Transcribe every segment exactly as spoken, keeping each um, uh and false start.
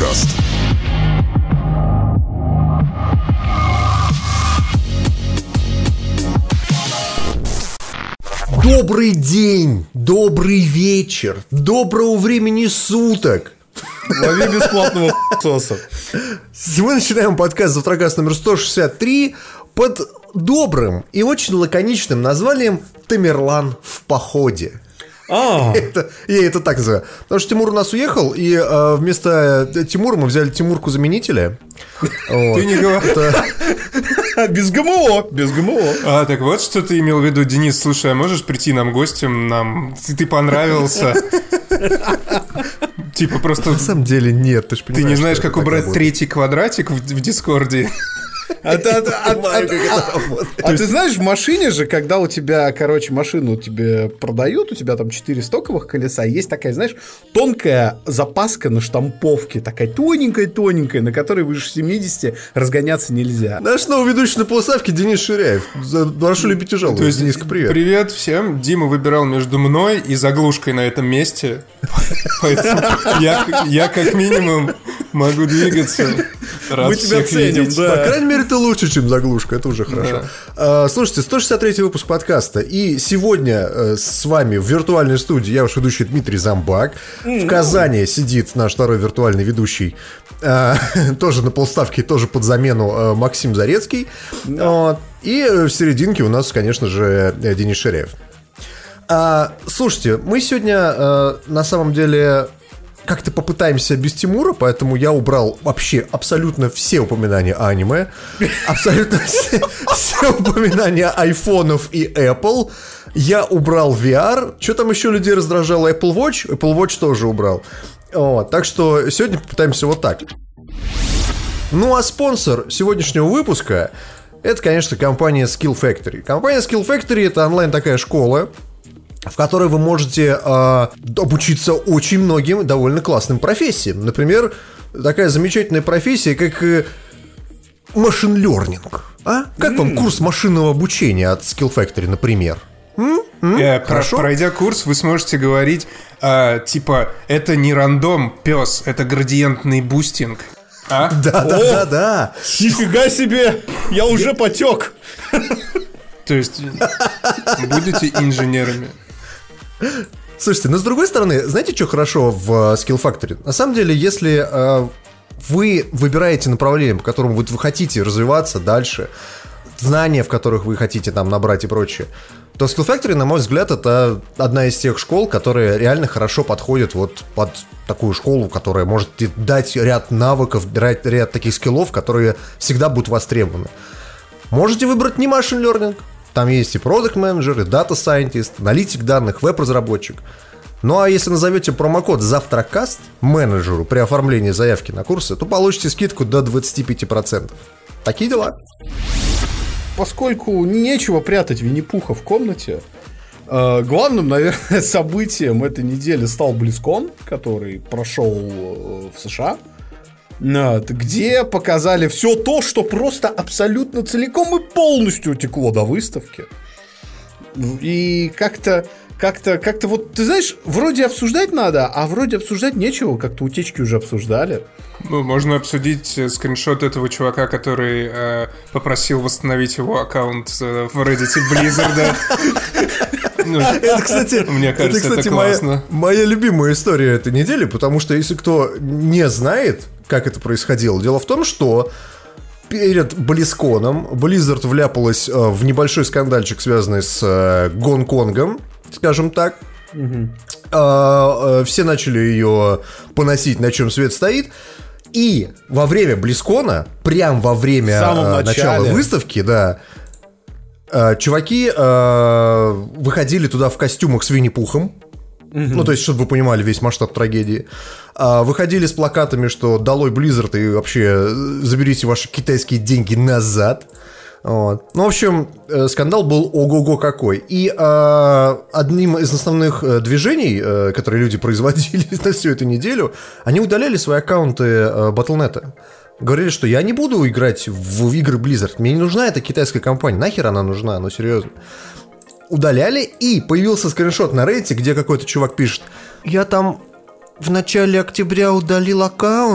подкаст. Добрый день, добрый вечер, доброго времени суток. Лови бесплатного соса. Мы начинаем подкаст «Завтракаст» номер сто шестьдесят три под добрым и очень лаконичным названием «Тамерлан в походе». А. Это, я это так называю. Потому что Тимур у нас уехал, и э, вместо Тимура мы взяли Тимурку-заменителя. Ты не говори. Без ГМО, без ГМО. А, так вот, что ты имел в виду, Денис. Слушай, а можешь прийти нам гостем? Нам ты понравился. Типа просто... На самом деле нет, ты ж понимаешь. Ты не знаешь, как убрать третий квадратик в Дискорде? А ты знаешь, в машине же, когда у тебя, короче, машину тебе продают, у тебя там четыре стоковых колеса, есть такая, знаешь, тонкая запаска на штамповке, такая тоненькая-тоненькая, на которой выше семидесяти разгоняться нельзя. Наш новый ведущий на полуставке Денис Ширяев. Прошу любить и жаловать. То есть, Дениска, привет. Привет всем. Дима выбирал между мной и заглушкой на этом месте. Поэтому я как минимум могу двигаться. Мы тебя ценим, да. По крайней мере, ты лучше, чем заглушка, это уже хорошо. Да. Слушайте, сто шестьдесят третий выпуск подкаста. И сегодня с вами в виртуальной студии я ваш ведущий Дмитрий Замбак. В Казани сидит наш второй виртуальный ведущий, тоже на полставке, тоже под замену, Максим Зарецкий. Да. И в серединке у нас, конечно же, Денис Ширяев. Слушайте, мы сегодня на самом деле... как-то попытаемся без Тимура, поэтому я убрал вообще абсолютно все упоминания аниме, абсолютно все, все упоминания айфонов и Apple. Я убрал ви ар. Что там еще людей раздражало? Apple Watch. Apple Watch тоже убрал. Вот, так что сегодня попытаемся вот так. Ну а спонсор сегодняшнего выпуска — это, конечно, компания Skill Factory. Компания Skill Factory — это онлайн такая школа, в которой вы можете э, обучиться очень многим довольно классным профессиям. Например, такая замечательная профессия, как э, machine learning. А? Как mm. вам курс машинного обучения от Skill Factory, например? М? М? Э, про, пройдя курс, вы сможете говорить, э, типа, это не рандом, пес, это градиентный бустинг. А? Да, да, да, да. Нифига себе! Я уже потек. То есть будете инженерами. Слушайте, но с другой стороны, знаете, что хорошо в Skill Factory? На самом деле, если э, вы выбираете направление, по которому вы, вы хотите развиваться дальше, знания, в которых вы хотите там набрать и прочее, то Skill Factory, на мой взгляд, это одна из тех школ, которые реально хорошо подходят вот под такую школу, которая может дать ряд навыков, ряд, ряд таких скиллов, которые всегда будут востребованы. Можете выбрать не machine learning. Там есть и product manager, и data scientist, аналитик данных, веб-разработчик. Ну а если назовете промокод «Завтракаст» менеджеру при оформлении заявки на курсы, то получите скидку до двадцать пять процентов. Такие дела. Поскольку нечего прятать Винни-Пуха в комнате, э, главным, наверное, событием этой недели стал BlizzCon, который прошел э, в США. Где показали все то, что просто абсолютно целиком и полностью утекло до выставки. И как-то, как-то, как-то вот, ты знаешь, вроде обсуждать надо, а вроде обсуждать нечего, как-то утечки уже обсуждали. Ну, можно обсудить скриншот этого чувака, который э, попросил восстановить его аккаунт э, в Reddit Blizzard. Ну, это, кстати, мне кажется, это, кстати, это классно. Моя, моя любимая история этой недели, потому что если кто не знает, как это происходило, дело в том, что перед BlizzCon'ом Blizzard вляпалась в небольшой скандальчик, связанный с Гонконгом, скажем так. Угу. Все начали ее поносить, на чем свет стоит. И во время BlizzCon'а, прям во время начала выставки, да, чуваки э, выходили туда в костюмах с Винни-Пухом. Mm-hmm. Ну, то есть, чтобы вы понимали весь масштаб трагедии. э, Выходили с плакатами, что долой Blizzard и вообще заберите ваши китайские деньги назад. Вот. Ну, в общем, э, скандал был ого-го какой. И э, одним из основных э, движений, э, которые люди производили на всю эту неделю, они удаляли свои аккаунты э, батл точка нет. Говорили, что я не буду играть в игры Blizzard. Мне не нужна эта китайская компания. Нахер она нужна? Ну, серьезно. Удаляли, и появился скриншот на Reddit, где какой-то чувак пишет: я там в начале октября удалил аккаунт,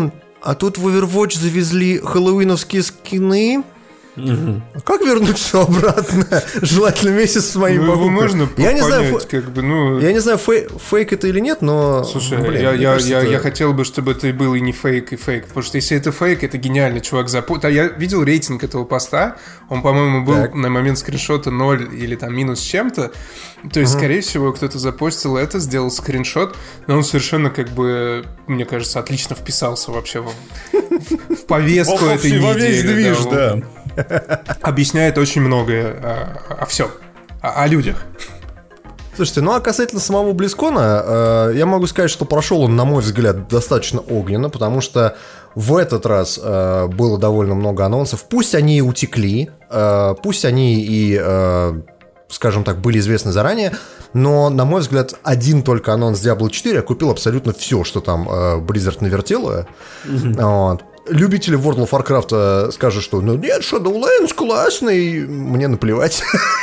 а тут в Overwatch завезли хэллоуиновские скины. Угу. А как вернуть все обратно? Желательно месяц с моим ну, покупкой. Можно я понять, не знаю, как бы, ну... Я не знаю, фей, фейк это или нет, но... Слушай, блин, я, я, кажется, я, это... я хотел бы, чтобы это был и не фейк, и фейк. Потому что если это фейк, это гениально, чувак запутал. Я видел рейтинг этого поста. Он, по-моему, был так. на момент скриншота ноль или там минус чем-то. То есть, угу. скорее всего, кто-то запостил это, сделал скриншот, но он совершенно, как бы, мне кажется, отлично вписался вообще в, в, в повестку этой недели. Во весь движ, да. Объясняет очень многое о, о всем, о, о людях. Слушайте, ну а касательно самого Близкона, э, я могу сказать, что прошел он, на мой взгляд, достаточно огненно, потому что в этот раз э, было довольно много анонсов. Пусть они и утекли, э, пусть они и, э, скажем так, были известны заранее, но, на мой взгляд, один только анонс Диабло четыре окупил абсолютно все, что там э, Blizzard навертело. Mm-hmm. Вот. Любители World of Warcraft скажут, что ну нет, Shadowlands классный, мне наплевать.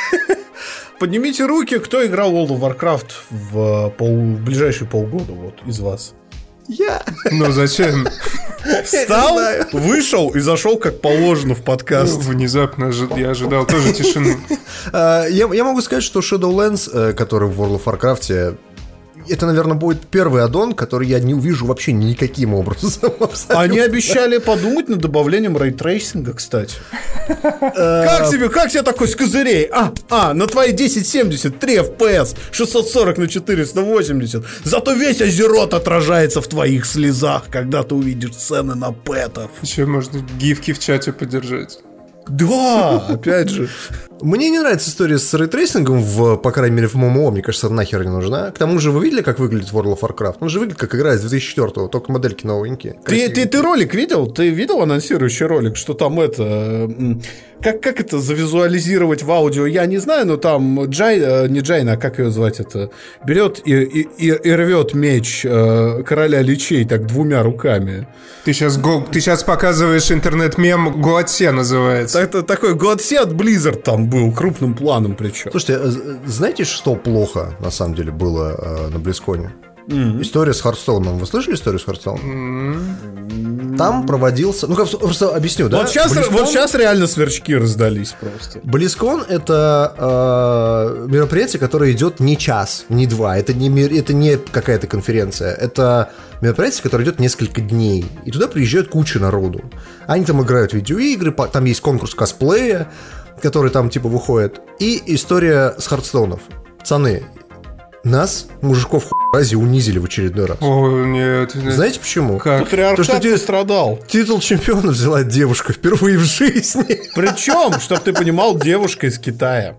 Поднимите руки, кто играл в World of Warcraft в, пол, в ближайшие полгода вот, из вас. Я. Ну зачем? Встал, вышел и зашел как положено в подкаст. Ну, внезапно я ожидал тоже тишины. я, я могу сказать, что Shadowlands, который в World of Warcraft, это, наверное, будет первый аддон, который я не увижу вообще никаким образом. Абсолютно. Они обещали подумать над добавлением рейтрейсинга, кстати. Как тебе, как тебе такой с козырей? А, а, на твои десять семьдесят, три эф пи эс, шестьсот сорок на четыреста восемьдесят. Зато весь Азерот отражается в твоих слезах, когда ты увидишь сцены на пэтов. Еще можно гифки в чате поддержать. Да, опять же. Мне не нравится история с рейтрейсингом, в, по крайней мере, в ММО, мне кажется, нахер не нужна. К тому же, вы видели, как выглядит World of Warcraft? Он же выглядит, как игра из две тысячи четвёртого, только модельки новенькие. Ты, ты, ты ролик видел? Ты видел анонсирующий ролик, что там это... Как, как это завизуализировать в аудио, я не знаю, но там Джай, не Джайна, а как ее звать это, берет и, и, и, и рвет меч э, короля личей так двумя руками. Ты сейчас, го, ты сейчас показываешь интернет-мем Гоатсе называется. Это такой Гоатсе от Blizzard там был, крупным планом причем. Слушайте, знаете, что плохо на самом деле было э, на Близконе? Mm-hmm. История с Хардстоуном. Вы слышали историю с Хардстоуном? Mm-hmm. Там проводился... Ну, как просто объясню, да? Вот сейчас, Близкон... вот сейчас реально сверчки раздались просто. Близкон — это э, мероприятие, которое идет не час, не два. Это не, это не какая-то конференция. Это мероприятие, которое идет несколько дней. И туда приезжает куча народу. Они там играют в видеоигры, там есть конкурс косплея, который там типа выходит. И история с Хардстоунов. Пацаны, нас, мужиков хуй, унизили в очередной раз. О, нет. Знаете почему? Как? Патриархат То, что пострадал. Титул чемпиона взяла девушка впервые в жизни. Причем, чтобы ты понимал, девушка из Китая.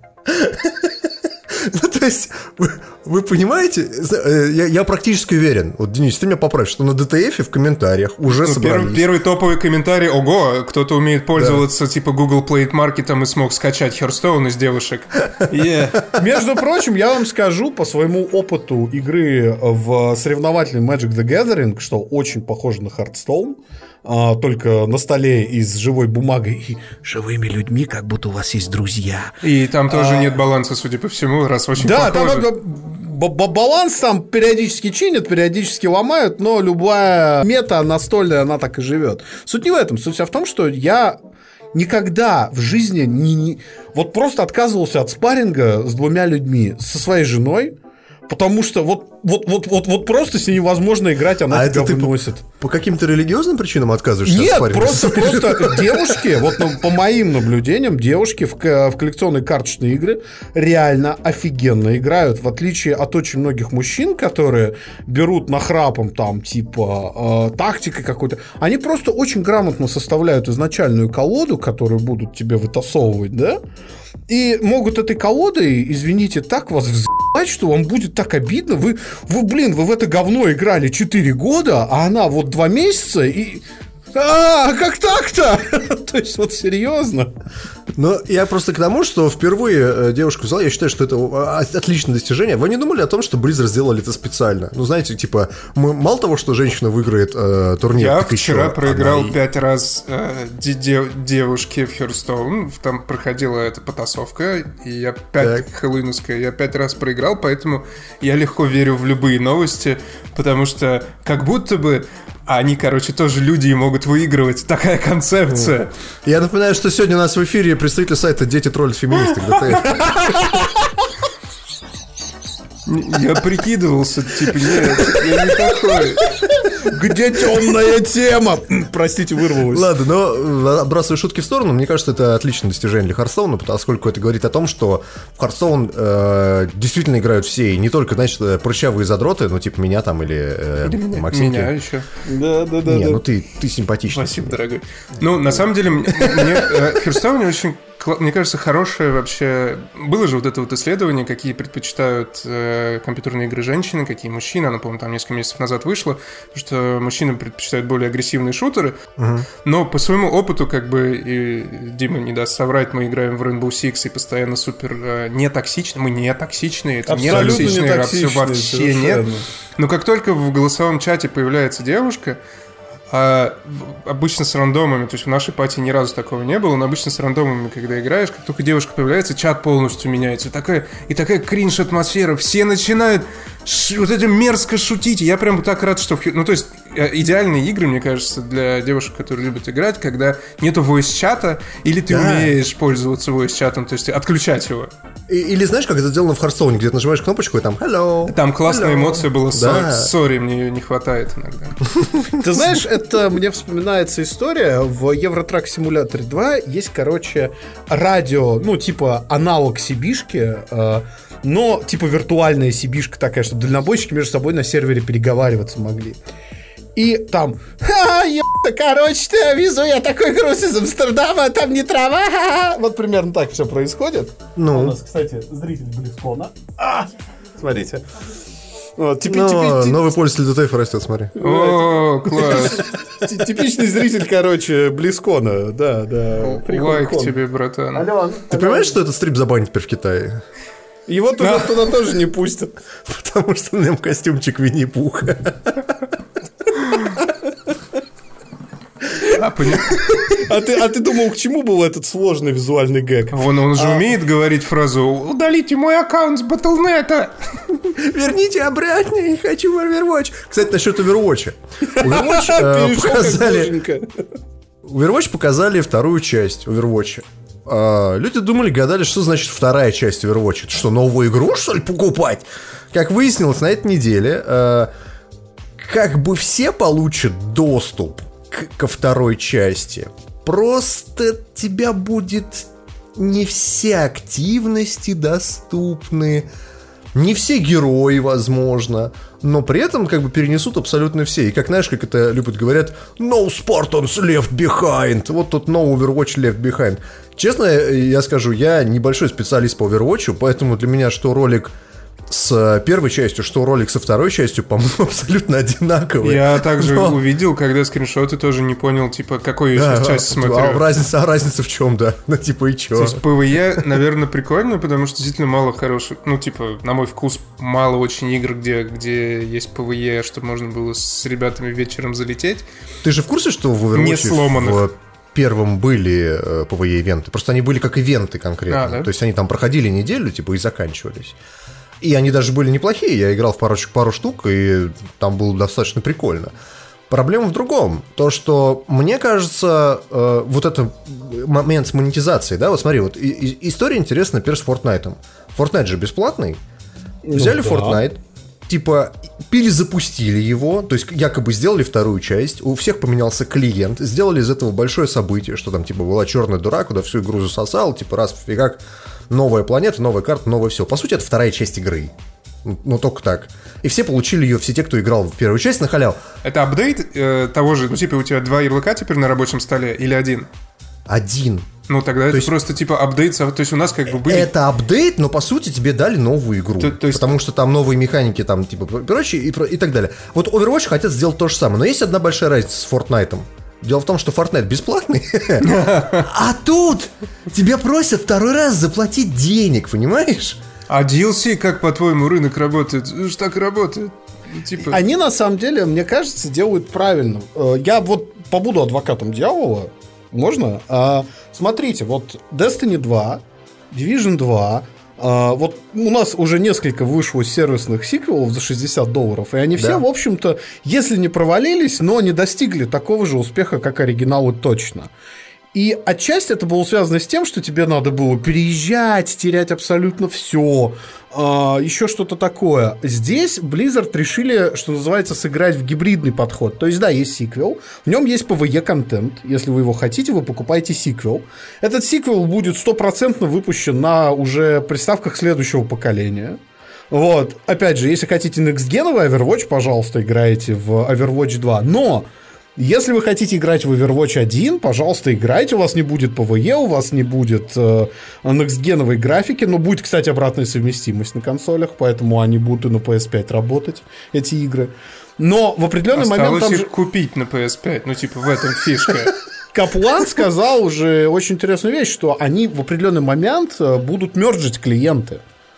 Ну, то есть, вы, вы понимаете, я, я практически уверен, вот, Денис, ты меня поправь, что на ди ти эф в комментариях уже ну, собрались. Первый, первый топовый комментарий: ого, кто-то умеет пользоваться, да, типа Google Play Market и смог скачать Hearthstone из девушек. Yeah. Между прочим, я вам скажу по своему опыту игры в соревновательный Magic the Gathering, что очень похоже на Hearthstone, а, только на столе из живой бумагой и живыми людьми, как будто у вас есть друзья. И там тоже а... нет баланса, судя по всему, раз очень да, похоже. Да, там баланс там периодически чинят, периодически ломают, но любая мета настольная, она так и живет. Суть не в этом, суть в том, что я никогда в жизни не, не, вот просто отказывался от спарринга с двумя людьми, со своей женой, потому что вот, вот, вот, вот, вот просто с ней невозможно играть, она а тебя выносит. По, по каким-то религиозным причинам отказываешься? Нет, от просто, просто девушки, вот ну, по моим наблюдениям, девушки в, в коллекционные карточные игры реально офигенно играют, в отличие от очень многих мужчин, которые берут нахрапом там типа э, тактикой какой-то. Они просто очень грамотно составляют изначальную колоду, которую будут тебе вытасовывать, да? И могут этой колодой, извините, так вас взъебать, что вам будет так обидно. Вы, вы, блин, вы в это говно играли четыре года, а она вот два месяца и... А, как так-то? То есть, вот серьезно. Ну, я просто к тому, что впервые девушку взял, я считаю, что это отличное достижение. Вы не думали о том, что Blizzard сделали это специально? Ну, знаете, типа, мы, мало того, что женщина выиграет э, турнир, я так вчера еще проиграл и... пять раз э, де- девушке в Hearthstone. Там проходила эта потасовка, и я пять хэллоуиновская, я пять раз проиграл, поэтому я легко верю в любые новости, потому что как будто бы А они, короче, тоже люди и могут выигрывать. Такая концепция. Я напоминаю, что сегодня у нас в эфире представитель сайта «Дети троллят феминисток». Я прикидывался, типа, нет, я не такой. Где темная тема? Простите, вырвалось. Ладно, но отбрасывая шутки в сторону, мне кажется, это отличное достижение для Хардстоуна, поскольку это говорит о том, что в Хардстоун э, действительно играют все, и не только, значит, прыщавые задроты, ну, типа меня там или, э, или меня, Максимки. Меня еще. Да, да, да. Не, да. ну ты, ты симпатичный. Спасибо, дорогой. Ну, на самом деле, мне в Хардстоуне очень... Мне кажется, хорошее вообще... Было же вот это вот исследование, какие предпочитают э, компьютерные игры женщины, какие мужчины. Оно, по-моему, там несколько месяцев назад вышло, что мужчины предпочитают более агрессивные шутеры. Uh-huh. Но по своему опыту, как бы, и Дима не даст соврать, мы играем в Rainbow Six и постоянно супер э, не токсичны. Мы не токсичные, это абсолютно не токсичные, не токсичные, вообще совершенно. Нет. Но как только в голосовом чате появляется девушка, а обычно с рандомами, то есть в нашей пати ни разу такого не было, но обычно с рандомами, когда играешь, как только девушка появляется, чат полностью меняется. И такая, и такая кринж-атмосфера, все начинают ш- вот это мерзко шутить. И я прям так рад, что... В... Ну, то есть, идеальные игры, мне кажется, для девушек, которые любят играть, когда нету voice-чата, или ты да. умеешь пользоваться voice-чатом, то есть отключать его. И, или знаешь, как это сделано в Хардстоуне, где ты нажимаешь кнопочку и там hello. Там классная hello. эмоция была, да. сори, мне ее не хватает иногда. Ты знаешь, это мне вспоминается история. В Евротрак Симуляторе два есть, короче, радио, ну, типа аналог Сибишки, э, но типа виртуальная Сибишка такая, чтобы дальнобойщики между собой на сервере переговариваться могли. И там, ха, ебать, короче, ты, везу я такой груз из Амстердама, там не трава, ха-ха. Вот примерно так все происходит. Ну. У нас, кстати, зритель Близкона. А, смотрите. Вот, типи, Но типи, типи, новый пользователь ди ти эф растет, смотри. О, класс. Типичный зритель, короче, Близкона. Да, да. Лайк тебе, братан. Алло, Ты алло. понимаешь, что этот стрип забанят теперь в Китае? Его туда, туда тоже не пустят. Потому что на нем костюмчик Винни-Пуха. А, понял. А ты, а ты думал, к чему был этот сложный визуальный гэг? Вон он же а... умеет говорить фразу «Удалите мой аккаунт с Батлнета». Верните обратно, я не хочу в Overwatch. Кстати, насчет Overwatch. Overwatch показали... Overwatch показали вторую часть Overwatch. Люди думали, гадали, что значит вторая часть Overwatch. Что, новую игру, что ли, покупать? Как выяснилось на этой неделе, как бы все получат доступ ко второй части. Просто тебя будет не все активности доступны, не все герои, возможно, но при этом как бы перенесут абсолютно все. И как, знаешь, как это любят говорят, no Spartans left behind. Вот тут no Overwatch left behind. Честно, я скажу, я небольшой специалист по Overwatch, поэтому для меня что ролик с первой частью, что ролик со второй частью, по-моему, абсолютно одинаковые. Я также Но... увидел, когда скриншоты тоже не понял, типа, какую я да, сейчас часть смотрю. А разница, а разница в чем, да? Ну, типа, и чё? То есть ПВЕ, наверное, прикольно, потому что действительно мало хороших, ну, типа, на мой вкус, мало очень игр, где, где есть ПВЕ, чтобы можно было с ребятами вечером залететь. Ты же в курсе, что в Overwatch не сломанных. в первом были э, ПВЕ-ивенты? Просто они были как ивенты конкретно. А, да? То есть они там проходили неделю, типа, и заканчивались. И они даже были неплохие. Я играл в пару, пару штук, и там было достаточно прикольно. Проблема в другом. То, что, мне кажется, э, вот этот момент с монетизацией, да, вот смотри, вот и, и, история интересна, например, с Fortnite. Fortnite же бесплатный. Взяли ну, да. Fortnite, типа, перезапустили его, то есть якобы сделали вторую часть, у всех поменялся клиент, сделали из этого большое событие, что там, типа, была черная дыра, куда всю игру засосал, типа, раз, фигак, новая планета, новая карта, новое все. По сути, это вторая часть игры. Ну, только так. И все получили ее, все те, кто играл в первую часть, на халяву. Это апдейт э, того же, ну, типа, у тебя два ярлыка теперь на рабочем столе или один? Один. Ну, тогда то это есть... просто, типа, апдейт, то есть у нас как бы были... Это апдейт, но, по сути, тебе дали новую игру. То, то есть... Потому что там новые механики, там, типа, прочее, и, и так далее. Вот Overwatch хотят сделать то же самое, но есть одна большая разница с Fortnite. Дело в том, что Fortnite бесплатный, а тут тебя просят второй раз заплатить денег, понимаешь? А ди эл си, как, по-твоему, рынок работает? Уж так работает. Типа... Они, на самом деле, мне кажется, делают правильно. Я вот побуду адвокатом дьявола. Можно? А, смотрите, вот Destiny два, Division два, Uh, вот у нас уже несколько вышло сервисных сиквелов за шестьдесят долларов, и они все, да. в общем-то, если не провалились, но не достигли такого же успеха, как оригиналы точно. И отчасти это было связано с тем, что тебе надо было переезжать, терять абсолютно все, а, еще что-то такое. Здесь Blizzard решили, что называется, сыграть в гибридный подход. То есть, да, есть сиквел, в нем есть пи ви и-контент. Если вы его хотите, вы покупаете сиквел. Этот сиквел будет стопроцентно выпущен на уже приставках следующего поколения. Вот. Опять же, если хотите next-gen Overwatch, пожалуйста, играете в Overwatch два. Но... если вы хотите играть в Overwatch один, пожалуйста, играйте, у вас не будет пи ви и, у вас не будет э, next-геновой графики, но будет, кстати, обратная совместимость на консолях, поэтому они будут и на пи эс пять работать, эти игры. Но в определенный Осталось момент... Осталось их же... купить на пи эс пять, ну типа в этом фишка. Каплан сказал уже очень интересную вещь, что они в определенный момент будут мерджить клиенты.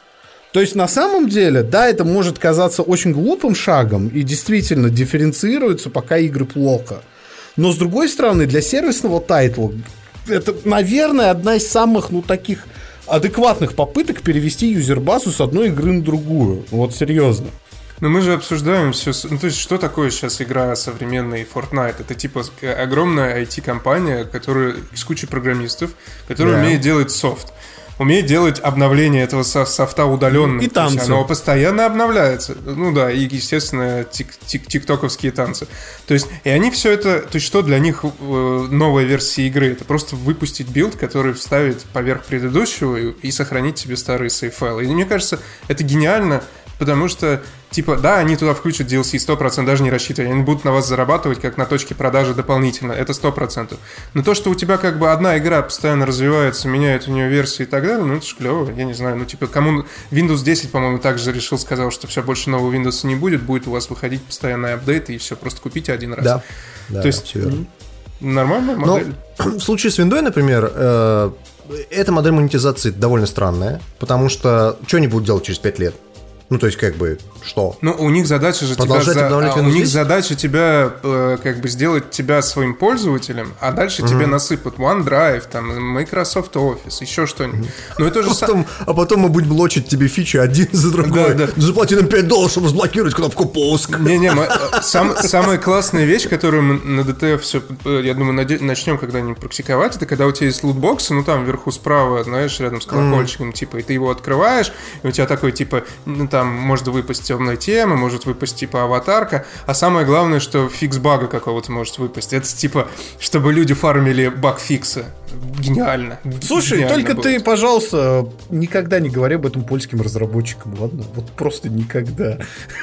То есть, на самом деле, да, это может казаться очень глупым шагом и действительно дифференцируется, пока игры плохо. Но, с другой стороны, для сервисного тайтла это, наверное, одна из самых, ну, таких адекватных попыток перевести юзербазу с одной игры на другую. Вот, серьезно. Но мы же обсуждаем все... Ну, то есть, что такое сейчас игра современный Fortnite? Это, типа, огромная ай ти-компания, которая с кучей программистов, которая yeah. умеет делать софт. Умеет делать обновление этого софта удаленно. И танцы. Оно постоянно обновляется. Ну да, и, естественно, тик- тик- тиктоковские танцы. То есть, и они все это... То есть, что для них новая версия игры? Это просто выпустить билд, который вставит поверх предыдущего и, и сохранить себе старые сейф-файлы. И мне кажется, это гениально, потому что, типа, да, они туда включат ди эл си сто процентов, даже не рассчитывая. Они будут на вас зарабатывать как на точке продажи дополнительно. Это сто процентов. Но то, что у тебя как бы одна игра постоянно развивается, меняют у нее версии и так далее, ну, это ж клево. Я не знаю, ну, типа, кому... Windows десять, по-моему, также решил, сказал, что все, больше нового Windows не будет, будет у вас выходить постоянные апдейты, и все, просто купите один раз. Да, да, то есть, м- нормальная модель. Но, в случае с Windows, например, э, эта модель монетизации довольно странная, потому что что они будут делать через пять лет? Ну, то есть, как бы, что? Ну, у них задача же тебя, за... а, у них задача тебя, э, как бы, сделать тебя своим пользователем, а дальше mm-hmm. тебе насыпут OneDrive, там, Microsoft Office, еще что-нибудь. Mm-hmm. Но это же потом, а потом мы будем блочить тебе фичи один за другой. Да, да. Заплати нам пять долларов, чтобы разблокировать кнопку пуск. Не-не, мы, сам, самая классная вещь, которую мы на ди ти эф все, я думаю, начнем когда-нибудь практиковать, это когда у тебя есть лутбоксы, ну, там вверху справа, знаешь, рядом с колокольчиком, mm-hmm. типа, и ты его открываешь, и у тебя такой, типа, ну, там может выпасть темная тема, может выпасть типа аватарка, а самое главное, что фикс бага какого-то может выпасть. Это типа, чтобы люди фармили баг-фиксы. Гениально. Слушай, Гениально только будет. Ты, пожалуйста, никогда не говори об этом польским разработчикам, ладно? Вот просто никогда.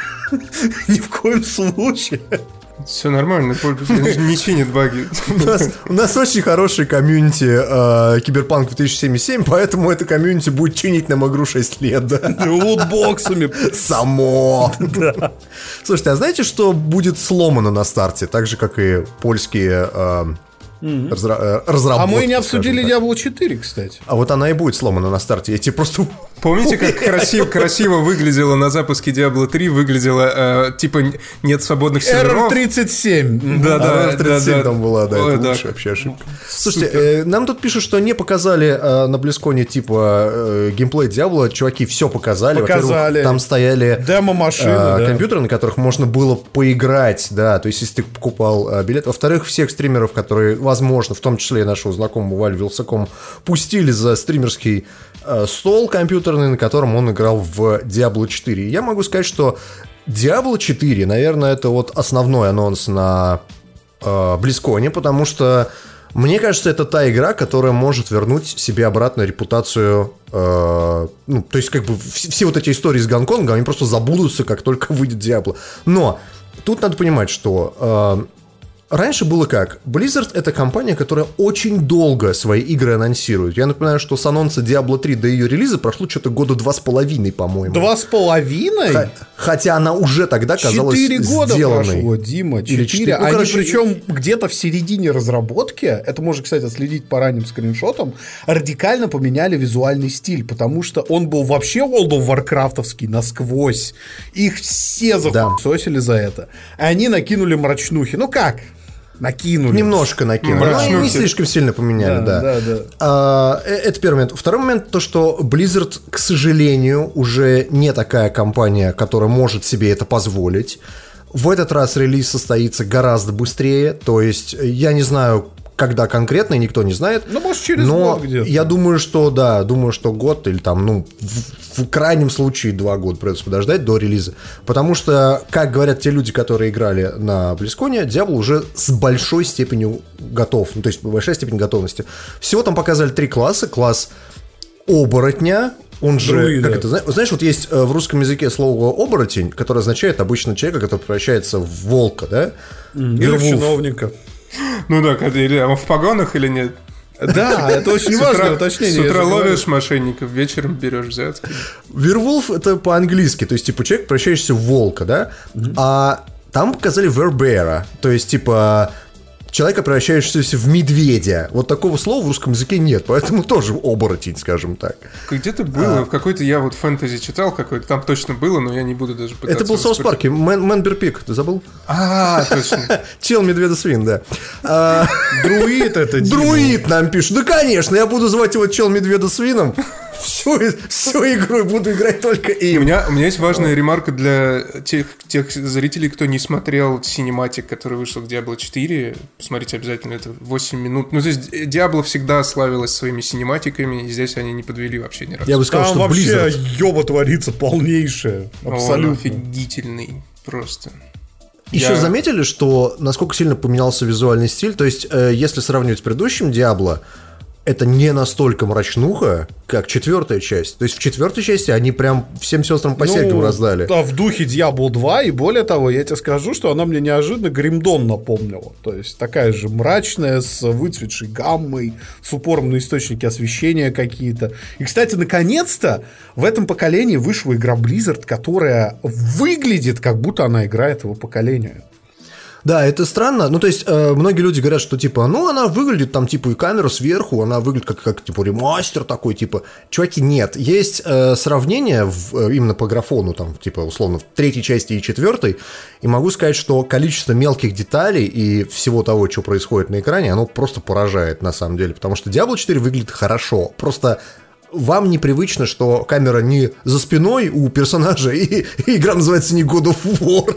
Ни в коем случае. Все нормально, не чинит баги. У нас, у нас очень хороший комьюнити э, Киберпанк две тысячи семьдесят семь, поэтому это комьюнити будет чинить нам игру шесть лет. Да? Лутбоксами. Само. Да. Слушайте, а знаете, что будет сломано на старте? Так же, как и польские... Э, Mm-hmm. Разра- разработки. А мы не обсудили Диабло четыре, кстати. А вот она и будет сломана на старте. Я тебе просто... Помните, как красиво, красиво выглядело на запуске Диабло три? Выглядело, э, типа, нет свободных серверов. эр тридцать семь. Да-да, эр тридцать семь там была, да, это лучшая вообще ошибка. Слушайте, э, нам тут пишут, что не показали э, на BlizzCon типа э, геймплей Диабло. Чуваки, все показали. Показали. Там стояли демо-машины, э, да. компьютеры, на которых можно было поиграть, да, то есть если ты покупал э, билет. Во-вторых, всех стримеров, которые, возможно, в том числе и нашего знакомого Валь Вилсаком, пустили за стримерский э, стол компьютерный, на котором он играл в Диабло четыре. И я могу сказать, что Диабло четыре, наверное, это вот основной анонс на э, BlizzCon, потому что мне кажется, это та игра, которая может вернуть себе обратно репутацию. Э, ну, то есть, как бы все, все вот эти истории с Гонконгом, они просто забудутся, как только выйдет Диабло. Но тут надо понимать, что э, раньше было как? Blizzard — это компания, которая очень долго свои игры анонсирует. Я напоминаю, что с анонса Diablo три до ее релиза прошло что-то года два с половиной, по-моему. Два с половиной? Х- хотя она уже тогда казалась Четыре года сделанной. прошло, Дима, четыре. Ну, Они короче... причем где-то в середине разработки, это можно, кстати, отследить по ранним скриншотам, радикально поменяли визуальный стиль, потому что он был вообще World of Warcraft'овский насквозь. Их все захуесосили да. за это. И они накинули мрачнухи. Ну как? Накинули. Немножко накинули. Мрачнухи. Ну, не слишком сильно поменяли, да. Да, да, да. А, это первый момент. Второй момент, то, что Blizzard, к сожалению, уже не такая компания, которая может себе это позволить. В этот раз релиз состоится гораздо быстрее, то есть я не знаю, когда конкретно, никто не знает. Ну, может, через но год где-то. Я думаю, что да, думаю, что год или там, ну, в, в крайнем случае два года придется подождать до релиза. Потому что, как говорят те люди, которые играли на BlizzCon, Diablo уже с большой степенью готов. Ну, то есть большая степень готовности. Всего там показали три класса. Класс оборотня. Он же, Друида. как это, знаешь, вот есть в русском языке слово «оборотень», которое означает обычно человека, который превращается в волка, да? Или в чиновника. Ну да, когда, или а в погонах или нет? Да, это очень важное уточнение. С утра ловишь мошенников, вечером берешь взятки. Вервулф — это по-английски, то есть, типа, человек, превращающийся в волка, да? А там показали вербера, то есть, типа... человека, превращающегося в медведя. Вот такого слова в русском языке нет, поэтому тоже оборотень, скажем так. Где-то было, а. в какой-то я вот фэнтези читал какой-то, там точно было, но я не буду даже пытаться... Это был в Саус Парке, Мэнбер Пик, ты забыл? А, точно. Чел Медведя-свин, да. Друид это, Друид нам пишет. Да, конечно, я буду звать его Чел Медведя-свином. Всю, всю игру буду играть только им. У меня, у меня есть важная ремарка для тех, тех зрителей, кто не смотрел синематик, который вышел к Diablo четыре. Посмотрите обязательно, это восемь минут. Ну, то есть Diablo всегда славилась своими синематиками, и здесь они не подвели вообще ни разу. Я бы сказал, там что вообще Blizzard... ёба творится полнейшая. Абсолютно. Он офигительный просто. Еще Я... заметили, что насколько сильно поменялся визуальный стиль? То есть, э, если сравнивать с предыдущим Diablo, это не настолько мрачнуха, как четвертая часть. То есть в четвертой части они прям всем сестрам по серьгам ну, раздали. Да, в духе Diablo два, и более того, я тебе скажу, что она мне неожиданно Гримдон напомнила. То есть такая же мрачная, с выцветшей гаммой, с упором на источники освещения какие-то. И, кстати, наконец-то в этом поколении вышла игра Blizzard, которая выглядит, как будто она игра этого поколения. Да, это странно. Ну, то есть, э, многие люди говорят, что, типа, ну, она выглядит там, типа, и камера сверху, она выглядит как, как типа, ремастер такой, типа. Чуваки, нет. Есть э, сравнение в, э, именно по графону, там, типа, условно, в третьей части и четвертой, и могу сказать, что количество мелких деталей и всего того, что происходит на экране, оно просто поражает, на самом деле, потому что Diablo четыре выглядит хорошо. Просто... вам непривычно, что камера не за спиной у персонажа, и, и игра называется не God of War.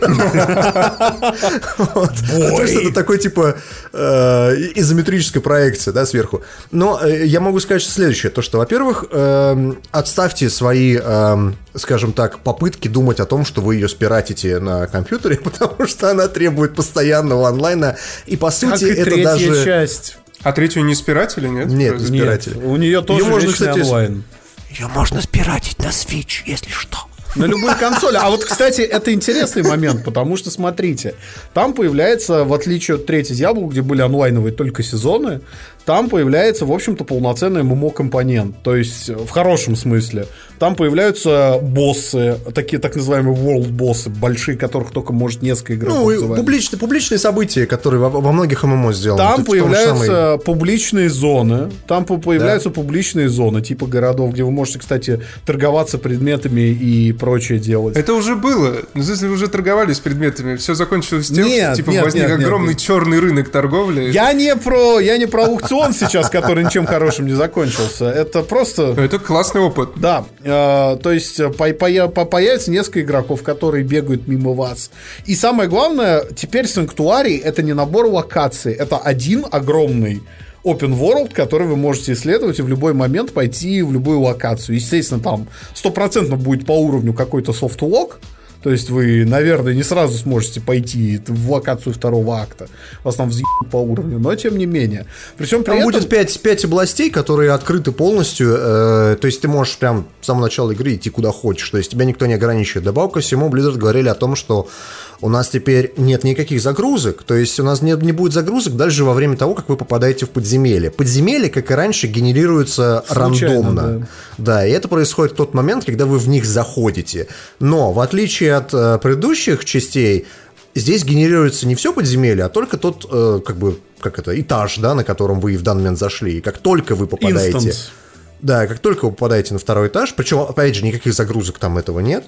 То есть это такой типа изометрическая проекция, да, сверху. Но я могу сказать следующее, то что, во-первых, отставьте свои, скажем так, попытки думать о том, что вы ее спиратите на компьютере, потому что она требует постоянного онлайна, и по сути это даже... часть. А третью не спиратели, нет? Нет, не спиратели. У нее тоже можно, вечный кстати, онлайн. Ее можно спиратить на Switch, если что. На любой консоли. А вот, кстати, это интересный момент, потому что, смотрите, там появляется, в отличие от третьей Diablo, где были онлайновые только сезоны, там появляется, в общем-то, полноценный эм эм о-компонент. То есть, в хорошем смысле. Там появляются боссы, такие так называемые world-боссы, большие, которых только может несколько игроков Ну, публичные, публичные события, которые во, во многих эм эм о сделаны. Там Тут появляются самый... публичные зоны. Там появляются да. публичные зоны, типа городов, где вы можете, кстати, торговаться предметами и прочее делать. Это уже было. Ну, если вы уже торговались предметами, все закончилось тем, нет, что типа нет, возник нет, огромный нет. черный рынок торговли. Я не про, я не про аукцион сейчас, который ничем хорошим не закончился. Это просто... Это классный опыт. Да. Э, то есть по, по, по, появится несколько игроков, которые бегают мимо вас. И самое главное, теперь Санктуарий — это не набор локаций, это один огромный open world, который вы можете исследовать и в любой момент пойти в любую локацию. Естественно, там стопроцентно будет по уровню какой-то софт-лок. То есть вы, наверное, не сразу сможете пойти в локацию второго акта. Вас там взъебут по уровню, но тем не менее. Причем при там этом... будет пять, пять областей, которые открыты полностью. Э, то есть ты можешь прям с самого начала игры идти куда хочешь. То есть тебя никто не ограничивает. Добавок ко всему, Blizzard говорили о том, что у нас теперь нет никаких загрузок. То есть у нас не, не будет загрузок даже во время того, как вы попадаете в подземелье. Подземелья, как и раньше, генерируются случайно, рандомно. Да. да, и это происходит в тот момент, когда вы в них заходите. Но, в отличие от э, предыдущих частей, здесь генерируется не все подземелье, а только тот, э, как бы, как это, этаж, да, на котором вы в данный момент зашли. И как только вы попадаете... Instance. Да, как только вы попадаете на второй этаж, причем, опять же, никаких загрузок там этого нет,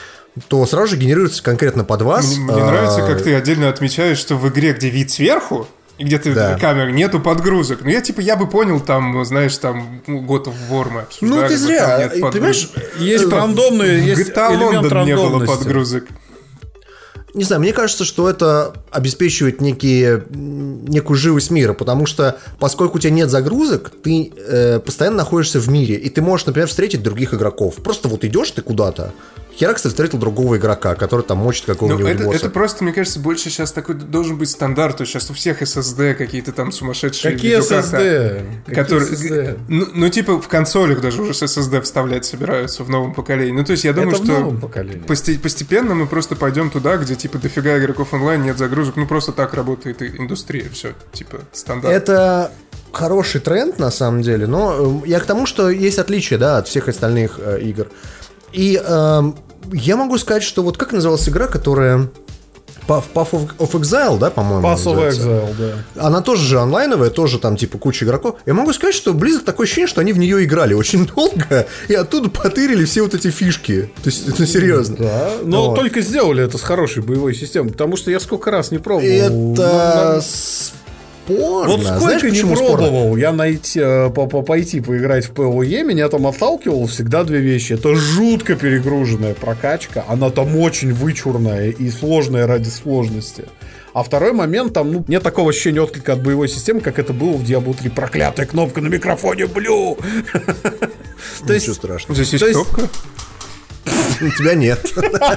то сразу же генерируется конкретно под вас. Мне, мне а... нравится, как ты отдельно отмечаешь, что в игре, где вид сверху, И где-то да. камер нету подгрузок. Ну, я, типа, я бы понял, там, знаешь, там, God of War мы обсуждали. Ну, ты зря. Нет понимаешь, есть рандомные, в есть джи ти эй London не было подгрузок. Не знаю, мне кажется, что это обеспечивает некие, некую живость мира, потому что, поскольку у тебя нет загрузок, ты э, постоянно находишься в мире, и ты можешь, например, встретить других игроков. Просто вот идешь ты куда-то, херак, ты встретил другого игрока, который там мочит какого-нибудь это, босса. Это просто, мне кажется, больше сейчас такой должен быть стандарт. То есть сейчас у всех эс эс ди какие-то там сумасшедшие Какие эс эс ди? Которые, эс эс ди? Ну, ну, типа в консолях даже уже с эс эс ди вставлять собираются в новом поколении. Ну, то есть я думаю, это что пости- постепенно мы просто пойдем туда, где типа дофига игроков онлайн, нет загрузок. Ну, просто так работает индустрия. Все, типа, стандарт. Это хороший тренд, на самом деле. Но я к тому, что есть отличия, да, от всех остальных э, игр. И э, я могу сказать, что вот как называлась игра, которая Path of Exile, да, по-моему, Path of Exile, да. Она тоже же онлайновая, тоже там типа куча игроков. Я могу сказать, что Blizzard такое ощущение, что они в нее играли очень долго и оттуда потырили все вот эти фишки. То есть это серьезно. Да, но вот. Только сделали это с хорошей боевой системой, потому что я сколько раз не пробовал. Это... Спорно. Вот сколько Знаешь, не пробовал спорно? Я найти, по, по, пойти поиграть в пи о и, меня там отталкивало всегда две вещи. Это жутко перегруженная прокачка, она там очень вычурная и сложная ради сложности. А второй момент, там ну, нет такого ощущения отклика от боевой системы, как это было в Diablo три. Проклятая кнопка на микрофоне Блю. Ничего страшного. Здесь есть кнопка? У тебя нет.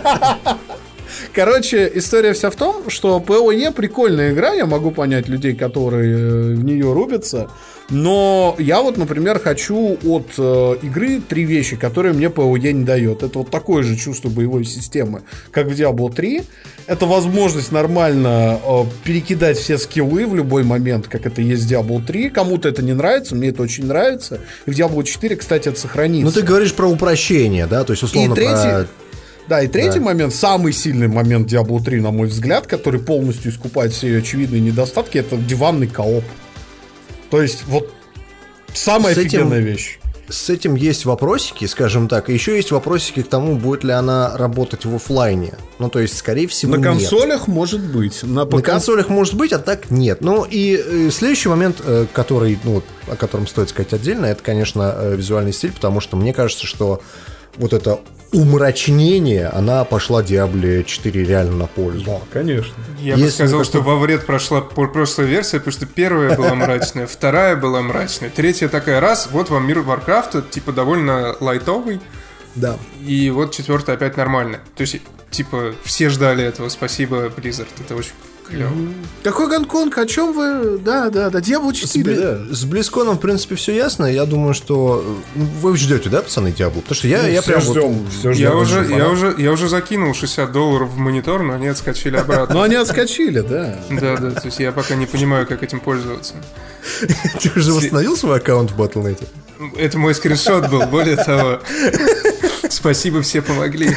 Короче, история вся в том, что пи о и прикольная игра, я могу понять людей, которые в нее рубятся, но я вот, например, хочу от э, игры три вещи, которые мне пи о и не дает. Это вот такое же чувство боевой системы, как в Diablo три. Это возможность нормально э, перекидать все скиллы в любой момент, как это есть в Diablo три. Кому-то это не нравится, мне это очень нравится. И в Diablo четыре, кстати, это сохранится. Ну, ты говоришь про упрощение, да? То есть, условно, и третий... про... Да, и третий да. момент, самый сильный момент Diablo три, на мой взгляд, который полностью искупает все ее очевидные недостатки, это диванный кооп. То есть, вот самая с офигенная этим, вещь. С этим есть вопросики, скажем так, и еще есть вопросики к тому, будет ли она работать в офлайне. Ну, то есть, скорее всего, на нет. консолях может быть. На, на консолях может быть, а так нет. Ну, и э, следующий момент, э, который, ну, о котором стоит сказать отдельно, это, конечно, э, визуальный стиль, потому что мне кажется, что вот это умрачнение, она пошла Diablo четыре реально на пользу. Да, конечно. Я Если бы сказал, что во вред прошла прошлая версия, потому что первая была мрачная, вторая была мрачная, третья такая раз, вот вам мир Варкрафта, типа довольно лайтовый. Да. И вот четвертая опять нормальная. То есть, типа, все ждали этого. Спасибо, Blizzard. Это очень клево. Какой Гонконг? О чем вы? Да, да, да. Diablo четыре. С, да. С BlizzCon, в принципе, все ясно. Я думаю, что вы ждете, да, пацаны, Diablo? Потому что я, ну, я прям ждем, вот... Все ждем. Я уже, я, уже, я уже закинул шестьдесят долларов в монитор, но они отскочили обратно. Но они отскочили, да. Да, да. То есть я пока не понимаю, как этим пользоваться. Ты уже восстановил свой аккаунт в батл точка нет? Это мой скриншот был, более того. Спасибо, все помогли.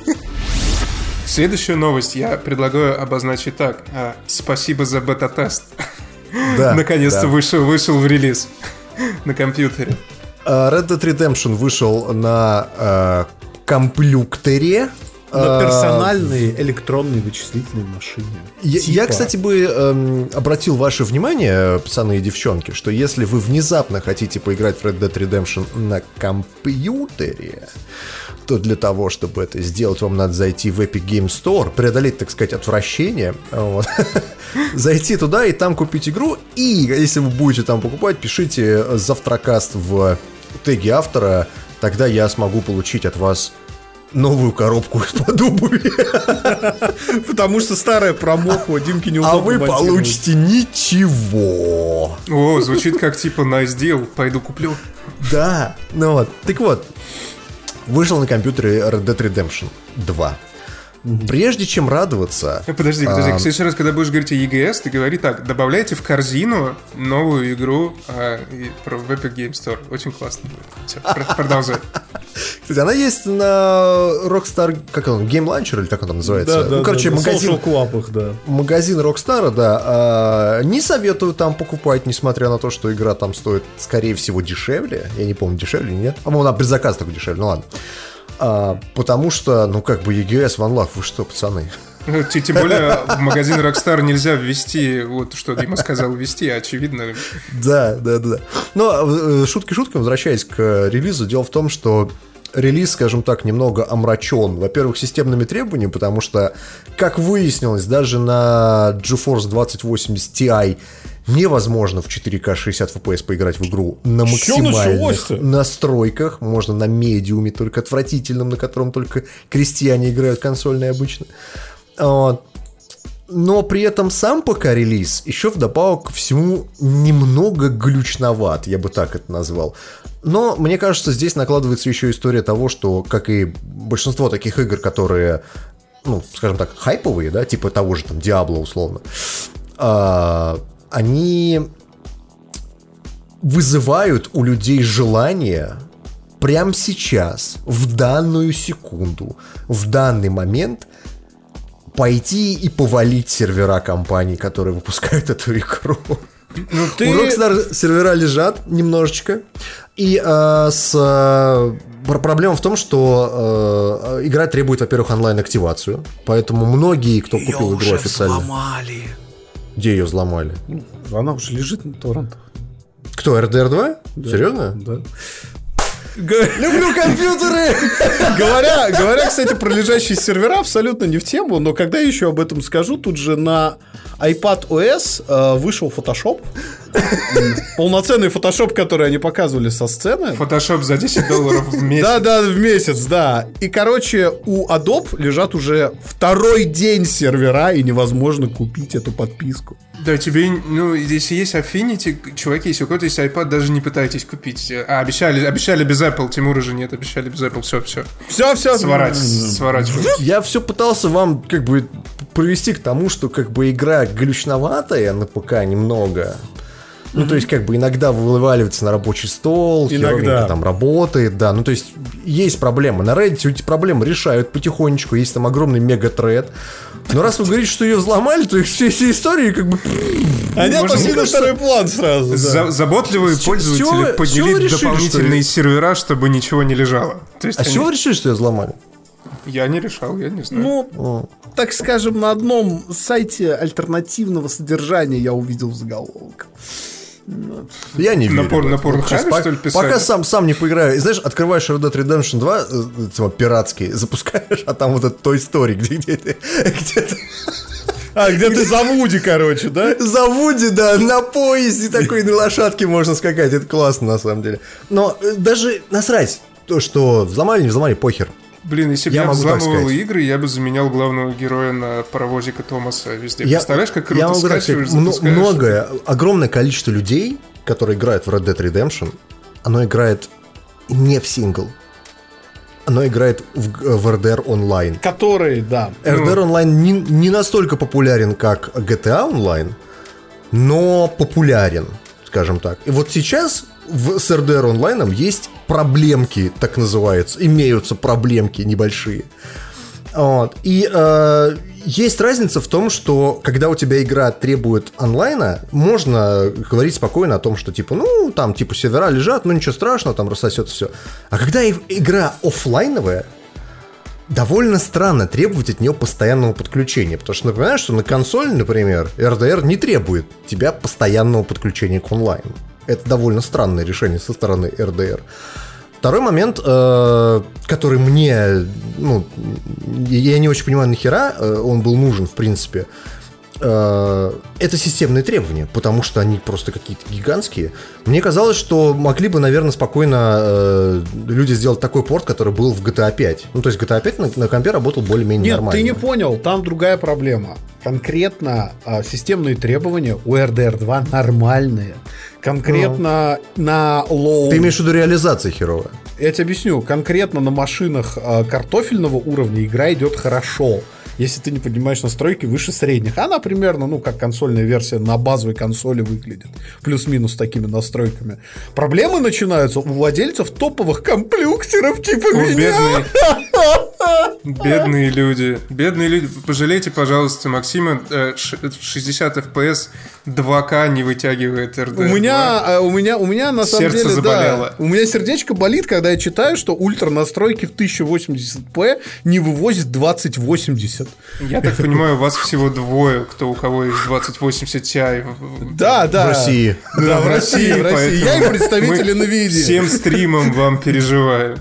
Следующую новость я предлагаю обозначить так. А, спасибо за бета-тест. Да, наконец-то да. вышел, вышел в релиз на компьютере. Red Dead Redemption вышел на uh, компьютере. На персональной электронной вычислительной машине. Я, типа. я, кстати, бы эм, обратил ваше внимание, пацаны и девчонки, что если вы внезапно хотите поиграть в Red Dead Redemption на компьютере, то для того, чтобы это сделать, вам надо зайти в Epic Game Store, преодолеть, так сказать, отвращение, вот, зайти туда и там купить игру. И если вы будете там покупать, пишите завтракаст в теге автора, тогда я смогу получить от вас новую коробку из-под обуви. Потому что старая промокла, Димки неудобно. А вы получите ничего. О, звучит как типа nice deal, пойду куплю. Да, ну вот. Так вот, вышел на компьютере Red Dead Redemption два. Прежде чем радоваться... Подожди, подожди, а... в следующий раз, когда будешь говорить о и джи эс, ты говори так: добавляйте в корзину новую игру а, и, про, в Epic Game Store. Очень классно будет. Все, продолжай. Кстати, она есть на Rockstar, как он, Game Launcher или как он там называется? Да, да, ну, короче, да, магазин, клапах, да. магазин Rockstar, да. А, не советую там покупать, несмотря на то, что игра там стоит, скорее всего, дешевле. Я не помню, дешевле или нет. По-моему, она без заказа только дешевле, ну ладно. А, потому что, ну, как бы, и джи эс One Love, вы что, пацаны? Тем более в магазин Rockstar нельзя ввести, вот что Дима сказал, ввести, очевидно. Да, да, да. Но шутки шутками, возвращаясь к релизу, дело в том, что релиз, скажем так, немного омрачен. Во-первых, системными требованиями, потому что, как выяснилось, даже на GeForce двадцать восемьдесят Ti невозможно в четыре ка шестьдесят эф пи эс поиграть в игру на максимальных настройках. Можно на медиуме, только отвратительном, на котором только крестьяне играют консольные обычно. Вот. Но при этом сам ПК-релиз еще вдобавок ко всему немного глючноват, я бы так это назвал. Но мне кажется, здесь накладывается еще история того, что, как и большинство таких игр, которые, ну, скажем так, хайповые, да, типа того же там Diablo условно, а, они вызывают у людей желание прямо сейчас, в данную секунду, в данный момент пойти и повалить сервера компаний, которые выпускают эту игру. Ну, ты... У Rockstar сервера лежат немножечко. И э, с, э, проблема в том, что э, игра требует, во-первых, онлайн-активацию. Поэтому многие, кто ее купил игру официально... взломали. Где ее взломали? Ну, она уже лежит на торрентах. Кто, эр ди ар два? Да. Серьезно? Да. Люблю компьютеры! говоря, говоря, кстати, про лежащие сервера, абсолютно не в тему, но когда я еще об этом скажу, тут же на iPadOS э, вышел Photoshop. Полноценный Photoshop, который они показывали со сцены. Photoshop за десять долларов в месяц. Да, да, в месяц, да. И, короче, у Adobe лежат уже второй день сервера, и невозможно купить эту подписку. Да, тебе, ну, если есть Affinity, чуваки, если у кого-то есть iPad, даже не пытайтесь купить. А, обещали, обещали без Apple, Тимура же нет, обещали без Apple, все, все. Все, все. Сворачивай, сворачивай. Я все пытался вам, как бы, привести к тому, что, как бы, игра глючноватая на ПК немного. Ну, mm-hmm. то есть, как бы, иногда вываливается на рабочий стол, иногда там работает, да. Ну, то есть, есть проблемы. На Reddit эти проблемы решают потихонечку, есть там огромный мегатред. Но раз вы говорите, что ее взломали, то все, все истории, как бы... Они отошли на второй план сразу, да. За, заботливые с пользователи чего, подняли чего решили, дополнительные что сервера, чтобы ничего не лежало. То есть а они... с чего вы решили, что ее взломали? Я не решал, я не знаю. Ну, О. так скажем, на одном сайте альтернативного содержания я увидел заголовок. Я не верю. На Порнхабе, что ли, писали? Пока сам, сам не поиграю. И знаешь, открываешь Red Dead Redemption два, типа, пиратский, запускаешь, а там вот этот Toy Story, где, где ты... Где ты... А, где ты за Вуди, короче, да? За Вуди, да, на поезде такой, на лошадке можно скакать. Это классно, на самом деле. Но даже насрать то, что взломали, не взломали, похер. Блин, если бы я, я взламывал игры, я бы заменял главного героя на паровозика Томаса везде. Я, Представляешь, как круто скачиваешь, запускаешь? Многое, огромное количество людей, которые играют в Red Dead Redemption, оно играет не в сингл. Оно играет в, в эр ди ар Online. Который, да. эр ди ар Online не, не настолько популярен, как джи ти эй Online, но популярен, скажем так. И вот сейчас... В, с эр ди ар онлайном есть проблемки, так называются, имеются проблемки небольшие. Вот. И э, есть разница в том, что когда у тебя игра требует онлайна, можно говорить спокойно о том, что типа, ну, там, типа, сервера лежат, ну, ничего страшного, там рассосет все. А когда игра офлайновая, довольно странно требовать от нее постоянного подключения. Потому что напоминаю, что на консоли, например, эр ди ар не требует тебя постоянного подключения к онлайну. Это довольно странное решение со стороны эр ди ар. Второй момент, э, который мне, ну, я не очень понимаю, нахера он был нужен, в принципе, э, это системные требования, потому что они просто какие-то гигантские. Мне казалось, что могли бы, наверное, спокойно э, люди сделать такой порт, который был в джи ти эй пять. Ну, то есть джи ти эй пять на, на компе работал более-менее Нет, нормально. Нет, ты не понял, там другая проблема. Конкретно э, системные требования у эр ди ар два нормальные. Конкретно ну. на лоу... Ты имеешь в виду реализация херовая? Я тебе объясню. Конкретно на машинах э, картофельного уровня игра идет хорошо. Если ты не поднимаешь настройки выше средних. Она примерно, ну, как консольная версия на базовой консоли выглядит. Плюс-минус такими настройками. Проблемы начинаются у владельцев топовых комплюктеров типа О, меня. Бедные люди. Бедные люди. Пожалейте, пожалуйста, Максима. шестьдесят эф пи эс два ка не вытягивает эр ди ар. У меня, у меня, у меня на самом Сердце деле, заболело. Да, у меня сердечко болит, когда я читаю, что ультра настройки в тысяча восемьдесят пэ не вывозит двадцать восемьдесят. Я так понимаю, у вас всего двое, кто у кого есть двадцать восемьдесят Ti. Да, да. В России. Да, в России, в России. Я и представители NVIDIA. Всем стримам вам переживаю.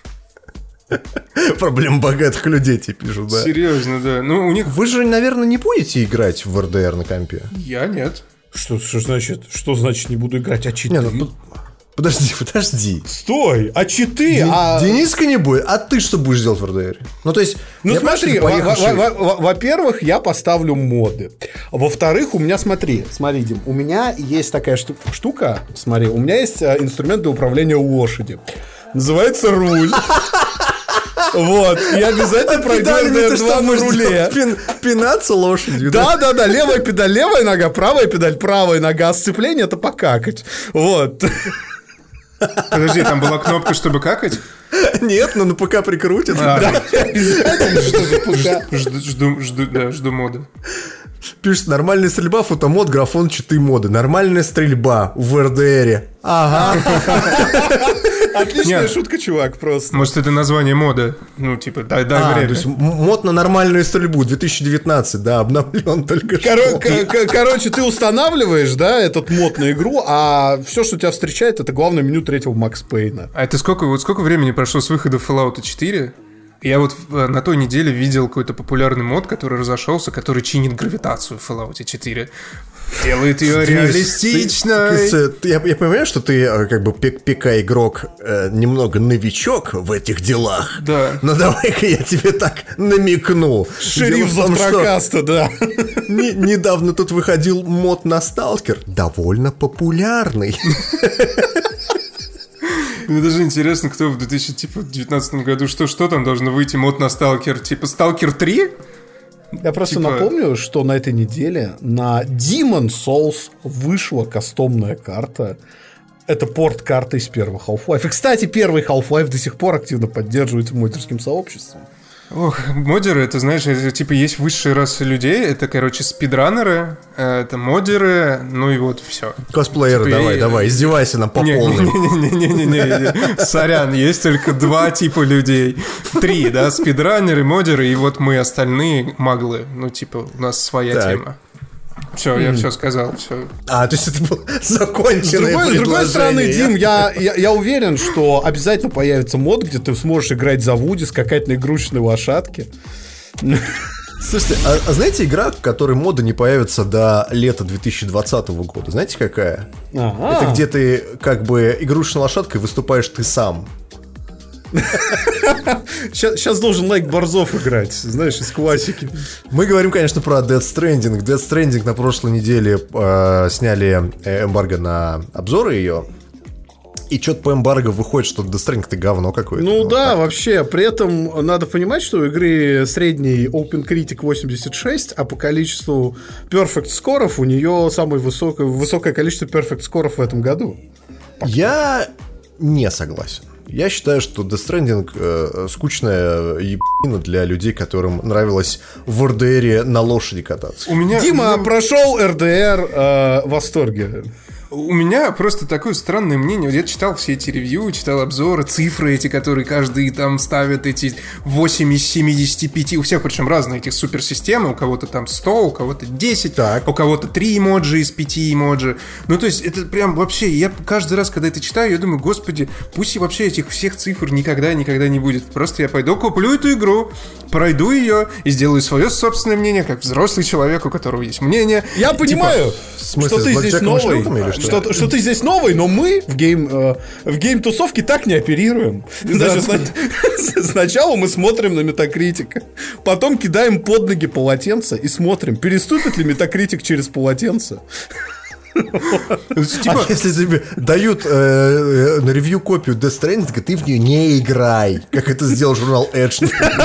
Проблем богатых людей, тебе пишут, да. Серьезно, да. Ну, у них... Вы же, наверное, не будете играть в эр ди ар на компе? Я нет. Что, что значит? Что значит не буду играть? А читы? Не, ну, подожди, подожди. Стой, а читы? Ди- а... Дениска не будет, а ты что будешь делать в эр ди ар? Ну, то есть... Ну, я смотри, понимаю, что ты во- поехавший- во- во- во-первых, я поставлю моды. Во-вторых, у меня, смотри, смотри, Дим, у меня есть такая шту- штука, смотри, у меня есть а, инструмент для управления лошади. Называется руль. Вот, и обязательно пройду эр ди ар два на руле. Пин- пинаться лошадью. Да, да, да, левая педаль, левая нога, правая педаль, правая нога, а сцепление — это покакать. Вот. Подожди, там была кнопка, чтобы какать? Нет, но на ПК прикрутят. А, Обязательно, чтобы пока. Жду, жду, жду, да, жду моды. Пишет, нормальная стрельба, фотомод, графон, читы моды. Нормальная стрельба в эр ди ар. Ага. Отличная Нет. шутка, чувак, просто. Может, это название моды? Ну, типа, дай, дай А, время. то есть м- мод на нормальную стрельбу две тысячи девятнадцать, да, обновлен только Коро- что. к- к- Короче, ты устанавливаешь, да, этот мод на игру, а все, что тебя встречает, это главное меню третьего Макс Пейна. А это сколько, вот сколько времени прошло с выхода Fallout четыре? Я вот э, на той неделе видел какой-то популярный мод, который разошелся, который чинит гравитацию в Fallout четыре. Делает ее реалистичной. Ты- ты- Я, я понимаю, что ты э, как бы ПК-игрок, э, немного новичок в этих делах. Да. Но давай-ка я тебе так намекну. Дело Шериф в том, что Завтракаста, да. не- недавно тут выходил мод на Сталкер. Довольно популярный. Мне даже интересно, кто в две тысячи девятнадцатом году, что, что там должно выйти мод на Сталкер? Типа Сталкер три? Я просто Типа- напомню, что на этой неделе на Demon Souls вышла кастомная карта. Это порт карты из первого Half-Life. И, кстати, первый Half-Life до сих пор активно поддерживается модерским сообществом. Ох, модеры, это, знаешь, это, типа есть высшие расы людей. Это, короче, спидранеры, э, это модеры, ну и вот все. Косплееры, Типа, давай, я- давай, издевайся нам по полной. Не-не-не-не-не, сорян, есть только два типа людей. Три, да, спидранеры, модеры, и вот мы остальные маглы. Ну, типа, у нас своя Так. тема. Все, я все сказал, все. А, то есть это было С законченное другой, с другой стороны, предложение. Дим, я, я, я уверен, что обязательно появится мод, где ты сможешь играть за Вуди, скакать на игрушечной лошадке. Слушайте, а, а знаете игра, в которой моды не появятся до лета две тысячи двадцатого года? Знаете, какая? Ага. Это где ты как бы игрушечной лошадкой выступаешь ты сам. Сейчас, сейчас должен Лайк Борзов играть, знаешь, из классики. Мы говорим, конечно, про Death Stranding. Death Stranding на прошлой неделе э, сняли э, эмбарго на обзоры ее. И что-то по эмбарго выходит, что Death Stranding-то говно какое-то. Ну да, так. вообще, при этом надо понимать, что у игры средний OpenCritic восемьдесят шесть, а по количеству Perfect скоров у нее самое высокое, высокое количество Perfect скоров в этом году. Я не согласен. Я считаю, что Death Stranding э, скучная ебанина для людей, которым нравилось в эр ди ар на лошади кататься. У меня... Дима ну, прошел эр ди ар э, в восторге. У меня просто такое странное мнение. Вот я читал все эти ревью, читал обзоры, цифры эти, которые каждый там ставят, эти восемь из семидесяти пяти. У всех причем разные эти суперсистемы. У кого-то там сто, у кого-то десять, Так. у кого-то три эмоджи из пяти эмоджи. Ну, то есть, это прям вообще... Я каждый раз, когда это читаю, я думаю, господи, пусть и вообще этих всех цифр никогда-никогда не будет. Просто я пойду, куплю эту игру, пройду ее и сделаю свое собственное мнение, как взрослый человек, у которого есть мнение. Я понимаю, в смысле, что ты с здесь Блэкджеком и новый, шлюхами или что? что, что ты здесь новый, но мы в гейм э, в гейм-тусовке так не оперируем. Значит, сна- сначала мы смотрим на Metacritic, потом кидаем под ноги полотенце и смотрим, переступит ли Metacritic через полотенце. Типа, А если тебе дают э, э, на ревью копию Death Stranding, ты в нее не играй, как это сделал журнал Edge.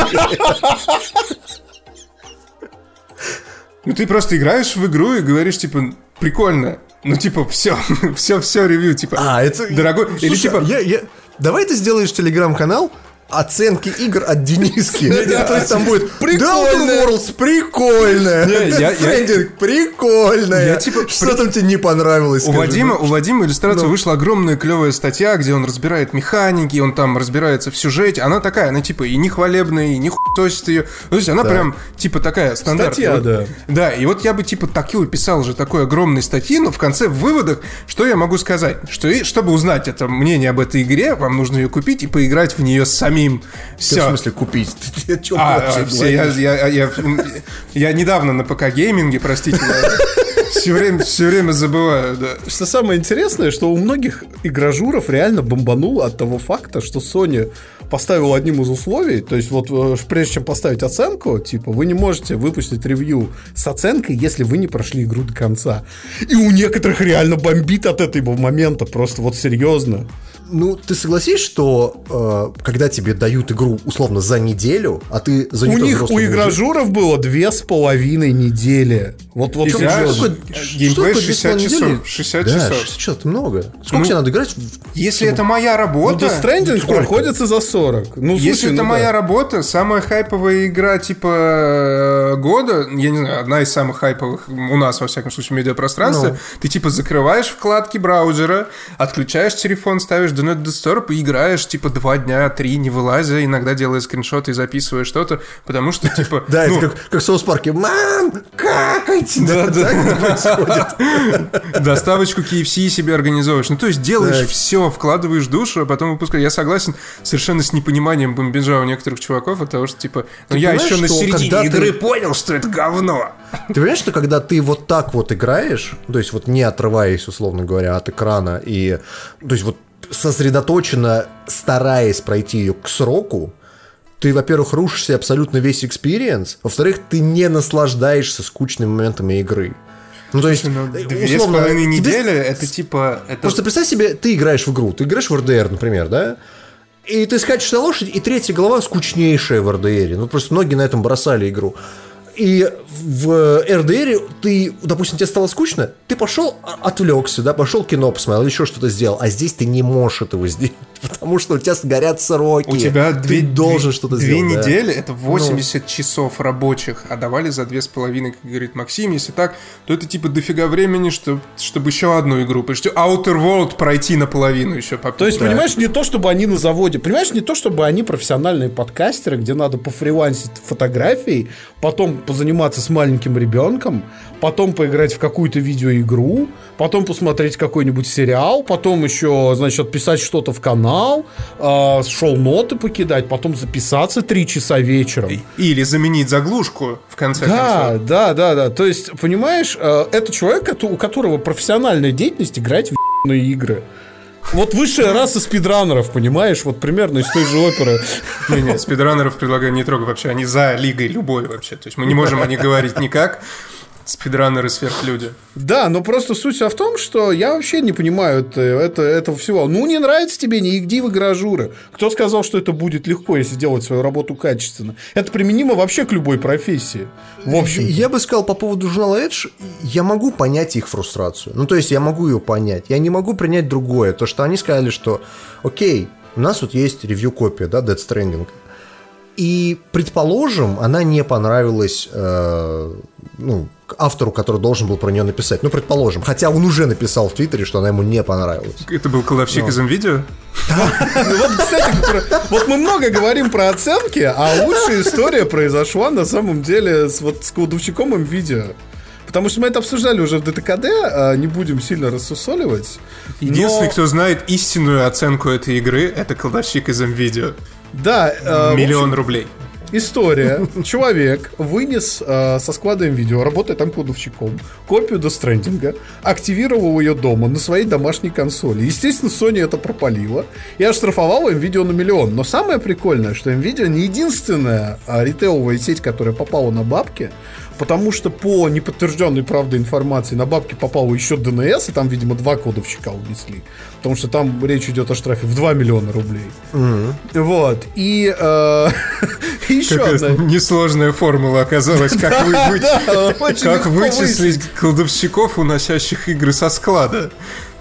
ну ты просто играешь в игру и говоришь, типа, прикольно. Ну, типа, все, все, все ревью, типа, А, это... дорогой. Или Слушай, типа, я, я... давай ты сделаешь телеграм-канал оценки игр от Дениски. То есть там будет Outer Worlds прикольная, Death Stranding прикольная. Что там тебе не понравилось? У Вадима у Вадима иллюстрации вышла огромная клевая статья, где он разбирает механики, он там разбирается в сюжете. Она такая, она типа и не хвалебная, и не хуесосит ее. То есть она прям типа такая стандартная. Статья, да. Да, и вот я бы типа такую писал же такой огромной статьи, но в конце в выводах, что я могу сказать? Что и, чтобы узнать это мнение об этой игре, вам нужно ее купить и поиграть в нее самим. Все. В смысле купить? Ты, ты, а, а, все, я, я, я, я недавно на ПК-гейминге, простите, все время, все время забываю, да. Что самое интересное, что у многих игражуров реально бомбануло от того факта, что Sony поставила одним из условий, то есть вот прежде чем поставить оценку, типа, вы не можете выпустить ревью с оценкой, если вы не прошли игру до конца. И у некоторых реально бомбит от этого момента, просто вот серьезно. Ну, ты согласись, что э, когда тебе дают игру условно за неделю, а ты за у них у игражуров было две с половиной недели. Вот вот геймплей шестьдесят часов. шестьдесят часов. шестьдесят часов это много. Сколько ну, тебе надо играть? Если чтобы... это моя работа. Ну, Death Stranding проходится за сорок. Ну, если слушай, это ну, моя да. работа, самая хайповая игра типа года, я не знаю, одна из самых хайповых у нас, во всяком случае, в медиапространстве, ну. Ты типа закрываешь вкладки браузера, отключаешь телефон, ставишь Do Not Disturb и играешь типа два дня, три, не вылазя, иногда делая скриншоты и записывая что-то, потому что типа... Да, это как в Соус Парке. Мам, какайте! Да, да. Доставочку кей эф си себе организовываешь. Ну, то есть делаешь все, вкладываешь душу, а потом выпускаешь. Я согласен совершенно с непониманием бомбежа у некоторых чуваков от того, что типа... Ну, я еще на середине игры понял, что это говно. Ты понимаешь, что когда ты вот так вот играешь, то есть вот не отрываясь, условно говоря, от экрана, и то есть вот сосредоточенно стараясь пройти ее к сроку, ты, во-первых, рушишь себе абсолютно весь экспириенс, во-вторых, ты не наслаждаешься скучными моментами игры. Ну, то есть, ну, две условно, с половиной недели, тебе... это типа... Это... Просто представь себе, ты играешь в игру, ты играешь в эр дэ эр, например, да? И ты скачешь на лошадь, и третья глава скучнейшая в эр дэ эр. Ну, просто многие на этом бросали игру. И в эр дэ эр ты, допустим, тебе стало скучно, ты пошел, отвлекся, да, пошел кино посмотрел, еще что-то сделал, а здесь ты не можешь этого сделать, потому что у тебя горят сроки. У тебя ты две, должен две, что-то две сделать. Две недели, да. Это восемьдесят ну. часов рабочих, а давали за две с половиной, как говорит Максим. Если так, то это типа дофига времени, что, чтобы еще одну игру, почти Outer World пройти наполовину еще. Попить. То есть, да. Понимаешь, не то, чтобы они на заводе, понимаешь, не то, чтобы они профессиональные подкастеры, где надо пофрилансить фотографии, потом позаниматься с маленьким ребенком, потом поиграть в какую-то видеоигру, потом посмотреть какой-нибудь сериал, потом еще, значит, отписать что-то в канал, э, шоу-ноты покидать, потом записаться три часа вечером. Или заменить заглушку в конце да, концов. Да, да, да. То есть, понимаешь, э, это человек, у которого профессиональная деятельность играть в ебаные игры. Вот высшая раса спидранеров, понимаешь? Вот примерно из той же оперы. Не-не, спидранеров предлагаю не трогать вообще. Они за лигой любой вообще. То есть мы не можем о них говорить никак. Спидранеры сверхлюди. Да, но просто суть в том, что я вообще не понимаю это, это, этого всего. Ну, не нравится тебе, не иди в игражуры. Кто сказал, что это будет легко, если делать свою работу качественно? Это применимо вообще к любой профессии. В общем. Я бы сказал по поводу журнала Edge, я могу понять их фрустрацию. Ну, то есть я могу ее понять. Я не могу принять другое. То, что они сказали, что окей, у нас вот есть ревью-копия, да, Death Stranding. И, предположим, она не понравилась э, ну, автору, который должен был про нее написать. Ну, предположим. Хотя он уже написал в Твиттере, что она ему не понравилась. Это был кладовщик из НВИДИА? Вот, кстати, вот мы много говорим про оценки, а лучшая история произошла на самом деле с кладовщиком НВИДИА. Потому что мы это обсуждали уже в ДТКД, не будем сильно рассусоливать. Единственный, кто знает истинную оценку этой игры, это кладовщик из НВИДИА. Да, э, миллион общем, рублей. История. Человек вынес э, со склада НВИДИА, работая там кладовщиком, копию Death Stranding, активировал ее дома на своей домашней консоли. Естественно, Sony это пропалила и оштрафовала НВИДИА на миллион. Но самое прикольное, что НВИДИА не единственная э, ритейловая сеть, которая попала на бабки, потому что по неподтвержденной, правда, информации на бабки попало еще ДНС, и там, видимо, два кодовщика унесли. Потому что там речь идет о штрафе в два миллиона рублей. Mm-hmm. Вот. И э, еще одна... Несложная формула оказалась, как, вы, вы... как вычислить кладовщиков, уносящих игры со склада.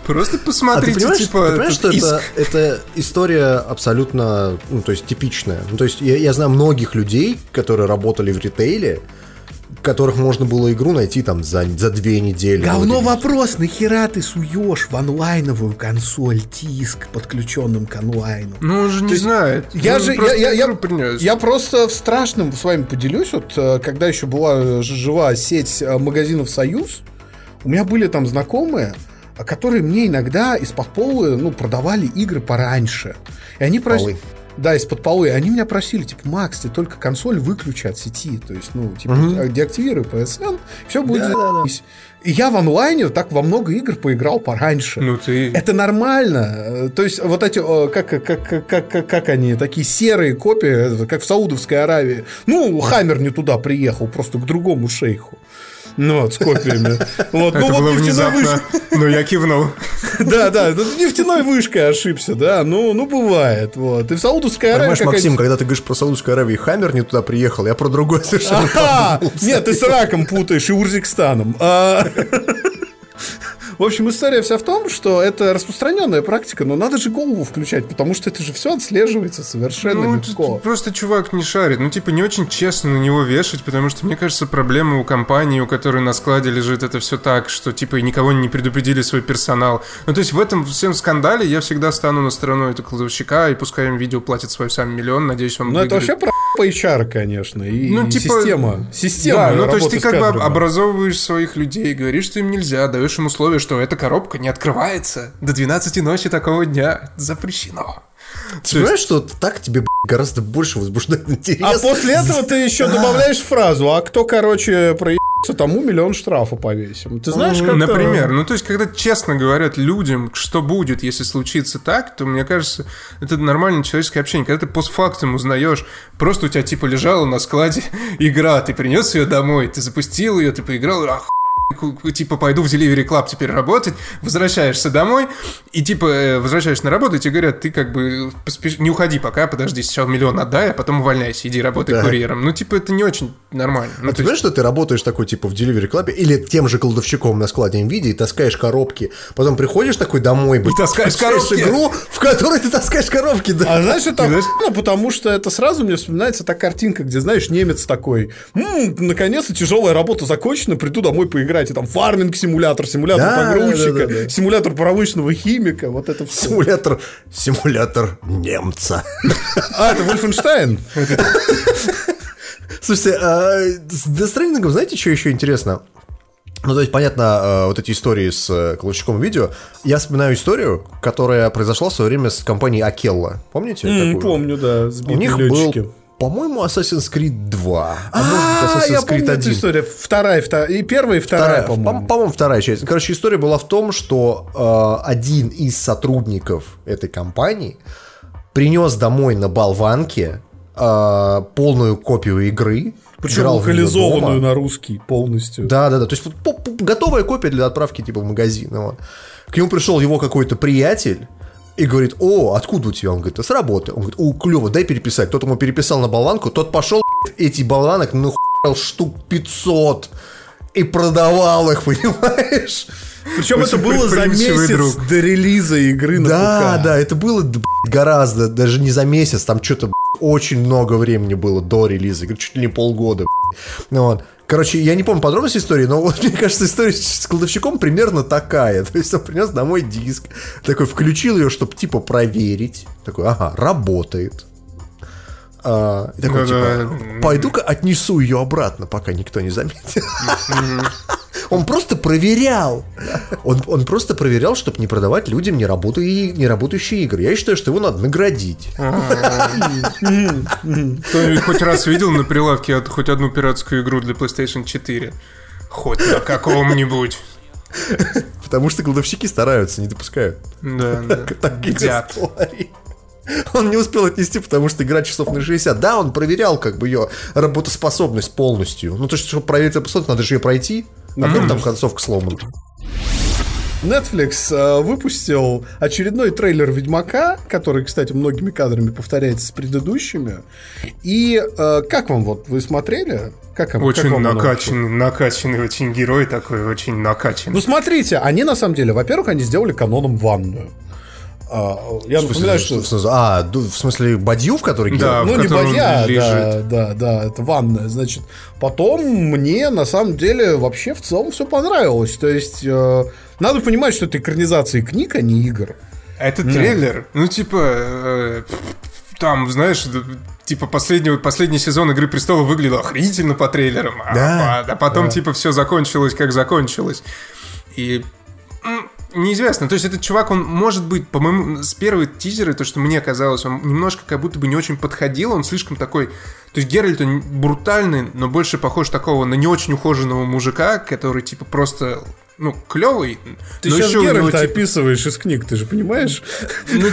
Просто посмотрите, а ты понимаешь, типа... Ты понимаешь, что это, это история абсолютно, ну, то есть, типичная. Ну, то есть, я, я знаю многих людей, которые работали в ритейле, которых можно было игру найти там за, за две недели. Говно вопрос, нахера ты суешь в онлайновую консоль диск, подключенным к онлайну? Ну, он же не есть, знает. Я ну, же, я, я, я, я, я просто в страшном с вами поделюсь. Вот когда еще была жива сеть магазинов «Союз», у меня были там знакомые, которые мне иногда из-под пола, ну, продавали игры пораньше. И они просили... Да, из-под полы. Они меня просили, типа, Макс, ты только консоль выключи от сети. То есть, ну, типа, угу. деактивируй пи эс эн, все будет да, да, да. И я в онлайне так во много игр поиграл пораньше. Ну, ты... Это нормально. То есть, вот эти, как, как, как, как, как они, такие серые копии, как в Саудовской Аравии. Ну, Хаммер не туда приехал, просто к другому шейху. Ну, вот, с копиями. Вот. Это ну, было вот внезапно, но я кивнул. Да, да, нефтяной вышкой ошибся, да, ну, ну бывает, вот. И в Саудовской Аравии... Понимаешь, Максим, когда ты говоришь про Саудовскую Аравию, Хаммер не туда приехал, я про другое совершенно. А, нет, ты с Ираком путаешь и Урзикстаном. В общем, история вся в том, что это распространенная практика, но надо же голову включать, потому что это же все отслеживается совершенно ну, легко. Просто чувак не шарит. Ну, типа, не очень честно на него вешать, потому что, мне кажется, проблема у компании, у которой на складе лежит это все так, что, типа, никого не предупредили свой персонал. Ну, то есть в этом всем скандале я всегда стану на сторону этого кладовщика, и пускай им видео платит свой сам миллион, надеюсь, он Ну, это выиграет. вообще про эйч ар, конечно, и, ну, и типа, система. Система. Да, ну, то есть ты как бы образовываешь своих людей, говоришь, что им нельзя, даешь им условия, что эта коробка не открывается до двенадцати ночи такого дня. Запрещено. Ты понимаешь, что так тебе гораздо больше возбуждает интерес. А после этого ты еще добавляешь фразу: а кто, короче, проебался, тому миллион штрафа повесим. Ты знаешь, как... Например, ну то есть, когда честно говорят людям, что будет, если случится так, то, мне кажется, это нормальное человеческое общение. Когда ты постфактум узнаешь, просто у тебя типа лежала на складе игра, ты принес ее домой, ты запустил ее, ты поиграл, ах, типа, пойду в Delivery Club теперь работать, возвращаешься домой, и, типа, возвращаешься на работу, и тебе говорят, ты, как бы, поспеш... не уходи пока, подожди, сначала миллион отдай, а потом увольняйся, иди работай да. курьером. Ну, типа, это не очень нормально. А ну, ты понимаешь, есть... что ты работаешь такой, типа, в Delivery Club, или тем же кладовщиком на складе NVIDIA, и таскаешь коробки, потом приходишь такой домой, и таскаешь коробки. игру, в которой ты таскаешь коробки, да. А знаешь, это знаешь... Ну, потому что это сразу мне вспоминается та картинка, где, знаешь, немец такой, м-м, наконец-то тяжелая работа закончена, приду домой поиграть, и там фарминг симулятор, симулятор да, погрузчика, да, да, да. симулятор промышленного химика, вот это все. Симулятор, симулятор немца. А, это Вольфенштайн? Слушайте, с Death Stranding, знаете, что еще интересно? Ну, то есть, понятно, вот эти истории с кладовщиком видео. Я вспоминаю историю, которая произошла в свое время с компанией Акелла. Помните? Mm, помню, да. У них летчики. был... По-моему, Assassin's Creed два. А, а может быть, Assassin's я Creed помню один. Эту историю. Вторая, вторая. И первая, и вторая, вторая по-моему. По-моему, вторая часть. Короче, история была в том, что э, один из сотрудников этой компании принес домой на болванке э, полную копию игры. Причем локализованную на русский полностью. Да-да-да. То есть готовая копия для отправки типа в магазин. Вот. К нему пришел его какой-то приятель. И говорит, о, откуда у тебя? Он говорит, с работы. Он говорит, о, клево, дай переписать. Тот ему переписал на болванку, тот пошел, эти болванок нахуял штук пятьсот и продавал их, понимаешь? Причем это было за месяц друг. до релиза игры на да, ПК. Да, это было гораздо, даже не за месяц, там что-то очень много времени было до релиза, чуть ли не полгода. Вот. Короче, я не помню подробности истории, но вот, мне кажется, история с кладовщиком примерно такая. То есть он принес домой диск, такой включил ее, чтобы типа проверить. Такой, ага, работает. А, и такой, типа, пойду-ка отнесу ее обратно, пока никто не заметил. Он просто проверял. Он, он просто проверял, чтобы не продавать людям не, работаю, не работающие игры. Я считаю, что его надо наградить. Кто хоть раз видел на прилавке хоть одну пиратскую игру для PlayStation четыре? Хоть на каком-нибудь. Потому что кладовщики стараются, не допускают. Да, да. Таких историй. Он не успел отнести, потому что игра часов на шестьдесят. Да, он проверял как бы ее работоспособность полностью. Ну, то есть, чтобы проверить работоспособность, надо же ее пройти. А вдруг там концовка сломана. Netflix э, выпустил очередной трейлер Ведьмака, который, кстати, многими кадрами повторяется с предыдущими. И э, как вам, вот, вы смотрели? Как, очень как вам накачанный, накачанный очень герой такой, очень накачанный. Ну, смотрите, они, на самом деле, во-первых, они сделали каноном ванную. Я в смысле, напоминаю, что... что... А, в смысле, бадью, в которой да, ну, в не бадья, лежит. да, да, да, это ванная. Значит, потом мне, на самом деле, вообще в целом все понравилось. То есть, э, надо понимать, что это экранизации книг, а не игр. А это трейлер? Ну, типа, э, там, знаешь... Типа последний, последний сезон «Игры престолов» выглядел охренительно по трейлерам, да, а, а потом да. типа все закончилось, как закончилось. И неизвестно. То есть этот чувак, он может быть, по-моему, с первой тизеры, то, что мне казалось, он немножко как будто бы не очень подходил, он слишком такой... То есть Геральт, он брутальный, но больше похож такого на не очень ухоженного мужика, который типа просто... Ну, клевый. Ты сейчас Геральта него, описываешь из книг, ты же понимаешь? Ну,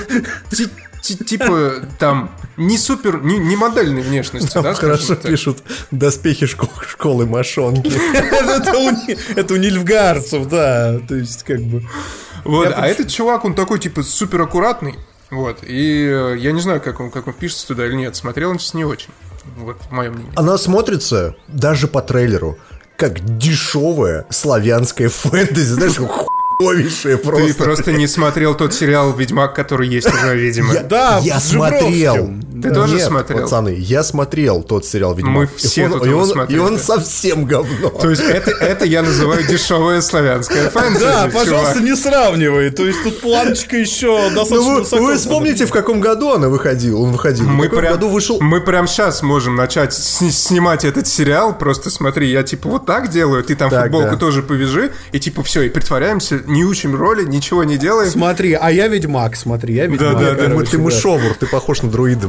типа, там, не супер, не, не модельной внешности, там да? Хорошо пишут доспехи школы мошонки. Это у нильфгаарцев, да. То есть, как бы... Вот, а этот чувак, он такой, типа, супер аккуратный. Вот, и я не знаю, как он, как он пишется туда или нет. Смотрел он сейчас не очень. Вот, мое мнение. Она смотрится, даже по трейлеру, как дешевая славянская фэнтези, знаешь, хуевейшая просто. Ты просто не смотрел тот сериал «Ведьмак», который есть уже, видимо. Я, да, я смотрел. Ты да. тоже Нет, смотрел? Пацаны, я смотрел тот сериал «Ведьмак». Мы все и он, тут и его он, смотрели. И он совсем говно. То есть это, это я называю дешевая славянская фэнтези. Да, пожалуйста, не сравнивай. То есть тут планочка еще достаточно высоко. Вы вспомните, в каком году она выходила? Он выходил. Мы в каком прям, году вышел? Мы прям сейчас можем начать с- снимать этот сериал. Просто смотри, я типа вот так делаю, ты там так, футболку да. тоже повяжи, и типа все, и притворяемся, не учим роли, ничего не делаем. Смотри, а я Ведьмак, смотри, я Ведьмак. Да, да, да. Ты мышовур, ты похож на друида.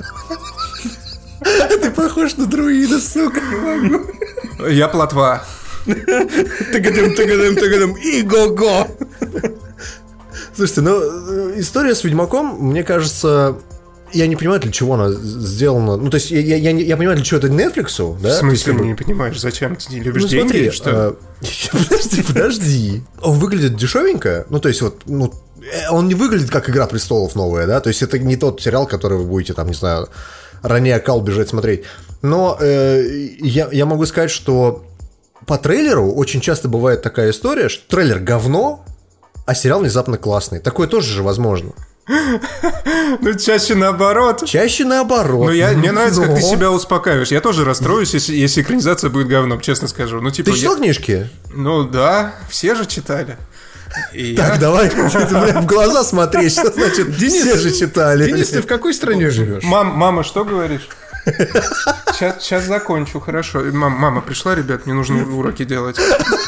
Ты похож на друида, сука, не могу. Я плотва. Тыгадым, тыгадым, тыгадым, и го-го. Слушайте, ну, история с Ведьмаком, мне кажется... Я не понимаю, для чего она сделана. Ну, то есть, я, я, я, я понимаю, для чего это Netflix, да? В смысле, есть, ты не понимаешь, зачем ты не любишь ну, деньги? Смотри, что? А, подожди, подожди. Он выглядит дешевенько. Ну, то есть, вот, ну, он не выглядит как «Игра престолов» новая, да? То есть, это не тот сериал, который вы будете, там, не знаю, ранее кал бежать смотреть. Но э, я, я могу сказать, что по трейлеру очень часто бывает такая история, что трейлер говно, а сериал внезапно классный. Такое тоже же возможно. Ну, чаще наоборот. Чаще наоборот. Ну, я, мне нравится, как ты себя успокаиваешь. Я тоже расстроюсь, если, если экранизация будет говном, честно скажу. Ну, типа, ты читал я... книжки? Ну, да, все же читали. И так, я... давай в глаза смотри, что значит Денис, все же читали. Денис, ты в какой стране живешь? Мам, мама, что говоришь? Сейчас, сейчас закончу, хорошо. Мам, мама пришла, ребят, мне нужно уроки делать.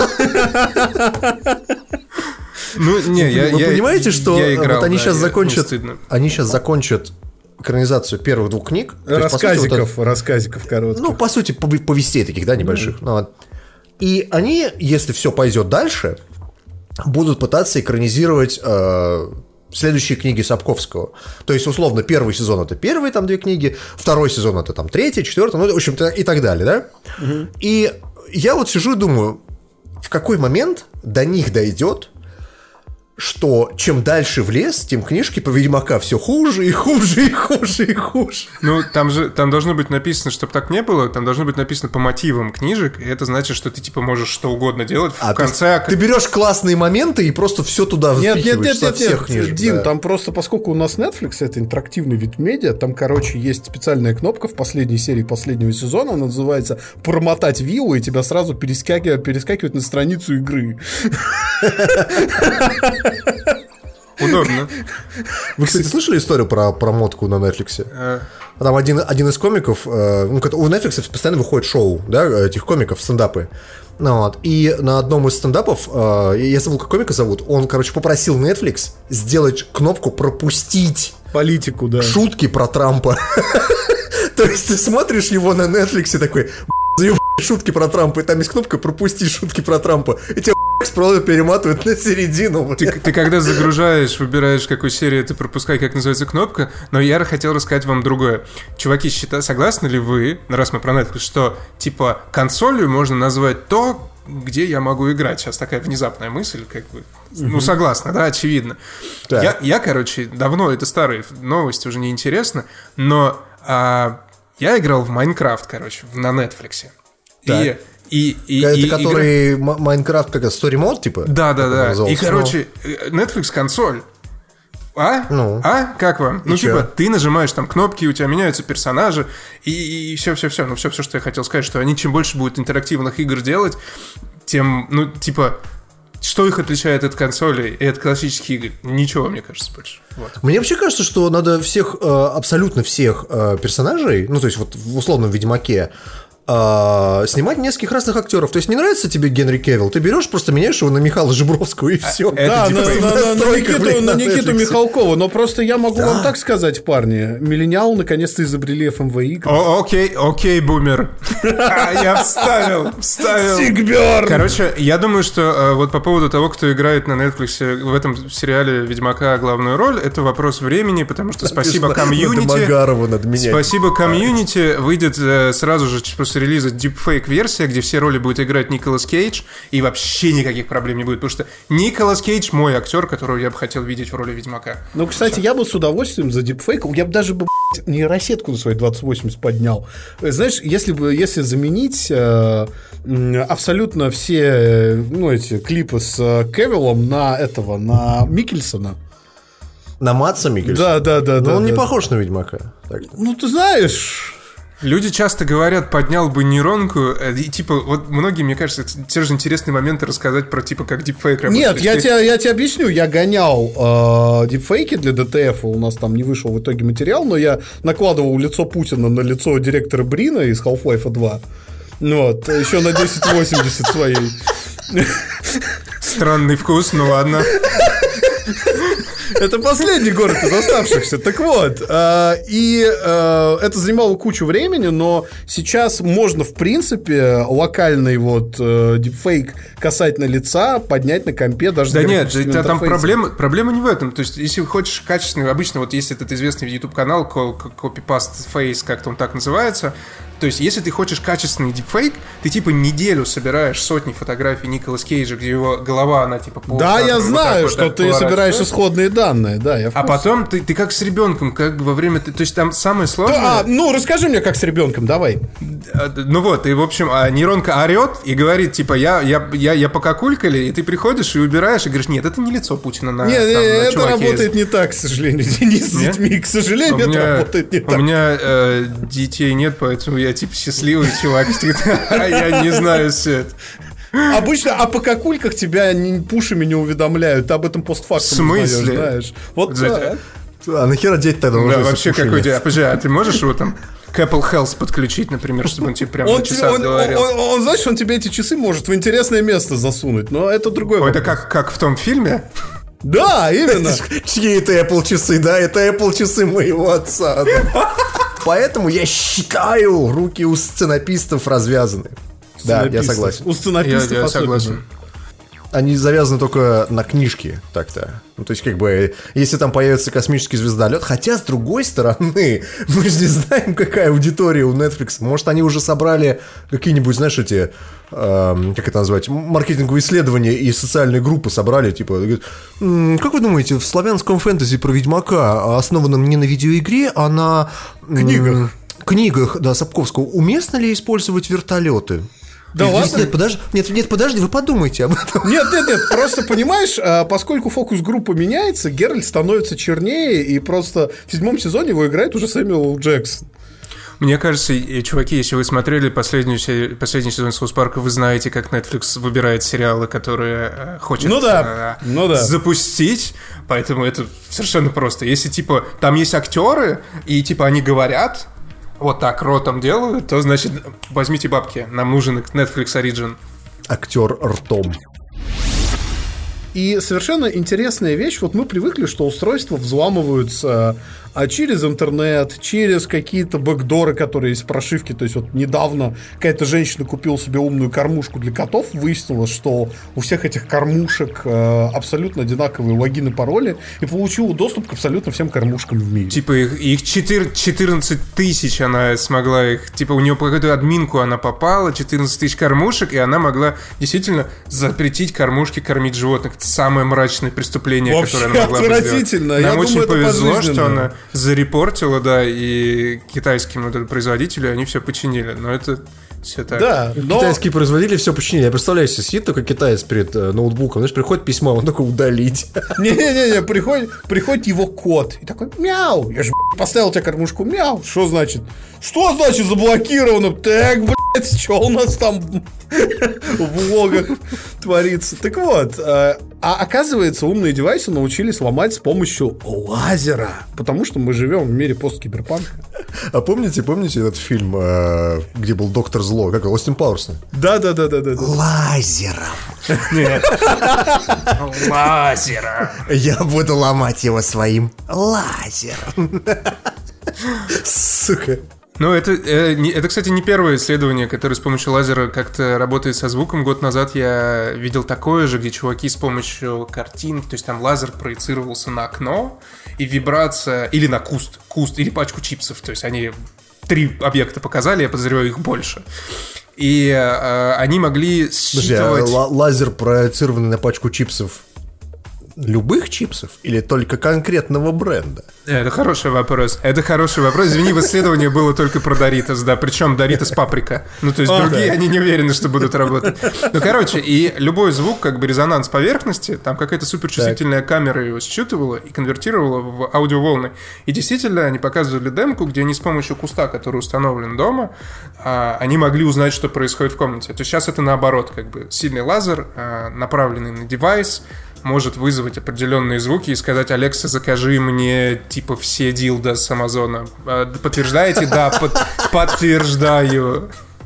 Ну, не, я, вы я, понимаете, что я играл, вот они да, сейчас я, закончат, они сейчас закончат экранизацию первых двух книг. Рассказиков, есть, вот, рассказиков коротких. Ну, по сути, повестей таких, да, небольших. Mm-hmm. Ну, вот. И они, если все пойдет дальше, будут пытаться экранизировать э, следующие книги Сапковского. То есть, условно, первый сезон — это первые там две книги, второй сезон — это там третий, четвертый, ну, в общем-то, и так далее, да? Mm-hmm. И я вот сижу и думаю, в какой момент до них дойдет, что чем дальше в лес, тем книжки по Ведьмака все хуже и хуже и хуже и хуже. Ну, там же там должно быть написано, чтобы так не было, там должно быть написано по мотивам книжек, и это значит, что ты типа можешь что угодно делать. А в конце... Ты, ты берешь классные моменты и просто все туда впихиваешь. Нет, нет, нет, со нет, всех нет, книжек. Дим, да. Там просто, поскольку у нас Netflix, это интерактивный вид медиа, там, короче, есть специальная кнопка в последней серии последнего сезона, она называется «Промотать виллу», и тебя сразу перескакивает, перескакивает на страницу игры. Удобно. Вы, кстати, слышали историю про промотку на Netflix? Там один, один из комиков, ну, у Netflix постоянно выходит шоу, да, этих комиков, стендапы. Ну, вот. И на одном из стендапов, я забыл, как комика зовут, он, короче, попросил Netflix сделать кнопку «пропустить» политику, да, шутки про Трампа. То есть ты смотришь его на Netflix и такой, заеб шутки про Трампа, и там есть кнопка «пропусти шутки про Трампа», и тебя справа перематывает на середину. Ты, ты когда загружаешь, выбираешь, какую серию ты пропускай, как называется кнопка, но я хотел рассказать вам другое. Чуваки, счита, согласны ли вы, раз мы про Netflix, что типа консолью можно назвать то, где я могу играть? Сейчас такая внезапная мысль, как бы. Ну, согласна, да, очевидно. Я, я, короче, давно, это старые новости, уже не интересно, но а, я играл в Майнкрафт, короче, на Netflix. И, и, и, это и, который игра... Майнкрафт, как Story Mode, типа? Да, да, да. И, короче, Netflix консоль. А? Ну. А? Как вам? И ну, чё? типа, ты нажимаешь там кнопки, у тебя меняются персонажи, и все-все-все. Ну, все-все, что я хотел сказать, что они чем больше будут интерактивных игр делать, тем, ну, типа, что их отличает от консолей и от классических игр? Ничего, мне кажется, больше. Вот. Мне вообще кажется, что надо всех, абсолютно всех персонажей, ну, то есть вот в условном Ведьмаке, А, снимать нескольких разных актеров. То есть не нравится тебе Генри Кевилл, ты берешь, просто меняешь его на Михаила Жибровского и все. А, да, на, на, на, на Никиту, на Никиту Михалкова. Но просто я могу да. вам так сказать, парни. Миллениал наконец-то изобрели эф эм ви игры. О, окей, окей, бумер. Я вставил, вставил. Сигберн! Короче, я думаю, что вот по поводу того, кто играет на Netflix в этом сериале Ведьмака главную роль, это вопрос времени, потому что спасибо комьюнити. Спасибо комьюнити. Выйдет сразу же после релиза дипфейк-версия, где все роли будет играть Николас Кейдж, и вообще никаких проблем не будет, потому что Николас Кейдж мой актер, которого я бы хотел видеть в роли Ведьмака. Ну, кстати, все. Я бы с удовольствием за дипфейк, я бы даже бы, нейросетку на свои двадцать восемьдесят поднял. Знаешь, если бы, если заменить э, абсолютно все, ну, эти клипы с Кевиллом на этого, на Миккельсона. На Мадса Миккельсона? Да, да, да. Но да, он да. не похож на Ведьмака. Так. Ну, ты знаешь... Люди часто говорят, поднял бы нейронку, и типа, вот многие, мне кажется, это те же интересные моменты рассказать про типа, как дипфейк работает. Нет, я, ты... тебе, я тебе объясню, я гонял э, дипфейки для ди ти эф, у нас там не вышел в итоге материал, но я накладывал лицо Путина на лицо директора Брина из Half-Life два, вот, еще на десять восемьдесят своей. Странный вкус, ну ладно. Это последний город из оставшихся. Так вот, э, и э, это занимало кучу времени, но сейчас можно, в принципе, локальный вот э, дипфейк касательно лица поднять на компе даже. Да нет, да, там проблема, проблема не в этом. То есть, если хочешь качественный, обычно вот есть этот известный YouTube-канал Copy-Paste Face, как-то он так называется. То есть, если ты хочешь качественный дипфейк, ты типа неделю собираешь сотни фотографий Николаса Кейджа, где его голова, она типа... Да, я знаю, вот что вот ты собираешь исходные данные, да, я в курсе. А потом ты, ты как с ребенком, как бы во время... То есть, там самое сложное... Да, а, ну, расскажи мне, как с ребенком, давай. Ну вот, и в общем, а нейронка орет и говорит, типа, я, я, я, я покакулькали, и ты приходишь и убираешь, и говоришь, нет, это не лицо Путина на... Нет, там, это на работает не так, к сожалению, Денис, с детьми, к сожалению, у это меня, работает не у так. У меня э, детей нет, поэтому я типа счастливый чувак, а я не знаю все это. Обычно о покакульках тебя ни, пушами не уведомляют, ты об этом постфактум в смысле? знаешь. Вот да. А нахера деть тогда уже? Да, вообще какой у тебя... Подожди, а ты можешь его там к Apple Health подключить, например, чтобы он тебе прямо на часах он, говорил? Он, он, он, знаешь, он тебе эти часы может в интересное место засунуть, но это другой Ой, вопрос. это как, как в том фильме? Да, именно. Чьи это Apple часы? Да, это Apple часы моего отца. Поэтому я считаю, руки у сценопистов развязаны. Да, я согласен. У сценопистов я, я согласен. Они завязаны только на книжке так-то. Ну, то есть, как бы, если там появится космический звездолет, хотя, с другой стороны, мы же не знаем, какая аудитория у Netflix. Может, они уже собрали какие-нибудь, знаешь, эти, э, как это назвать, маркетинговые исследования и социальные группы собрали, типа, говорят, м-м, как вы думаете, в славянском фэнтези про Ведьмака, основанном не на видеоигре, а на... М- книгах. Книгах, да, Сапковского, уместно ли использовать вертолеты? Да нет, ладно? Нет, подожди, нет, нет, подожди, вы подумайте об этом. Нет, нет, нет, просто понимаешь, поскольку фокус-группа меняется, Геральт становится чернее, и просто в седьмом сезоне его играет уже Сэмюэл Джексон. Мне кажется, чуваки, если вы смотрели последнюю, последний сезон Саус Парка, вы знаете, как Netflix выбирает сериалы, которые хочет ну да, э, ну да. запустить. Поэтому это совершенно просто. Если, типа, там есть актеры, и, типа, они говорят, вот так ротом делают, то, значит, возьмите бабки. Нам нужен Netflix Origin. Актер ртом. И совершенно интересная вещь, вот мы привыкли, что устройства взламываются а через интернет, через какие-то бэкдоры, которые есть в прошивке. То есть вот недавно какая-то женщина купила себе умную кормушку для котов, выяснилось, что у всех этих кормушек э, абсолютно одинаковые логины, пароли, и получила доступ к абсолютно всем кормушкам в мире. Типа их, их четырнадцать тысяч она смогла их, типа у нее по какую-то админку она попала, четырнадцать тысяч кормушек, и она могла действительно запретить кормушке кормить животных. Это самое мрачное преступление, вообще которое она могла бы сделать. отвратительно. Нам Я очень думаю, повезло, что она зарепортила, да, и китайским вот производителю они все починили, но это все так. Да, но... Китайские производители все починили. Я представляю себе, сидит только китаец перед э, ноутбуком, знаешь, приходит письмо, он только удалить. Не-не-не, приходит, приходит его кот и такой: мяу, я же поставил тебе кормушку, мяу. Что значит? Что значит заблокировано? Так, блядь, что у нас там в влогах творится? Так вот, а оказывается, умные девайсы научились ломать с помощью лазера, потому что мы живем в мире посткиберпанка. А помните, помните этот фильм, где был Доктор Зло, как Остин Пауэрс? Да-да-да-да-да. Лазером. Нет. Лазером. Я буду ломать его своим лазером. Сука. Ну, это, это, кстати, не первое исследование, которое с помощью лазера как-то работает со звуком. Год назад я видел такое же, где чуваки с помощью картин, то есть там лазер проецировался на окно, и вибрация, или на куст, куст, или пачку чипсов. То есть они три объекта показали, я подозреваю, их больше. И э, они могли считывать... Подожди, а лазер, проецированный на пачку чипсов, любых чипсов или только конкретного бренда? Это хороший вопрос. Это хороший вопрос. Извини, в исследовании было только про Doritos, да. Причем Doritos паприка. Ну, то есть а, другие, да. Они не уверены, что будут работать. Ну, короче, и любой звук, как бы резонанс поверхности, там какая-то суперчувствительная так. камера его считывала и конвертировала в аудиоволны. И действительно, они показывали демку, где они с помощью куста, который установлен дома, они могли узнать, что происходит в комнате. То есть сейчас это наоборот, как бы сильный лазер, направленный на девайс, может вызвать определенные звуки и сказать: Алекса, закажи мне, типа, все дилдо с Амазона. Подтверждаете? Да, под, подтверждаю.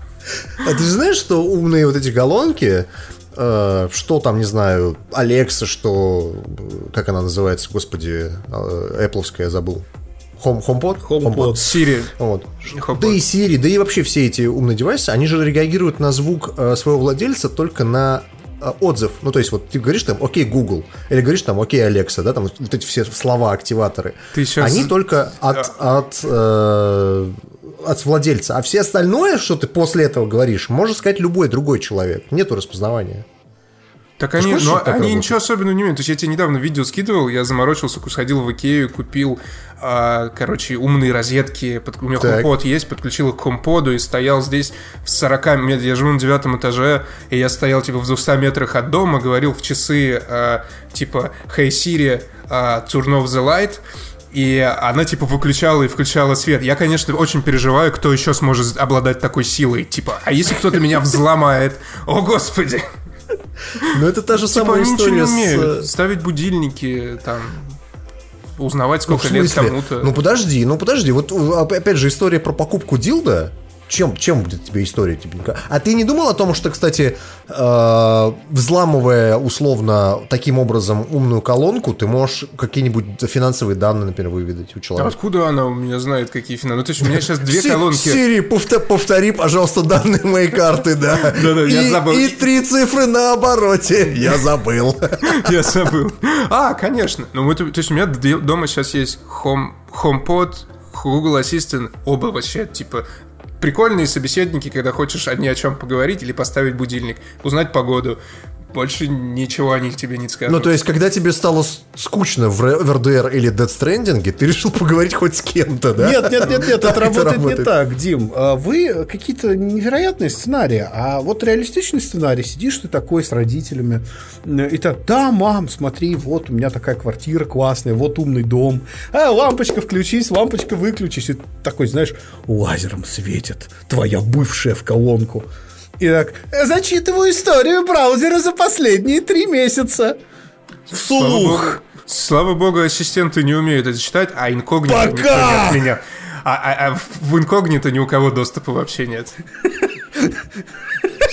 А ты знаешь, что умные вот эти колонки, э, что там, не знаю, Алекса, что, как она называется, господи, Apple-овская, я забыл. Home, HomePod? HomePod. Siri. Вот. HomePod. Да и Siri, да и вообще все эти умные девайсы, они же реагируют на звук э, своего владельца только на отзыв. Ну, то есть, вот ты говоришь там «Окей, Google», или говоришь там «Окей, Алекса», да, там вот эти все слова-активаторы. Ты сейчас... Они только от, от, э, от владельца. А все остальное, что ты после этого говоришь, может сказать любой другой человек. Нету распознавания. Так они, хочешь, но они ничего особенного не умеют. То есть я тебе недавно видео скидывал, я заморочился, сходил в Икею, купил, а, короче, умные розетки. Под, у меня HomePod есть, подключил их к HomePod и стоял здесь в сорока метрах. Я живу на девятом этаже, и я стоял типа в двухстах метрах от дома, говорил в часы а, типа «Hey Siri, а, turn off the light». И она типа выключала и включала свет. Я, конечно, очень переживаю, кто еще сможет обладать такой силой. Типа, а если кто-то меня взломает? О, Господи! Ну, это та же типа, самая история с... умеют. Ставить будильники, там, узнавать, сколько ну, лет кому-то. Ну, подожди, ну, подожди. Вот, опять же, история про покупку дилда. Чем, чем будет тебе история? Типа? А ты не думал о том, что, кстати, э, взламывая условно таким образом умную колонку, ты можешь какие-нибудь финансовые данные, например, выведать у человека? А откуда она у меня знает, какие финансовые? Ну, то есть у меня сейчас две колонки. Сири, повтори, пожалуйста, данные моей карты, да. Да-да, я забыл. И три цифры на обороте. Я забыл. Я забыл. А, конечно. Ну, то есть у меня дома сейчас есть HomePod, Google Assistant, оба вообще, типа... Прикольные собеседники, когда хочешь ни о чем поговорить или поставить будильник, узнать погоду. Больше ничего о них тебе не скажут. Ну, то есть, когда тебе стало скучно в эр ди ар или Death Stranding, ты решил поговорить хоть с кем-то, да? Нет, нет, нет, нет, это работает не так, Дим. Вы какие-то невероятные сценарии, а вот реалистичный сценарий. Сидишь ты такой с родителями, и так: да, мам, смотри, вот у меня такая квартира классная, вот умный дом. А, лампочка включись, лампочка выключись. И такой, знаешь, лазером светит твоя бывшая в колонку. И так: зачитываю историю браузера за последние три месяца. Вслух. Слава богу, слава богу, ассистенты не умеют это читать, а инкогнито Пока! никто не отменял. А, а, а в инкогнито ни у кого доступа вообще нет.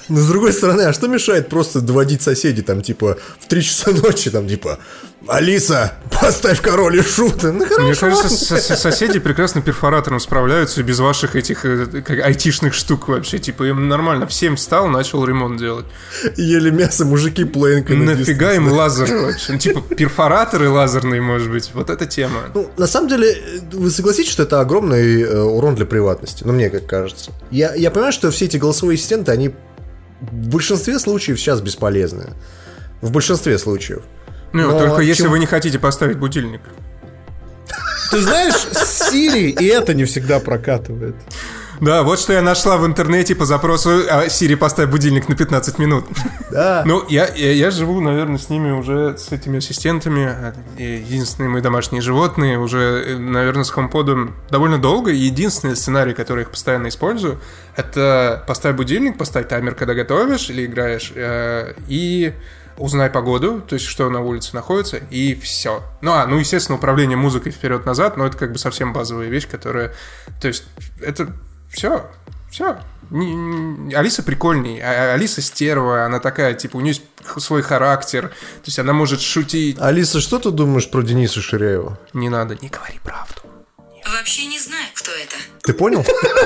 Но с другой стороны, а что мешает просто доводить соседей там, типа, в три часа ночи, там, типа, Алиса, поставь Король и Шут. Ну, мне кажется, соседи прекрасно перфоратором справляются без ваших этих как, айтишных штук вообще. Типа, им нормально, в семь встал, начал ремонт делать. Ели мясо, мужики плейнкой. Нафига им лазеры вообще? Ну, типа, перфораторы лазерные, может быть. Вот эта тема. Ну, на самом деле, вы согласитесь, что это огромный э, урон для приватности? Ну, мне как кажется. Я, я понимаю, что все эти голосовые ассистенты, они в большинстве случаев сейчас бесполезны. В большинстве случаев. Ну, но только если чем... вы не хотите поставить будильник. Ты знаешь, с Siri и это не всегда прокатывает. Да, вот что я нашла в интернете по запросу Siri, поставь будильник на пятнадцать минут. Да. Ну, я, я, я живу, наверное, с ними уже, с этими ассистентами. Единственные мои домашние животные уже, наверное, с HomePod довольно долго. И единственный сценарий, который я постоянно использую, это поставь будильник, поставь таймер, когда готовишь или играешь, и... узнай погоду, то есть что на улице находится, и все. Ну, а, ну, естественно, управление музыкой вперед-назад, но это как бы совсем базовая вещь, которая... То есть это все, все. Алиса прикольней, а Алиса стерва, она такая, типа, у нее есть свой характер, то есть она может шутить. Алиса, что ты думаешь про Дениса Ширяева? Не надо, не говори правду. Вообще не знаю, кто это. Ты понял?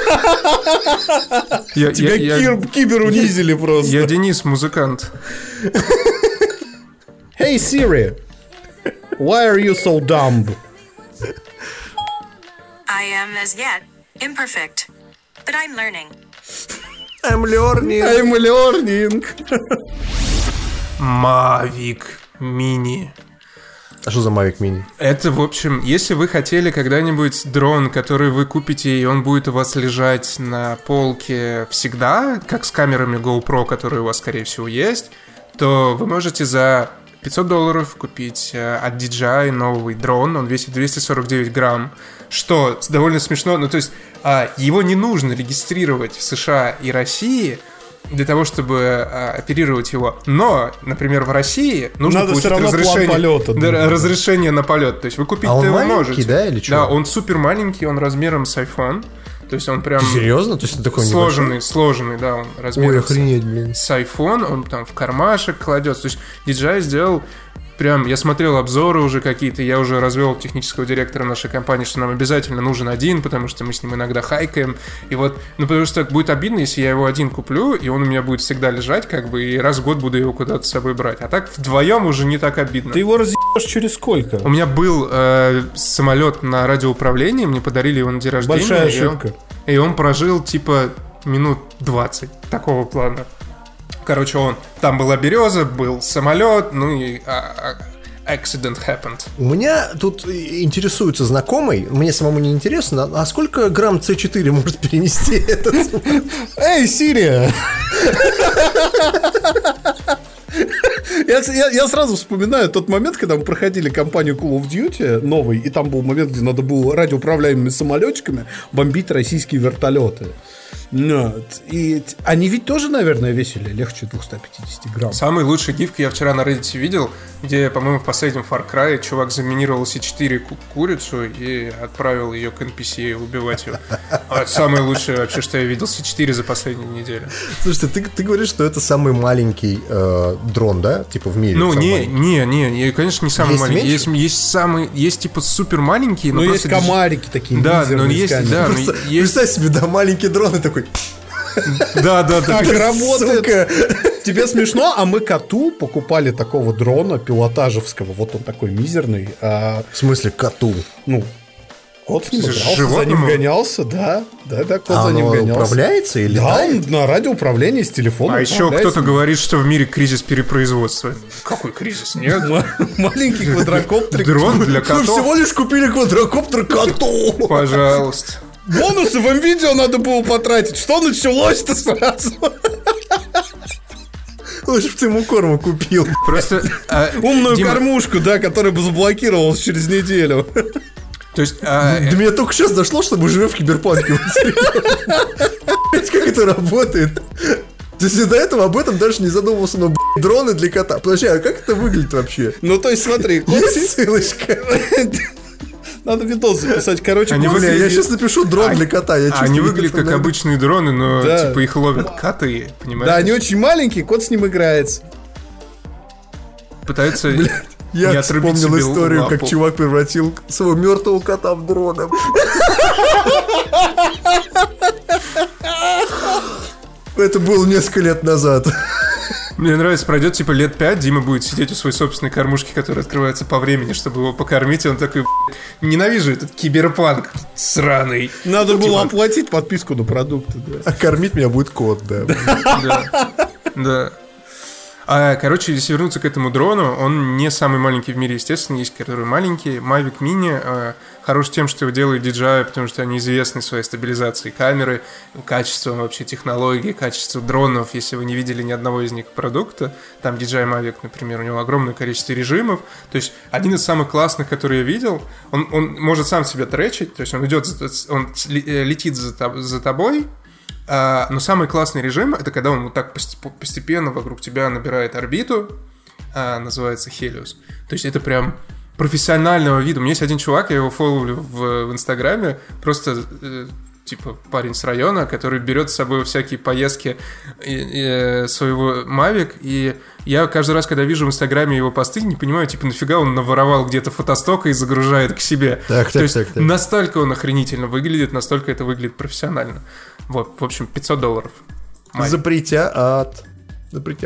Тебя кибер унизили просто. Я Денис, музыкант. Hey Siri, why are you so dumb? I am as yet imperfect, but I'm learning. I'm learning. I'm learning. Mavic Mini. А что за Mavic Mini? Это, в общем, если вы хотели когда-нибудь дрон, который вы купите, и он будет у вас лежать на полке всегда, как с камерами GoPro, которые у вас, скорее всего, есть, то вы можете за пятьсот долларов купить от ди джей ай новый дрон. Он весит двести сорок девять грамм, что довольно смешно. Ну, то есть его не нужно регистрировать в США и России для того, чтобы а, оперировать его. Но, например, в России нужно надо получить разрешение, полета, да, да. разрешение на полет. То есть вы купить-то а его маленький, можете. Да, или что? Да, он супер маленький, он размером с iPhone. То есть он прям... Ты серьезно? То есть он такой сложенный, небольшой? сложенный, да, он размером Ой, охренеть, блин. с iPhone, он там в кармашек кладется. То есть ди джей ай сделал прям... Я смотрел обзоры уже какие-то, я уже развел технического директора нашей компании, что нам обязательно нужен один, потому что мы с ним иногда хайкаем. И вот, ну потому что будет обидно, если я его один куплю, и он у меня будет всегда лежать, как бы, и раз в год буду его куда-то с собой брать. А так вдвоем уже не так обидно. Ты его разъебешь через сколько? У меня был э, самолет на радиоуправлении, мне подарили его на день рождения. Большая и он, ошибка. и он прожил типа минут двадцать такого плана. Короче, он там была береза, был самолет, ну и а, а, accident happened. У меня тут интересуется знакомый, мне самому не интересно, а сколько грамм си четыре может перенести этот? Эй, Siri! Я, я, я сразу вспоминаю тот момент, когда мы проходили кампанию Call of Duty новый, и там был момент, где надо было радиоуправляемыми самолетчиками бомбить российские вертолеты. Вот. И они ведь тоже, наверное, весили легче двести пятьдесят грамм. Самый лучший гифк я вчера на Reddit видел, где, по-моему, в последнем Far Cry чувак заминировал си четыре ку- курицу и отправил ее к эн пи си убивать ее. А это самое лучшее вообще, что я видел си четыре за последнюю неделю. Слушай, ты, ты говоришь, что это самый маленький э, дрон, да? Типа в мире. Ну, не, не, не, не, конечно, не самый есть маленький. Есть, есть самый, есть типа супер маленькие, но, но есть комарики такие. Да, но есть, да, но есть... есть... Представь себе, да, маленький дрон и такой... Да, да, да. Так работает. Тебе смешно, а мы коту покупали такого дрона пилотажевского. Вот он такой мизерный. А... В смысле коту? Ну, кот с ним игрался, за ним гонялся, да. Да, да, кот а за ним гонялся. Управляется или да, он на радиоуправлении с телефона. А еще кто-то говорит, что в мире кризис перепроизводства. Какой кризис? Нет. Маленький квадрокоптер. Дрон для котов. Мы всего лишь купили квадрокоптер коту. Пожалуйста. Бонусы в МВидео надо было потратить. Что началось-то сразу? Лучше бы ты ему корма купил. Просто а, умную Дима... кормушку, да, которая бы заблокировалась через неделю. То есть, а... До меня только сейчас дошло, что мы живем в киберпанке. Как это работает? То есть до этого об этом даже не задумывался, но дроны для кота. Подожди, а как это выглядит вообще? Ну то есть смотри, есть ссылочка. Надо видос записать. Короче, они, бля, я сейчас напишу дрон они, для кота. Я они выглядят как обычные дроны, но да. типа их ловят коты, понимаешь? Да, они очень маленькие, кот с ним играется. Пытается Блядь, я не вспомнил историю, лапу. Как чувак превратил своего мертвого кота в дрона. Это было несколько лет назад. Мне нравится, пройдет типа лет пять, Дима будет сидеть у своей собственной кормушки, которая открывается по времени, чтобы его покормить, и он такой: ненавижу этот киберпанк сраный. Надо было типа... оплатить подписку на продукты, да. А кормить меня будет кот, да. Да, да. А, короче, если вернуться к этому дрону, он не самый маленький в мире, естественно, есть которые маленькие. Mavic Mini а, хорош тем, что его делает ди джей ай, потому что они известны своей стабилизацией камеры, качеством вообще технологий, качеством дронов. Если вы не видели ни одного из них продукта, там ди джей ай Mavic, например, у него огромное количество режимов. То есть один из самых классных, который я видел, он, он может сам себя тречить, то есть он идет, он летит за, за тобой. Uh, но самый классный режим — это когда он вот так постепенно вокруг тебя набирает орбиту, uh, называется Helios. То есть это прям профессионального вида. У меня есть один чувак, я его фолловлю в, в Инстаграме, просто э, типа парень с района, который берет с собой во всякие поездки э, э, своего Mavic, и я каждый раз, когда вижу в Инстаграме его посты, не понимаю, типа, нафига он наворовал где-то фотостока и загружает к себе. Так, То так, есть так, так. настолько он охренительно выглядит, настолько это выглядит профессионально. Вот, в общем, пятьсот долларов. Mavic. Запретя от... Запретя.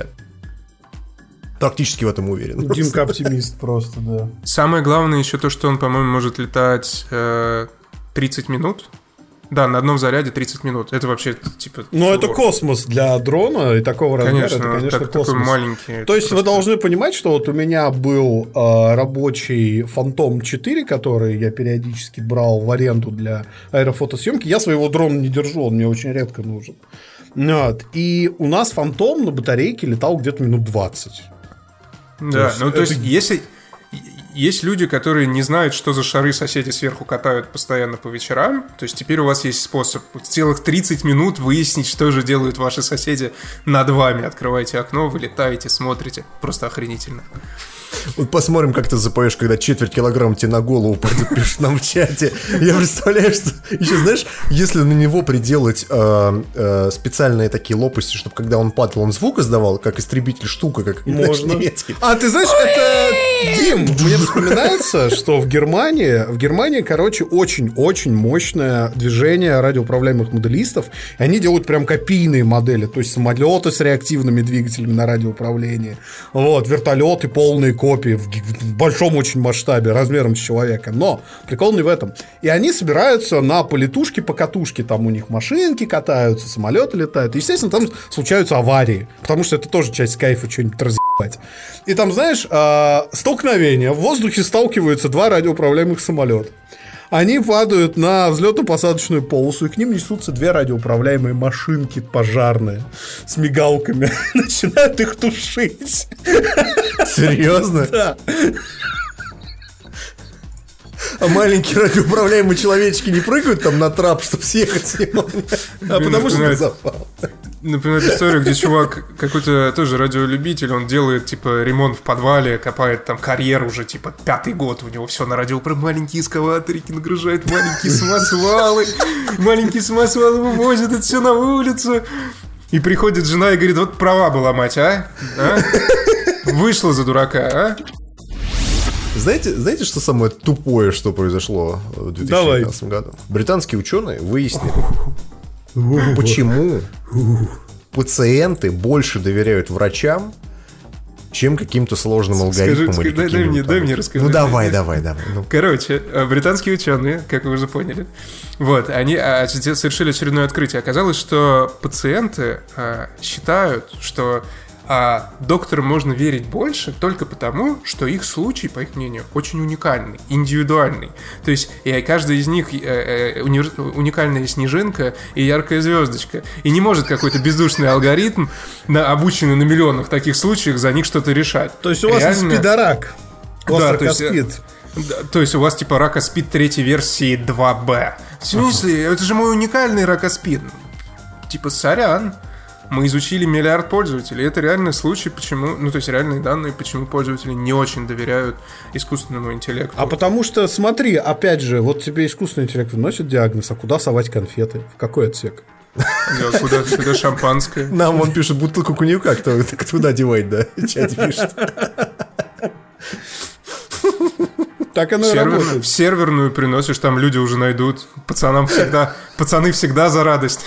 Практически в этом уверен. Димка оптимист просто, да. Самое главное еще то, что он, по-моему, может летать э, тридцать минут. Да, на одном заряде тридцать минут. Это вообще типа... Ну, это космос для дрона и такого размера. Конечно, это, конечно, так, космос. Такой маленький. То есть просто... вы должны понимать, что вот у меня был э, рабочий Phantom четыре, который я периодически брал в аренду для аэрофотосъемки. Я своего дрона не держу, он мне очень редко нужен. Вот. И у нас Phantom на батарейке летал где-то минут двадцать. Да, то есть ну то это... есть если... Есть люди, которые не знают, что за шары соседи сверху катают постоянно по вечерам. То есть теперь у вас есть способ в целых тридцать минут выяснить, что же делают ваши соседи над вами. Открываете окно, вылетаете, смотрите. Просто охренительно. Вот посмотрим, как ты запоешь, когда четверть килограмма тебе на голову пойдет, пишешь нам в чате. Я представляю, что еще, знаешь, если на него приделать э, э, специальные такие лопасти, чтобы когда он падал, он звук издавал, как истребитель штука, как можно. Немецкий. А ты знаешь, это Дим, мне вспоминается, что в Германии, в Германии, короче, очень-очень мощное движение радиоуправляемых моделистов. И они делают прям копийные модели, то есть самолеты с реактивными двигателями на радиоуправлении, вот, вертолеты полные копии в, в большом очень масштабе, размером с человека. Но прикол не в этом. И они собираются на полетушке по катушке. Там у них машинки катаются, самолеты летают. И, естественно, там случаются аварии. Потому что это тоже часть кайфа что-нибудь разъебать. И там, знаешь, э, столкновение. В воздухе сталкиваются два радиоуправляемых самолета. Они падают на взлетно-посадочную полосу, и к ним несутся две радиоуправляемые машинки пожарные с мигалками. Начинают их тушить. Серьезно? Да. А маленькие радиоуправляемые человечки не прыгают там на трап, чтобы съехать с него? А потому что ты запал. Например, история, где чувак какой-то тоже радиолюбитель, он делает, типа, ремонт в подвале, копает там карьер уже, типа, пятый год, у него все на радио, про маленькие эскаваторики нагружают, маленькие самосвалы, маленькие самосвалы вывозят это все на улицу. И приходит жена и говорит: вот права была, мать, а? а? Вышла за дурака, а? Знаете, знаете, что самое тупое, что произошло в две тысячи девятнадцатом году? Британские ученые выяснили, почему пациенты больше доверяют врачам, чем каким-то сложным алгоритмам. Скажи, или дай, мне, дай мне рассказать. Ну давай, давай, давай. Ну. Короче, британские ученые, как вы уже поняли, вот, они совершили очередное открытие. Оказалось, что пациенты а, считают, что а докторам можно верить больше только потому, что их случай, по их мнению, очень уникальный, индивидуальный. То есть и каждый из них э, э, уни- уникальная снежинка и яркая звездочка. И не может какой-то бездушный алгоритм, на, обученный на миллионах таких случаев, за них что-то решать. То есть у вас Реально... спидорак. Да, то есть, да, то есть у вас типа ракоспид третьей версии два бэ. В смысле? Это же мой уникальный ракоспид. Типа, сорян. Мы изучили миллиард пользователей. Это реальный случай, почему, ну, то есть реальные данные, почему пользователи не очень доверяют искусственному интеллекту. А потому что, смотри, опять же, вот тебе искусственный интеллект вносит диагноз, а куда совать конфеты? В какой отсек? Да, куда, куда шампанское? Нам он пишет бутылку коньяка, кто, куда девать, да? Чат пишет. Так оно и работает. В серверную приносишь, там люди уже найдут. Пацанам всегда, пацаны всегда за радость.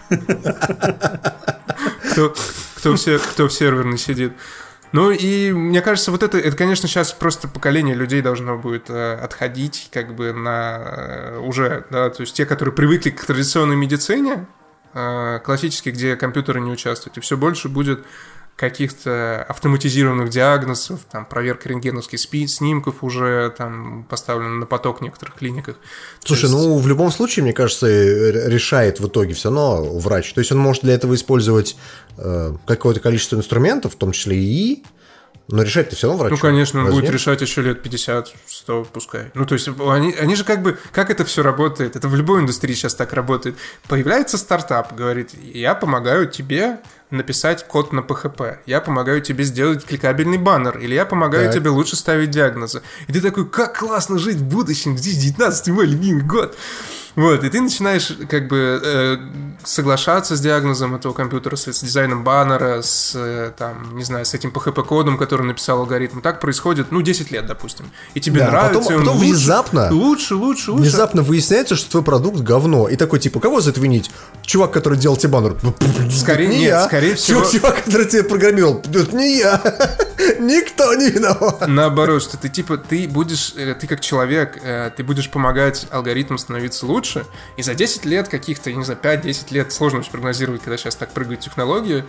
Кто, кто, все, кто в серверной сидит. Ну и мне кажется, вот это, это, конечно, сейчас просто поколение людей должно будет э, отходить как бы на э, уже, да, то есть те, которые привыкли к традиционной медицине, э, классической, где компьютеры не участвуют, и все больше будет каких-то автоматизированных диагнозов, там, проверка рентгеновских снимков уже там поставлена на поток в некоторых клиниках. Слушай, есть... ну в любом случае, мне кажется, решает в итоге все равно врач. То есть он может для этого использовать э, какое-то количество инструментов, в том числе и ИИ, но решать-то все равно врач. Ну, конечно, он будет решать еще лет пятьдесят сто, пускай. Ну, то есть, они, они же как бы... Как это все работает? Это в любой индустрии сейчас так работает. Появляется стартап, говорит, я помогаю тебе написать код на пэ хэ пэ. Я помогаю тебе сделать кликабельный баннер. Или я помогаю так. тебе лучше ставить диагнозы. И ты такой, как классно жить в будущем. Здесь девятнадцатый мой любимый год. Вот, и ты начинаешь как бы э, соглашаться с диагнозом этого компьютера, с, с дизайном баннера, с, э, там, не знаю, с этим пэ хэ пэ-кодом, который написал алгоритм. Так происходит, ну, десять лет, допустим. И тебе да, нравится, потом, и он потом лучше, внезапно, лучше, лучше, лучше. Внезапно выясняется, что твой продукт говно. И такой, типа, кого за это винить? Чувак, который делал тебе баннер. Скорее, не нет, я. скорее всего... Чувак, который тебе программировал. Это не я. Никто не виноват. Наоборот, что ты, типа, ты будешь, ты как человек, ты будешь помогать алгоритмам становиться лучше, и за десять лет каких-то, я не знаю, пять-десять лет, сложно прогнозировать, когда сейчас так прыгают технологии,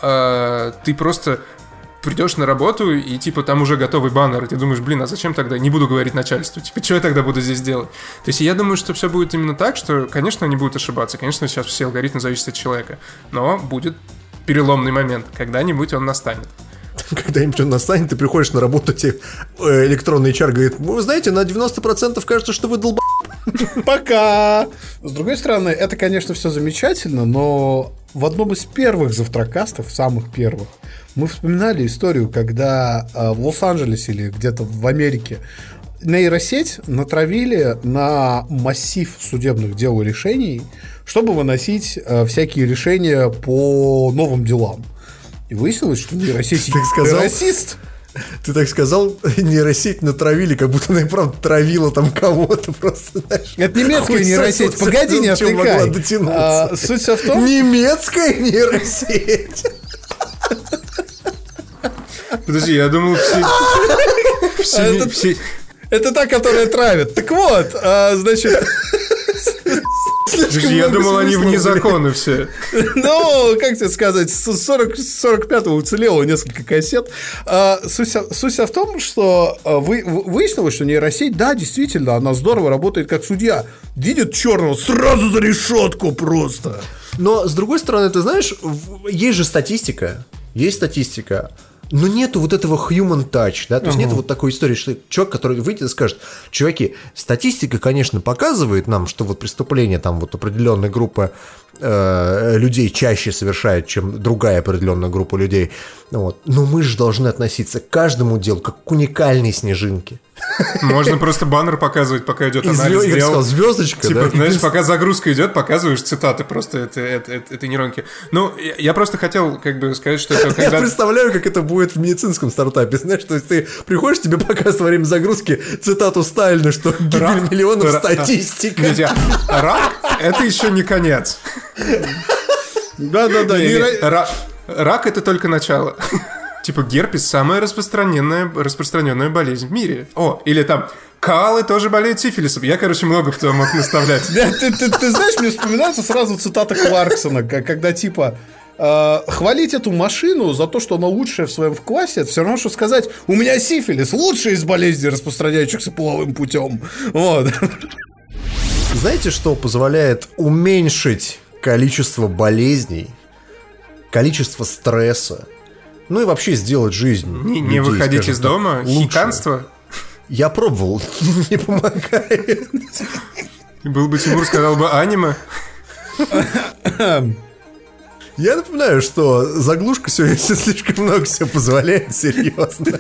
ты просто придешь на работу, и типа там уже готовый баннер, и ты думаешь, блин, а зачем тогда? Не буду говорить начальству, типа, что я тогда буду здесь делать? То есть я думаю, что все будет именно так, что, конечно, они будут ошибаться, конечно, сейчас все алгоритмы зависят от человека, но будет переломный момент, когда-нибудь он настанет. Когда-нибудь он настанет, ты приходишь на работу, тебе электронный эйч ар говорит, вы знаете, на девяносто процентов кажется, что вы долб***. Пока! С другой стороны, это, конечно, все замечательно, но в одном из первых завтракастов, самых первых, мы вспоминали историю, когда в Лос-Анджелесе или где-то в Америке нейросеть натравили на массив судебных дел и решений, чтобы выносить всякие решения по новым делам. И выяснилось, что нейросеть расист. Ты так сказал, нейросеть натравили, как будто она и правда травила там кого-то просто, знаешь. Это немецкая нейросеть, погоди, не отвлекай. А, суть вся в том... Немецкая нейросеть. Подожди, я думал, все... все, это, все... это та, которая травит. Так вот, а, значит... Подожди, я думал, они вне закона все. Ну, как тебе сказать, с сорок пятого уцелело несколько кассет. Суть в том, что выяснилось, что нейросеть, да, действительно, она здорово работает как судья. Видит черного, сразу за решетку просто. Но, с другой стороны, ты знаешь, есть же статистика. Есть статистика. Но нету вот этого human touch, да, то есть uh-huh. нету вот такой истории, что человек, который выйдет и скажет, чуваки, статистика, конечно, показывает нам, что вот преступления там вот определенная группа э, людей чаще совершает, чем другая определенная группа людей, вот. Но мы же должны относиться к каждому делу как к уникальной снежинке. Можно просто баннер показывать, пока идет анализ дел. Я сказал, звездочка, типа, да? знаешь, пока загрузка идет, показываешь цитаты просто этой, этой, этой нейронки. Ну, я, я просто хотел как бы сказать, что это когда... Я представляю, как это будет в медицинском стартапе. Знаешь, то есть ты приходишь, тебе показывают во время загрузки цитату Сталина, что гибель миллионов статистика. Рак – это еще не конец. Да-да-да. Рак – это только начало. Типа герпес – самая распространенная, распространенная болезнь в мире. О, или там коалы тоже болеют сифилисом. Я, короче, много кто мог наставлять. Да, ты, ты, ты знаешь, мне вспоминается сразу цитата Кларксона, когда типа э, хвалить эту машину за то, что она лучшая в своем классе, это все равно, что сказать, у меня сифилис, лучшая из болезней, распространяющихся половым путем. Вот. Знаете, что позволяет уменьшить количество болезней, количество стресса, ну и вообще сделать жизнь Не, людей, не выходить из так, дома? лучше. Хиканство? Я пробовал, не помогает. Был бы Тимур, сказал бы аниме. Я напоминаю, что заглушка сегодня слишком много себе позволяет, серьезно.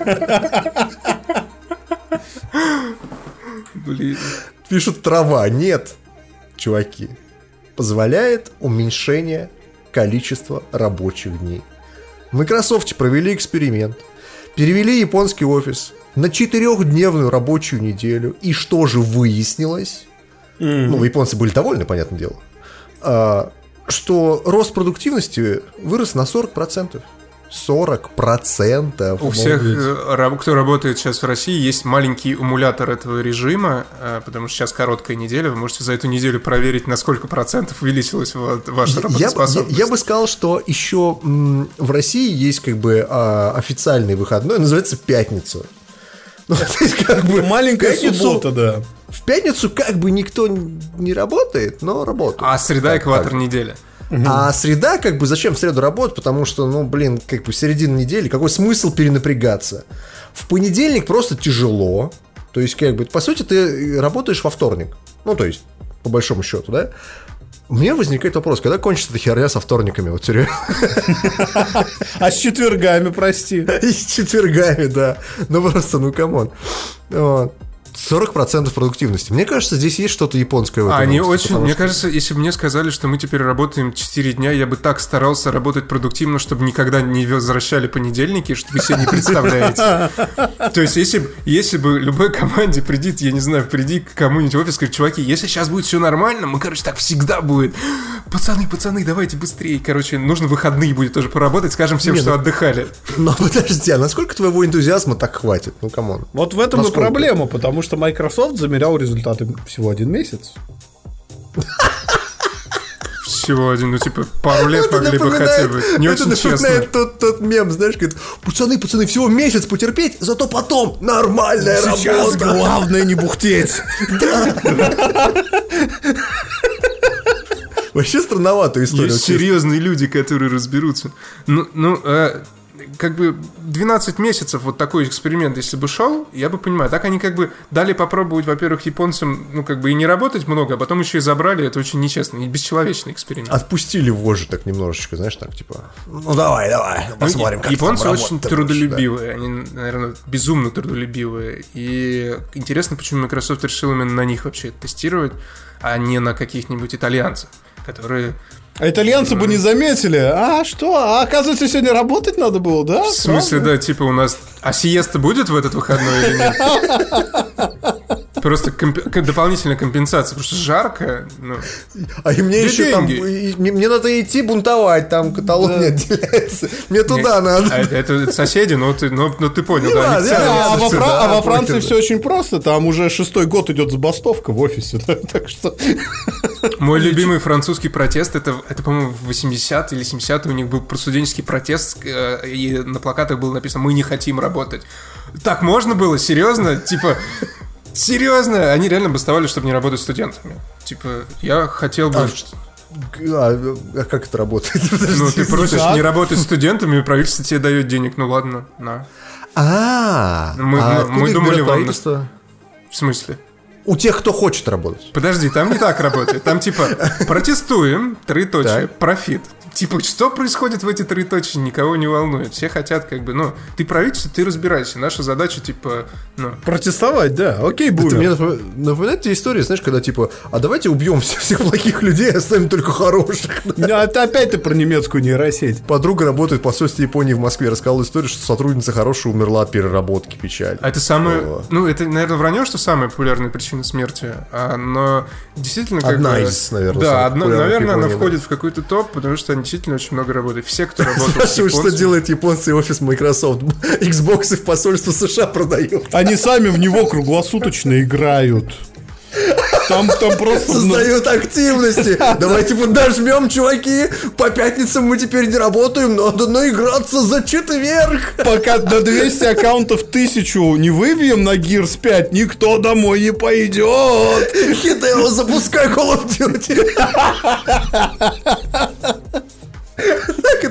Блин. Пишут трава. Нет, чуваки. Позволяет уменьшение количества рабочих дней. В Microsoft провели эксперимент. Перевели японский офис на четырехдневную рабочую неделю. И что же выяснилось? Mm-hmm. Ну, японцы были довольны, понятное дело. А, что рост продуктивности вырос на сорок процентов. сорок процентов. У всех, кто работает сейчас в России, есть маленький эмулятор этого режима, потому что сейчас короткая неделя. Вы можете за эту неделю проверить, на сколько процентов увеличилась ваша работоспособность. Я, я, я бы сказал, что еще м, в России есть как бы а, официальный выходной, называется пятница. Ну, то есть, как бы, маленькая пятницу, суббота, да. В пятницу как бы никто не работает, но работает. А среда так, экватор так. недели. Угу. А среда, как бы, зачем в среду работать? Потому что, ну, блин, как бы середина недели, какой смысл перенапрягаться? В понедельник просто тяжело. То есть, как бы, по сути, ты работаешь во вторник. Ну, то есть, по большому счету, да? У меня возникает вопрос, когда кончится эта херня со вторниками? Вот серьезно. А с четвергами, прости. И с четвергами, да. Ну, просто, ну, камон. Вот. сорок процентов продуктивности. Мне кажется, здесь есть что-то японское в этом. Они очень, мне что... кажется, если бы мне сказали, что мы теперь работаем четыре дня, я бы так старался работать продуктивно, чтобы никогда не возвращали понедельники, что вы себе не представляете. То есть, если, если бы любой команде придит, я не знаю, приди к кому-нибудь в офис, скажет, чуваки, если сейчас будет все нормально, мы, короче, так всегда будет. Пацаны, пацаны, давайте быстрее. Короче, нужно выходные будет тоже поработать, скажем всем, не, что ну, отдыхали. Но подожди, а насколько твоего энтузиазма так хватит? Ну, камон. Вот в этом насколько? И проблема, потому что что Microsoft замерял результаты всего один месяц. Всего один, ну типа пару лет могли бы хотя бы. Не очень честно. Это тот, тот мем, знаешь, говорит, пацаны, пацаны, всего месяц потерпеть, зато потом нормальная работа. Сейчас главное не бухтеть. Вообще странноватая история. Есть серьезные люди, которые разберутся. Ну, ну как бы двенадцать месяцев вот такой эксперимент, если бы шел, я бы понимаю. Так они как бы дали попробовать, во-первых, японцам, ну как бы и не работать много, а потом еще и забрали. Это очень нечестно и бесчеловечный эксперимент. Отпустили вожжи так немножечко, знаешь, так типа, ну давай, давай, посмотрим, ну, как японцы очень трудолюбивые, да. Они, наверное, безумно трудолюбивые. И интересно, почему Microsoft решил именно на них вообще тестировать, а не на каких-нибудь итальянцев, которые... А итальянцы mm. бы не заметили. А что? А оказывается, сегодня работать надо было, да? В смысле, да, типа у нас... А сиеста будет в этот выходной или нет? Просто комп... дополнительная компенсация, потому что жарко. Ну, а и мне еще там... И, мне надо идти бунтовать, там каталог да. не отделяется. Мне туда не, надо. А это, это соседи, но ты, но, но ты понял, не да? Надо, да, да а, во Фра... да, а во Франции да. все очень просто. Там уже шестой год идет забастовка в офисе. Да, так что... Мой любимый французский протест, это, это по-моему, в восьмидесятые или семидесятые у них был студенческий протест, и на плакатах было написано «Мы не хотим работать». Так можно было? Серьезно? Типа... Серьезно? Они реально бастовали, чтобы не работать студентами. Типа, я хотел бы... А, а как это работает? Ну, ты просишь не работать студентами, и правительство тебе дает денег. Ну ладно, на. А, мы, а мы, мы думали вам... правительство? В смысле? У тех, кто хочет работать. Подожди, там не так работает. Там типа протестуем, троеточие, профит. Типа, что происходит в эти троеточия, никого не волнует. Все хотят как бы, ну, ты правительство, ты разбирайся. Наша задача, типа, ну... Протестовать, да, окей, бумер. Это мне напоминает те истории, знаешь, когда, типа, а давайте убьем всех, всех плохих людей, оставим только хороших. Да, это опять ты про немецкую нейросеть. Подруга работает в посольстве Японии в Москве, рассказала историю, что сотрудница хорошая умерла от переработки, печаль. А это самое... О. Ну, это, наверное, вранье, что самая популярная причина смерти, а, но действительно... Как одна бы, из, наверное, да, одна, наверное, она Японии, входит да. в какой-то топ, потому что они действительно очень много работают. Все, кто работает Спрашивают, что делает японцы и офис Microsoft. Xbox в посольство США продают. Они сами в него круглосуточно играют. Там, там просто... Создают активности. Давайте подожмем, чуваки. По пятницам мы теперь не работаем. Надо наиграться за четверг. Пока на двести аккаунтов тысячу не выбьем на Gears пять, никто домой не пойдет. Хидео, запускай Call of Duty. Так это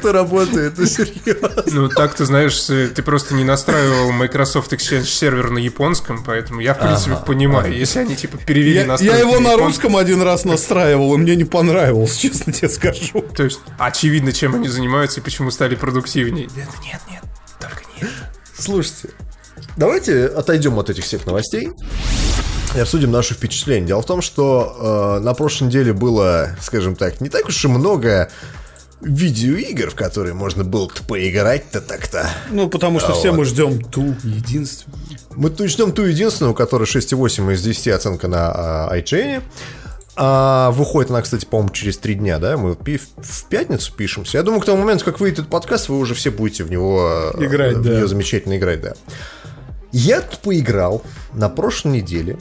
это работает, ну серьезно. Ну, так ты знаешь, ты просто не настраивал Microsoft Exchange сервер на японском, поэтому я, в принципе, ага, понимаю, ага. если они, типа, перевели я, настройки я его на, на русском один раз настраивал, и мне не понравилось, честно тебе скажу. То есть, очевидно, чем они занимаются и почему стали продуктивнее. Нет, нет, нет, только нет. Слушайте, давайте отойдем от этих всех новостей и обсудим наши впечатления. Дело в том, что э, на прошлой неделе было, скажем так, не так уж и много видеоигр, в которые можно было поиграть-то так-то. Ну, потому что а все вот. мы ждем ту единственную. Мы ждем ту единственную, у которой шесть и восемь из десяти оценка на э, iGen. А выходит она, кстати, по-моему, через три дня, да? Мы в пятницу пишемся. Я думаю, к тому моменту, как выйдет этот подкаст, вы уже все будете в него играть, в да. нее замечательно играть, да. Я тут поиграл на прошлой неделе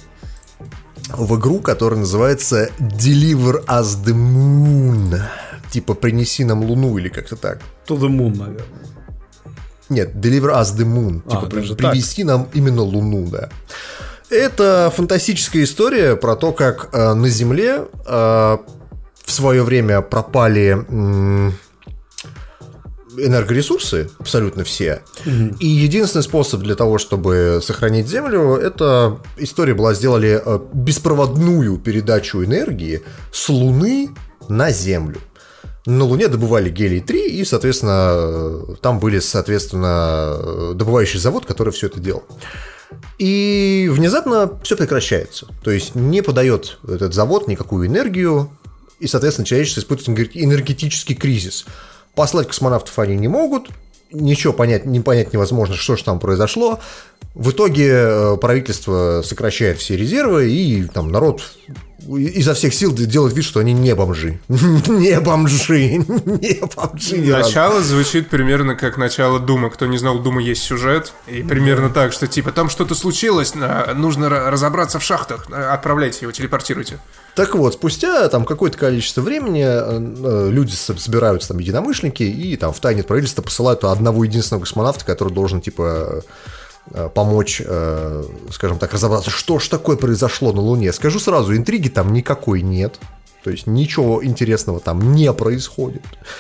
в игру, которая называется Deliver Us the Moon. Типа «Принеси нам Луну» или как-то так. To the Moon, наверное. Нет, Deliver Us the Moon. Типа а, «Привести так. нам именно Луну», да. Это фантастическая история про то, как э, на Земле э, в свое время пропали э, энергоресурсы, абсолютно все. Mm-hmm. И единственный способ для того, чтобы сохранить Землю, это история была, сделали э, беспроводную передачу энергии с Луны на Землю. На Луне добывали гелий три, и, соответственно, там были, соответственно, добывающий завод, который все это делал. И внезапно все прекращается. То есть не подает этот завод никакую энергию, и, соответственно, человечество испытывает энергетический кризис. Послать космонавтов они не могут, ничего понять, не понять невозможно, что же там произошло. В итоге правительство сокращает все резервы, и там народ изо всех сил делает вид, что они не бомжи. Не бомжи. Не бомжи. Начало звучит примерно как начало Дума. Кто не знал, у Дума есть сюжет. И примерно так, что типа там что-то случилось, нужно разобраться в шахтах. Отправляйте его, телепортируйте. Так вот, спустя там какое-то количество времени люди собираются, там, единомышленники, и там в тайне от правительства посылают одного единственного космонавта, который должен, типа, помочь, скажем так, разобраться, что ж такое произошло на Луне. Скажу сразу, интриги там никакой нет. То есть ничего интересного там не происходит.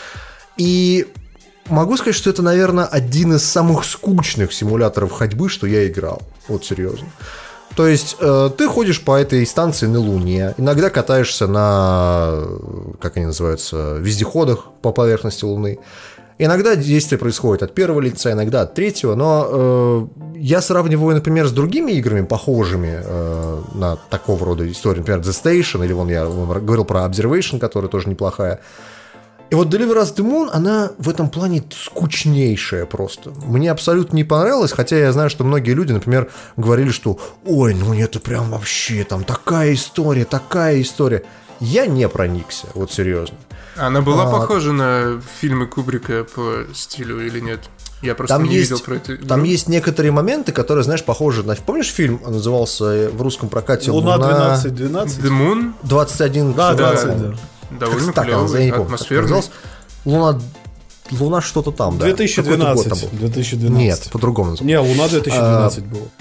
И могу сказать, что это, наверное, один из самых скучных симуляторов ходьбы, что я играл. Вот серьезно. То есть э, ты ходишь по этой станции на Луне, иногда катаешься на, как они называются, вездеходах по поверхности Луны. Иногда действие происходит от первого лица, иногда от третьего, но э, я сравниваю, например, с другими играми, похожими э, на такого рода истории, например, The Station, или вон я вон, говорил про Observation, которая тоже неплохая. И вот Deliver Us the Moon, она в этом плане скучнейшая просто. Мне абсолютно не понравилось, хотя я знаю, что многие люди, например, говорили, что «Ой, ну это прям вообще там такая история, такая история». Я не проникся, вот серьезно. Она была а... похожа на фильмы Кубрика по стилю или нет? Я просто там не есть, видел про это. Там есть некоторые моменты, которые, знаешь, похожи на... Помнишь, фильм назывался в русском прокате «Луна двенадцать двенадцать»? The Moon? двадцать один Да, двадцать, да. Довольно клёвый, атмосферный. Луна... Луна что-то там, да. две тысячи двенадцать. две тысячи двенадцать. Нет, по-другому. Не, Луна две тысячи двенадцать а... было.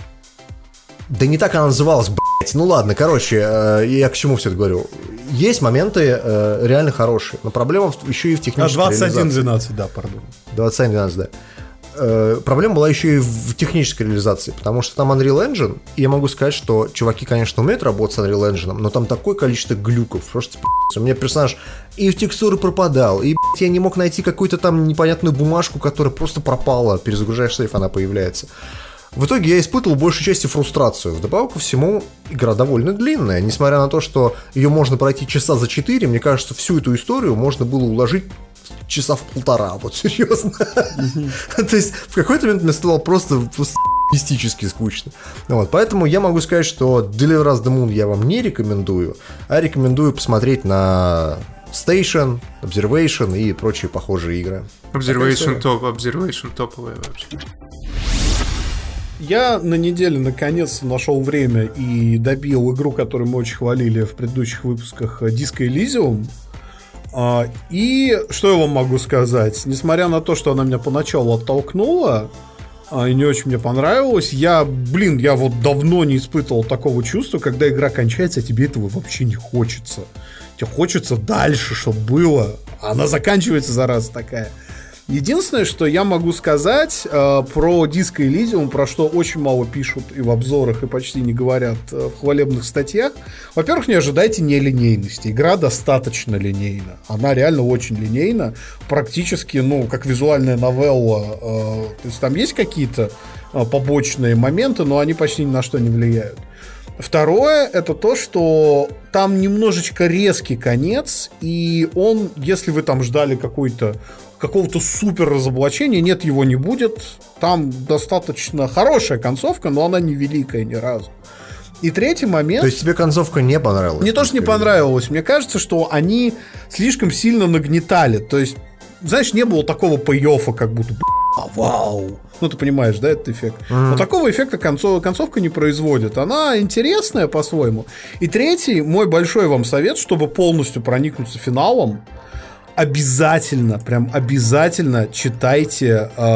Да не так она называлась, блядь. Ну ладно, короче, э, я к чему все это говорю. Есть моменты э, реально хорошие, но проблема в, еще и в технической а, двадцать один двенадцать, да, пардон. двадцать один двенадцать, да. Э, проблема была еще и в технической реализации, потому что там Unreal Engine, и я могу сказать, что чуваки, конечно, умеют работать с Unreal Engine, но там такое количество глюков, просто пи***ц. У меня персонаж и в текстуры пропадал, и блядь, я не мог найти какую-то там непонятную бумажку, которая просто пропала, перезагружаешь сейф, она появляется. В итоге я испытывал большей части фрустрацию. Вдобавок ко всему, игра довольно длинная. Несмотря на то, что ее можно пройти часа за четыре, мне кажется, всю эту историю можно было уложить часа в полтора. Вот серьезно. То есть в какой-то момент мне стало просто мистически скучно. Поэтому я могу сказать, что Deliver Us the Moon я вам не рекомендую, а рекомендую посмотреть на Station, Observation и прочие похожие игры. Observation топ, Observation топовая вообще. Я на неделе наконец-то нашел время и добил игру, которую мы очень хвалили в предыдущих выпусках, Disco Elysium. И что я вам могу сказать? Несмотря на то, что она меня поначалу оттолкнула и не очень мне понравилась, я, блин, я вот давно не испытывал такого чувства, когда игра кончается, а тебе этого вообще не хочется. Тебе хочется дальше, чтобы было. А она заканчивается, зараза такая. Единственное, что я могу сказать э, про Disco Elysium, про что очень мало пишут и в обзорах, и почти не говорят э, в хвалебных статьях. Во-первых, не ожидайте нелинейности. Игра достаточно линейна. Она реально очень линейна. Практически, ну, как визуальная новелла. Э, то есть там есть какие-то э, побочные моменты, но они почти ни на что не влияют. Второе, это то, что там немножечко резкий конец, и он, если вы там ждали какой-то какого-то супер разоблачения, нет, его не будет. Там достаточно хорошая концовка, но она не великая ни разу. И третий момент... То есть тебе концовка не понравилась? Не то, что не понравилось. Мне кажется, что они слишком сильно нагнетали. То есть, знаешь, не было такого пей-оффа, как будто а, вау. Ну, ты понимаешь, да, этот эффект? Mm-hmm. Но такого эффекта концов... концовка не производит. Она интересная по-своему. И третий, мой большой вам совет, чтобы полностью проникнуться финалом, обязательно, прям обязательно читайте э,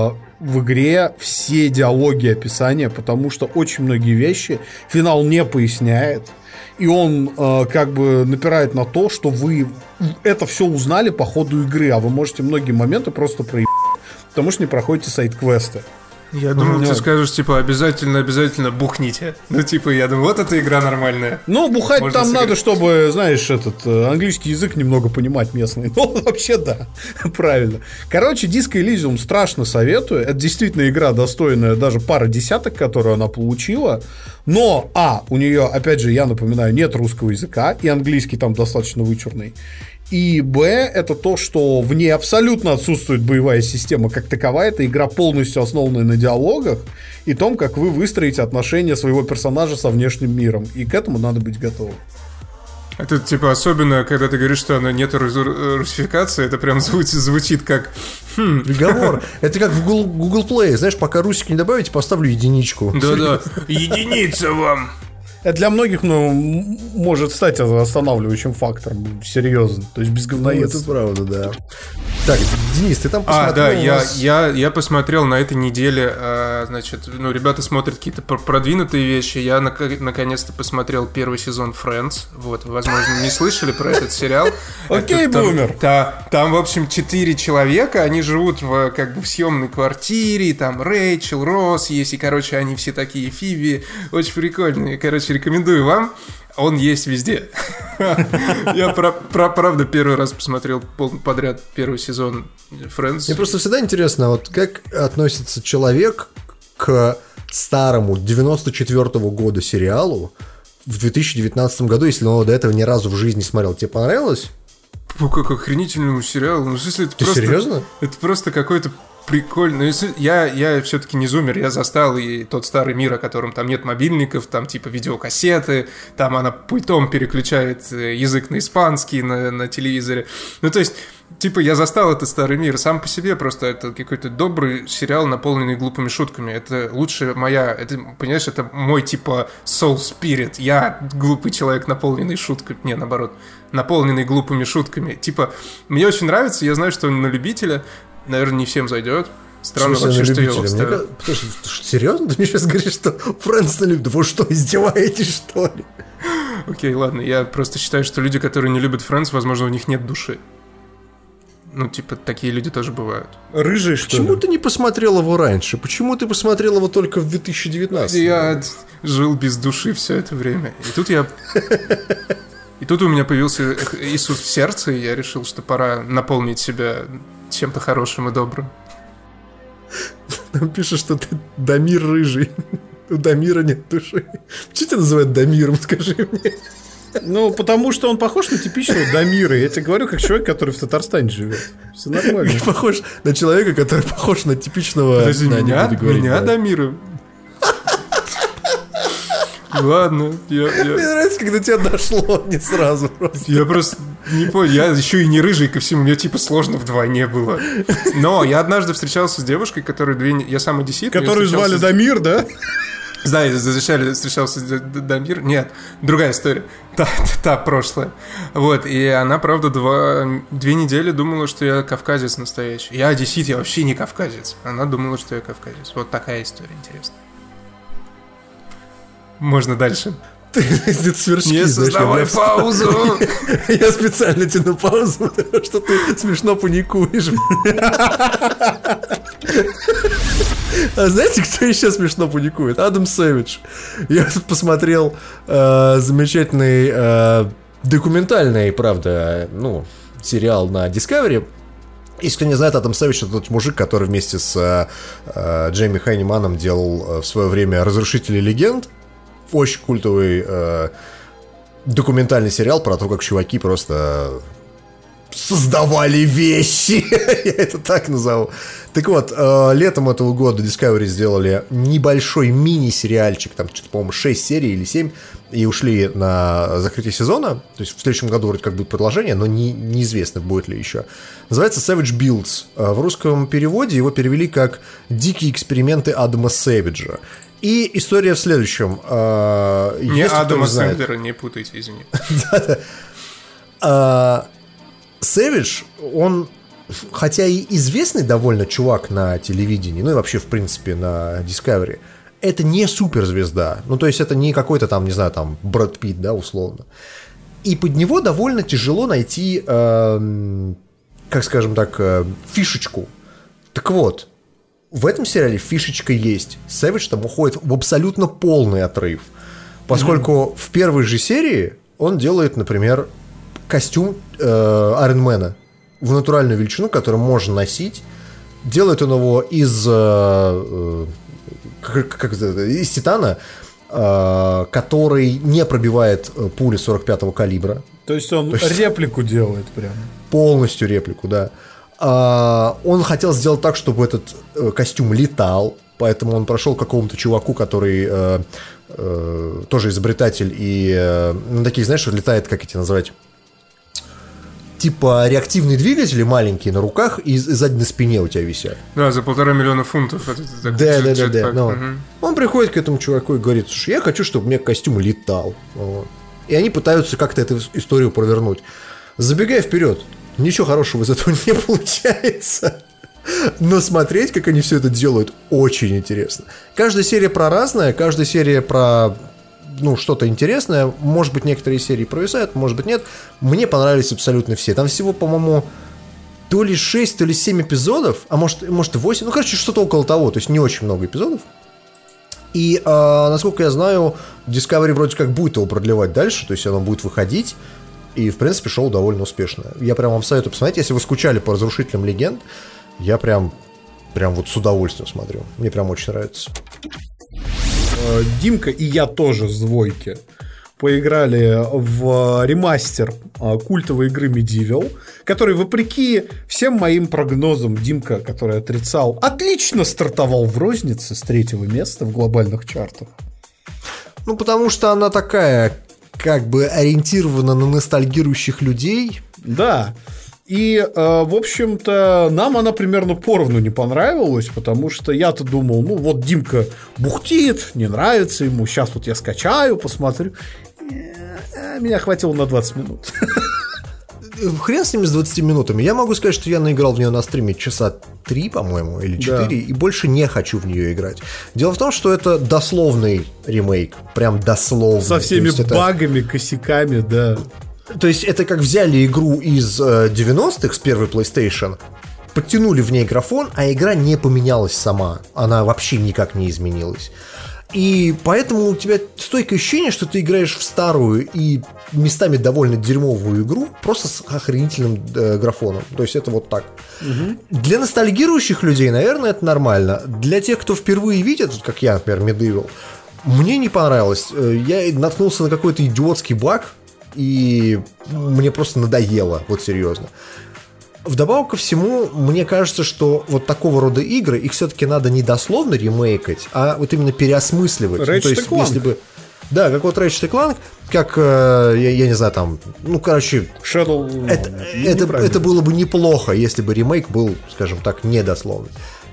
в игре все диалоги и описания, потому что очень многие вещи финал не поясняет. И он э, как бы напирает на то, что вы это все узнали по ходу игры, а вы можете многие моменты просто проебать, потому что не проходите сайд-квесты. Я думал, mm-hmm. ты скажешь, типа, обязательно-обязательно бухните. Ну, типа, я думаю, вот эта игра нормальная. Ну, бухать можно там сыграть. Надо, чтобы, знаешь, этот английский язык немного понимать местный. Ну, вообще, да, правильно. Короче, Disco Elysium страшно советую. Это действительно игра, достойная даже пары десяток, которую она получила. Но, а, у нее, опять же, я напоминаю, нет русского языка, и английский там достаточно вычурный. И Б, это то, что в ней абсолютно отсутствует боевая система как таковая. Это игра, полностью основанная на диалогах и том, как вы выстроите отношения своего персонажа со внешним миром. И к этому надо быть готовым. Это типа особенно, когда ты говоришь, что она нет русификации, это прям звучит, звучит как... Хм. Приговор. Это как в Google, Google Play. Знаешь, пока русики не добавите, поставлю единичку. Да-да, единица вам. Это для многих, ну, может стать останавливающим фактором, серьезно. То есть без говноедства. Ну, это правда, да. Так, Денис, ты там посмотрел? А, да, я, нас... я, я посмотрел на этой неделе, э, значит, ну, ребята смотрят какие-то продвинутые вещи. Я на- наконец-то посмотрел первый сезон Friends. Вот, возможно, не слышали про этот сериал. Окей, бумер. Там, в общем, четыре человека, они живут в, как бы, в съемной квартире, там Рэйчел, Росс есть, и, короче, они все такие Фиби, очень прикольные. Короче, рекомендую вам. Он есть везде. Я, про, про, правда, первый раз посмотрел подряд первый сезон Friends. Мне просто всегда интересно, вот как относится человек к старому девяносто четвёртого года сериалу в две тысячи девятнадцатом году, если он его до этого ни разу в жизни не смотрел. Тебе понравилось? Фу, как охренительному сериалу. Ну, в смысле, это Ты просто, серьезно? Это просто какой-то прикольно. Я, я все-таки не зумер, я застал и тот старый мир, о котором там нет мобильников, там типа видеокассеты, там она пультом переключает язык на испанский на, на телевизоре. Ну, то есть, типа, я застал этот старый мир. Сам по себе просто это какой-то добрый сериал, наполненный глупыми шутками. Это лучше моя, это, понимаешь, это мой типа soul spirit. Я глупый человек, наполненный шутками. Не, наоборот, наполненный глупыми шутками. Типа, мне очень нравится, я знаю, что он на любителя. Наверное, не всем зайдет. Странно вообще, что я его вставил. Серьезно? Ты мне сейчас говоришь, что Friends на любителя? Вы что, издеваетесь, что ли? Окей, ладно. Я просто считаю, что люди, которые не любят Friends, возможно, у них нет души. Ну, типа, такие люди тоже бывают. Рыжий, что Почему ли? ты не посмотрел его раньше? Почему ты посмотрел его только в две тысячи девятнадцатом? Я жил без души все это время. И тут я... И тут у меня появился Иисус в сердце, и я решил, что пора наполнить себя чем-то хорошим и добрым. Там пишут, что ты Дамир рыжий. У Дамира нет души. Что тебя называют Дамиром, скажи мне? Ну, потому что он похож на типичного Дамира. Я тебе говорю, как человек, который в Татарстане живет. Все нормально. Похож на человека, который похож на типичного... Подожди, да, меня, говорить, меня да. Дамира? Ладно, я, я... Мне нравится, когда тебя дошло не сразу просто. Я просто не понял, я еще и не рыжий ко всему, мне типа сложно вдвойне было. Но я однажды встречался с девушкой, которая две... Я сам одессит. Которую звали с... Дамир, да? Да, я зачали встречался с Дамир. Нет, другая история. Та, та, та прошлая. Вот, и она, правда, два, две недели думала, что я кавказец настоящий. Я одессит, я вообще не кавказец. Она думала, что я кавказец. Вот такая история интересная. Можно дальше. Это сверчки, не создавай знаешь, паузу. Я специально тяну паузу, потому что ты смешно паникуешь. А знаете, кто еще смешно паникует? Адам Сэвидж. Я тут посмотрел э, замечательный э, документальный, правда, ну, сериал на Discovery. Если кто не знает, Адам Сэвидж — это тот мужик, который вместе с э, Джейми Хайнеманом делал э, в свое время «Разрушители легенд». Очень культовый э, документальный сериал про то, как чуваки просто создавали вещи. Я это так назову. Так вот, э, летом этого года Discovery сделали небольшой мини-сериальчик, там что-то, по-моему, шесть серий или семь, и ушли на закрытие сезона. То есть в следующем году вроде как будет продолжение, но не, неизвестно, будет ли еще. Называется Savage Builds. В русском переводе его перевели как «Дикие эксперименты Адама Сэвиджа». И история в следующем. Э, не Адама Сэндлера, не путайте, извини. Сэвидж, он, хотя и известный довольно чувак на телевидении, ну и вообще, в принципе, на Discovery, это не суперзвезда. Ну, то есть это не какой-то там, не знаю, там, Брэд Питт, да, условно. И под него довольно тяжело найти, э, как скажем так, э, фишечку. Так вот, в этом сериале фишечка есть. Сэвидж там уходит в абсолютно полный отрыв. Поскольку mm-hmm. в первой же серии он делает, например, костюм э, Айронмена в натуральную величину, который можно носить. Делает он его из, э, как, как это, из титана, э, который не пробивает пули сорок пятого калибра. То есть он То есть реплику делает прям. Полностью реплику, да. Э, он хотел сделать так, чтобы этот э, костюм летал, поэтому он прошел какому-то чуваку, который э, э, тоже изобретатель и э, ну, такие, знаешь, летает, как эти называть, типа реактивные двигатели маленькие на руках и сзади на спине у тебя висят. Да, за полтора миллиона фунтов. Это, это, да, да, да, да, да. Угу. Он приходит к этому чуваку и говорит: слушай, я хочу, чтобы у меня костюм летал. Вот. И они пытаются как-то эту историю провернуть. Забегая вперед, ничего хорошего из этого не получается. Но смотреть, как они все это делают, очень интересно. Каждая серия про разное, каждая серия про... ну, что-то интересное. Может быть, некоторые серии провисают, может быть, нет. Мне понравились абсолютно все. Там всего, по-моему, то ли шесть, то ли семь эпизодов, а может, может и восемь. Ну, короче, что-то около того. То есть не очень много эпизодов. И, э, насколько я знаю, Discovery вроде как будет его продлевать дальше. То есть оно будет выходить. И, в принципе, шоу довольно успешное. Я прям вам советую посмотреть. Если вы скучали по «Разрушителям легенд», я прям, прям вот с удовольствием смотрю. Мне прям очень нравится. Димка и я тоже с двойки поиграли в ремастер культовой игры Medieval, который, вопреки всем моим прогнозам, Димка, который отрицал, отлично стартовал в рознице с третьего места в глобальных чартах. Ну, потому что она такая, как бы ориентирована на ностальгирующих людей. Да. И, э, в общем-то, нам она примерно поровну не понравилась, потому что я-то думал, ну, вот Димка бухтит, не нравится ему, сейчас вот я скачаю, посмотрю. Меня хватило на двадцать минут. Хрен с ними с двадцатью минутами. Я могу сказать, что я наиграл в нее на стриме часа три, по-моему, или четыре, да. И больше не хочу в нее играть. Дело в том, что это дословный ремейк, прям дословный. Со всеми багами, это... косяками, да. То есть это как взяли игру из э, девяностых с первой PlayStation, подтянули в ней графон, а игра не поменялась сама. Она вообще никак не изменилась. И поэтому у тебя стойкое ощущение, что ты играешь в старую и местами довольно дерьмовую игру, просто с охренительным э, графоном. То есть это вот так. Угу. Для ностальгирующих людей, наверное, это нормально. Для тех, кто впервые видит, как я, например, Medieval, мне не понравилось. Я наткнулся на какой-то идиотский баг, и мне просто надоело, вот серьезно. Вдобавок ко всему, мне кажется, что вот такого рода игры, их все-таки надо не дословно ремейкать, а вот именно переосмысливать. Ratchet ну, то есть, Clank. Если бы, да, как вот Ratchet Clank, как, э, я, я не знаю, там, ну, короче... Shadow... Это, это, это было бы неплохо, если бы ремейк был, скажем так, недословный.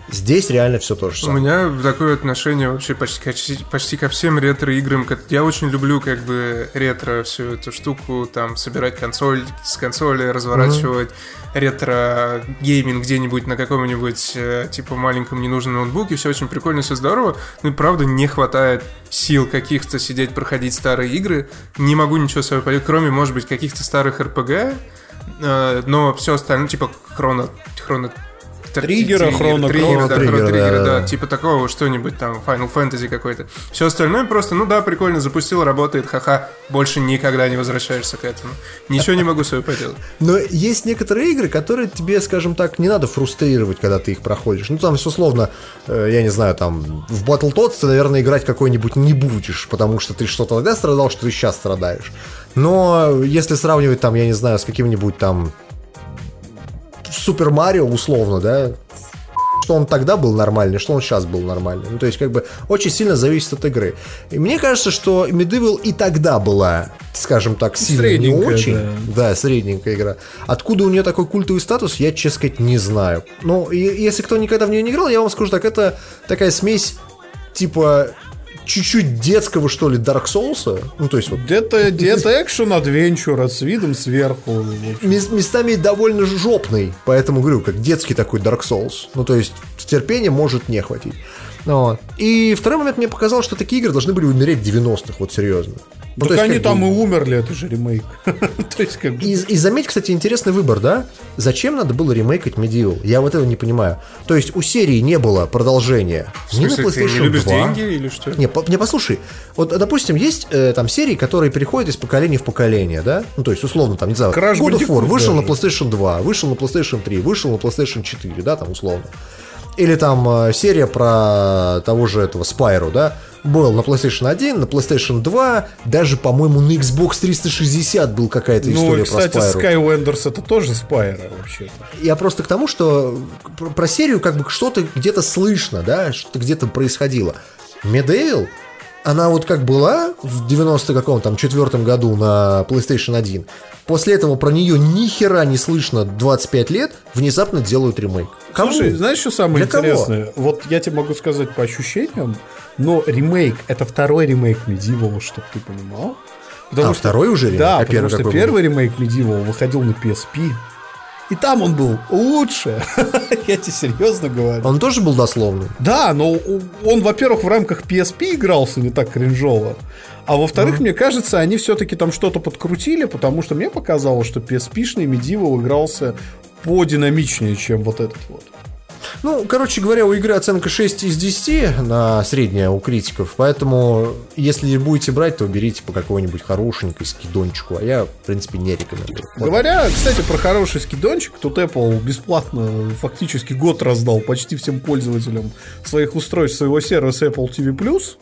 Здесь реально все то же самое. У меня такое отношение вообще почти, почти ко всем ретро-играм. Я очень люблю как бы ретро всю эту штуку, там, собирать консоль, с консоли разворачивать mm-hmm. ретро-гейминг где-нибудь на каком-нибудь типа маленьком ненужном ноутбуке. Все очень прикольно, все здорово. Ну и правда не хватает сил каких-то сидеть, проходить старые игры. Не могу ничего с собой поделать, кроме, может быть, каких-то старых эр пи джи. Но все остальное, типа Хроно... хроно Триггера, хроно триггера, да, триггер, триггера, да, да, типа такого, что-нибудь там, Final Fantasy какой-то. Все остальное просто, ну да, прикольно, запустил, работает, ха-ха, больше никогда не возвращаешься к этому. Ничего не могу с собой поделать. Но есть некоторые игры, которые тебе, скажем так, не надо фрустрировать, когда ты их проходишь. Ну, там, условно, я не знаю, там, в Battletoads ты, наверное, играть какой-нибудь не будешь, потому что ты что-то тогда страдал, что ты сейчас страдаешь. Но если сравнивать, там, я не знаю, с каким-нибудь там Супер Марио, условно, да, что он тогда был нормальный, что он сейчас был нормальный. Ну, то есть, как бы, очень сильно зависит от игры. И мне кажется, что Medieval и тогда была, скажем так, сильно не очень. Да. да, средненькая игра. Откуда у нее такой культовый статус, я, честно сказать, не знаю. Ну, и, если кто никогда в нее не играл, я вам скажу так, это такая смесь, типа, чуть-чуть детского, что ли, Dark Souls. Ну, то есть вот... Где-то, где-то экшен-адвенчура с видом сверху. Местами довольно жопный, поэтому говорю, как детский такой Dark Souls. Ну, то есть терпения может не хватить. Вот. И второй момент мне показал, что такие игры должны были умереть в девяностых, вот серьезно. Ну, так есть, они там бы... и умерли, это же ремейк. То есть, как бы... и, и заметь, кстати, интересный выбор, да? Зачем надо было ремейкать Medieval? Я вот этого не понимаю. То есть у серии не было продолжения. В смысле, ни на PlayStation ты не любишь два. Деньги или что? Не, по, не, послушай. Вот, допустим, есть э, там серии, которые переходят из поколения в поколение, да? Ну, то есть, условно, там, не знаю, Crash God of War вышел даже. на PlayStation два, вышел на PlayStation три, вышел на PlayStation четыре, да, там, условно. Или там э, серия про того же этого Spyro, да? Был на PlayStation один, на PlayStation два, даже, по-моему, на Xbox триста шестьдесят был какая-то история, ну, кстати, про Spyro. Кстати, Skylanders это тоже Spyro вообще-то. Я просто к тому, что про серию как бы что-то где-то слышно, да, что-то где-то происходило. Medieval, она вот как была в девяносто каком там четвёртом году на PlayStation один, после этого про нее ни хера не слышно двадцать пять лет, внезапно делают ремейк. Кому? Слушай, знаешь, что самое Для интересное? Кого? Вот я тебе могу сказать по ощущениям, но ремейк, это второй ремейк Medieval, чтобы ты понимал. Потому а, что, второй уже ремейк? Да, а потому что первый был? ремейк Medieval выходил на пи эс пи, и там он был лучше. Я тебе серьезно говорю. Он тоже был дословный? Да, но он, во-первых, в рамках пи эс пи игрался не так кринжово. А во-вторых, mm-hmm. мне кажется, они все-таки там что-то подкрутили, потому что мне показалось, что пи эс пи-шный Medieval игрался подинамичнее, чем вот этот вот. Ну, короче говоря, у игры оценка шесть из десяти на средняя у критиков, поэтому если будете брать, то берите по какой-нибудь хорошенькой скидончику, а я, в принципе, не рекомендую. Говоря, кстати, про хороший скидончик, тут Apple бесплатно фактически год раздал почти всем пользователям своих устройств, своего сервиса Apple ти ви плюс.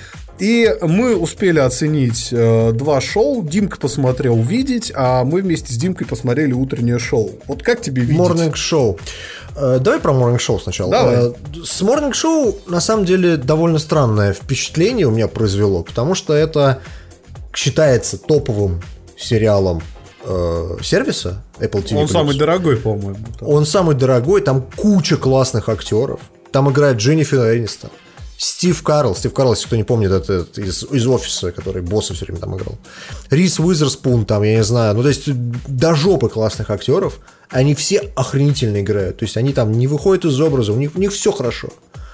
И мы успели оценить э, два шоу. Димка посмотрел «Видеть», а мы вместе с Димкой посмотрели утреннее шоу. Вот как тебе «Видеть»? Morning Show. Э, давай про Morning Show сначала. Давай. Э, с Morning Show, на самом деле, довольно странное впечатление у меня произвело, потому что это считается топовым сериалом э, сервиса Apple ти ви Он плюс. самый дорогой, по-моему. Там. Он самый дорогой, там куча классных актеров. Там играет Дженнифер Энистон, Стив Карл, Стив Карл, если кто не помнит, это, это из, из «Офиса», который босса все время там играл. Риз Уизерспун, там, я не знаю, ну, то есть, до жопы классных актеров, они все охренительно играют. То есть, они там не выходят из образа, у них, у них все хорошо.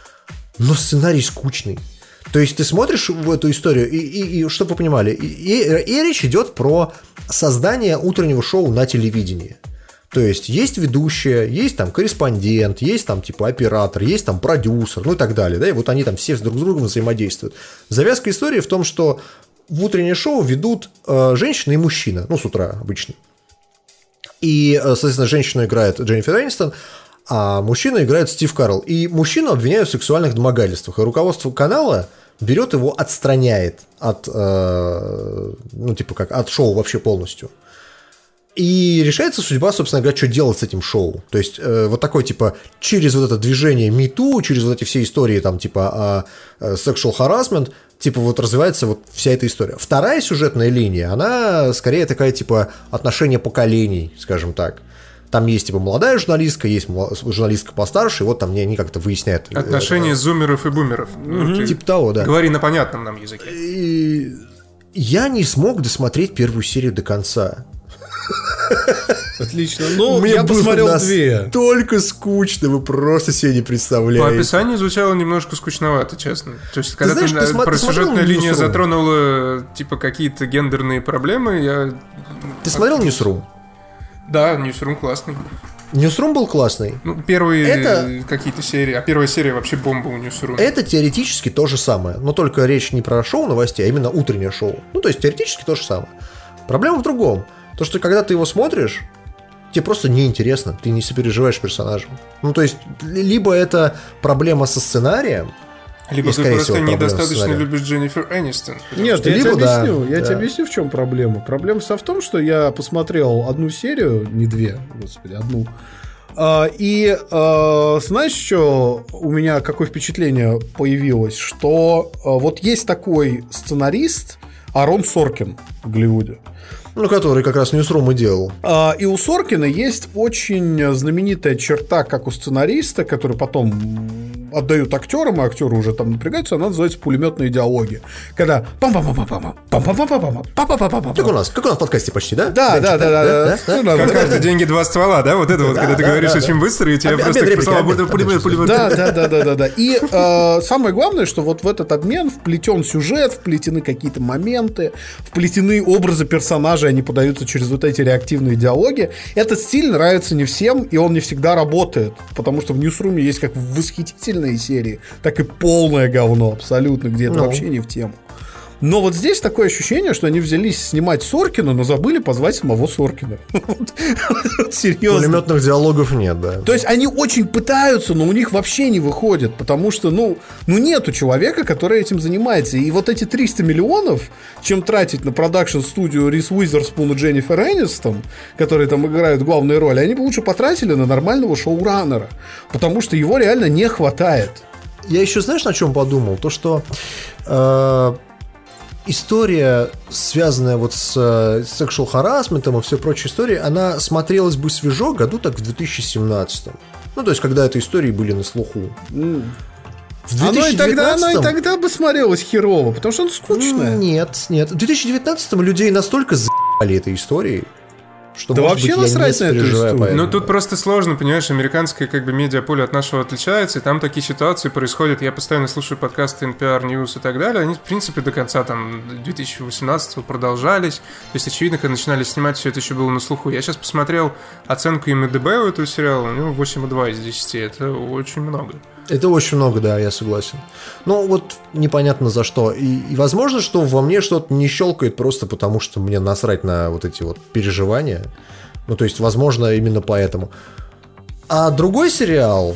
Но сценарий скучный. То есть, ты смотришь в эту историю, и, и, и чтобы вы понимали, и, и, и речь идет про создание утреннего шоу на телевидении. То есть, есть ведущая, есть там корреспондент, есть там типа оператор, есть там продюсер, ну и так далее, да, и вот они там все друг с другом взаимодействуют. Завязка истории в том, что в утреннее шоу ведут э, женщина и мужчина, ну, с утра обычно. И, соответственно, женщину играет Дженнифер Энистон, а мужчина играет Стив Карл. И мужчину обвиняют в сексуальных домогательствах, и руководство канала берет его, отстраняет от, э, ну, типа как, от шоу вообще полностью. И решается судьба, собственно говоря, что делать с этим шоу. То есть, э, вот такой, типа, через вот это движение Me Too, через вот эти все истории, там, типа, э, sexual harassment, типа, вот развивается вот вся эта история. Вторая сюжетная линия, она скорее такая, типа, отношение поколений, скажем так. Там есть типа молодая журналистка, есть журналистка постарше, и вот там они как-то выясняют отношения зумеров и бумеров. Ну, типа того, да. Говори на понятном нам языке. И я не смог досмотреть первую серию до конца. Отлично. Ну, я посмотрел две. Настолько скучно, вы просто себе не представляете. По описанию звучало немножко скучновато, честно. То есть, когда ты, знаешь, ты про сюжетная линия Newsroom? затронула типа какие-то гендерные проблемы, я... Ты смотрел Newsroom? Да, Newsroom классный. Newsroom был классный. Ну, первые это... какие-то серии, а первая серия вообще бомба у Newsroom. Это теоретически то же самое, но только речь не про шоу новостей, а именно утреннее шоу. Ну, то есть, теоретически то же самое. Проблема в другом. То, что когда ты его смотришь, тебе просто неинтересно, ты не сопереживаешь персонажам. Ну, то есть, либо это проблема со сценарием, либо и, ты просто всего, недостаточно любишь Дженнифер Энистон. Нет, что, я либо, тебе объясню, да, я да. тебе объясню, в чем проблема. Проблема вся в том, что я посмотрел одну серию, не две, господи, одну. И знаешь, что у меня какое впечатление появилось? Что вот есть такой сценарист Арон Соркин в Голливуде. Ну, который как раз Newsroom и делал. И у Соркина есть очень знаменитая черта, как у сценариста, который потом отдают актерам, и актеры уже там напрягаются, она называется пулеметные диалоги. Когда пам пам пам пам пам пам пам пам пам пам пам пам. Как у нас, как у нас в подкасте почти, да? Да, да, да, да. Как карта деньги два ствола, да? Вот это вот, когда ты говоришь очень быстро, и тебе просто пулемет, пулемет. Да, да, да, да, да, да. И самое главное, что вот в этот обмен вплетен сюжет, вплетены какие-то моменты, вплетены образы персонажей, они подаются через вот эти реактивные диалоги. Этот стиль нравится не всем, и он не всегда работает, потому что в Newsroom есть как восхитительные серии, так и полное говно абсолютно, где это ну. вообще не в тему. Но вот здесь такое ощущение, что они взялись снимать Соркина, но забыли позвать самого Соркина. Серьезно. Пулеметных диалогов нет, да. То есть они очень пытаются, но у них вообще не выходит, потому что, ну, ну нету человека, который этим занимается. И вот эти триста миллионов, чем тратить на продакшн-студию Риз Уизерспун и Дженнифер Энистон, которые там играют главные роли, они бы лучше потратили на нормального шоураннера, потому что его реально не хватает. Я еще, знаешь, на чем подумал? То, что... Э- история, связанная вот с сексуал харассментом и все прочие истории, она смотрелась бы свежо году так в две тысячи семнадцатом. Ну, то есть, когда эти истории были на слуху. Mm. Оно и, тогда, оно и тогда бы смотрелось херово, потому что оно скучное. Нет, нет. В две тысячи девятнадцатом людей настолько за***ли этой историей, что, да может вообще быть, я не сопереживаю. Ну, тут просто сложно, понимаешь, американское как бы медиаполе от нашего отличается, и там такие ситуации происходят. Я постоянно слушаю подкасты эн пи ар News и так далее, они, в принципе, до конца там две тысячи восемнадцатого продолжались. То есть, очевидно, когда начинали снимать, все это еще было на слуху. Я сейчас посмотрел оценку эм ди би у этого сериала, у него восемь и два из десяти, это очень много. Это очень много, да, я согласен. Но вот непонятно за что. И, и возможно, что во мне что-то не щелкает просто потому, что мне насрать на вот эти вот переживания. Ну, то есть, возможно, именно поэтому. А другой сериал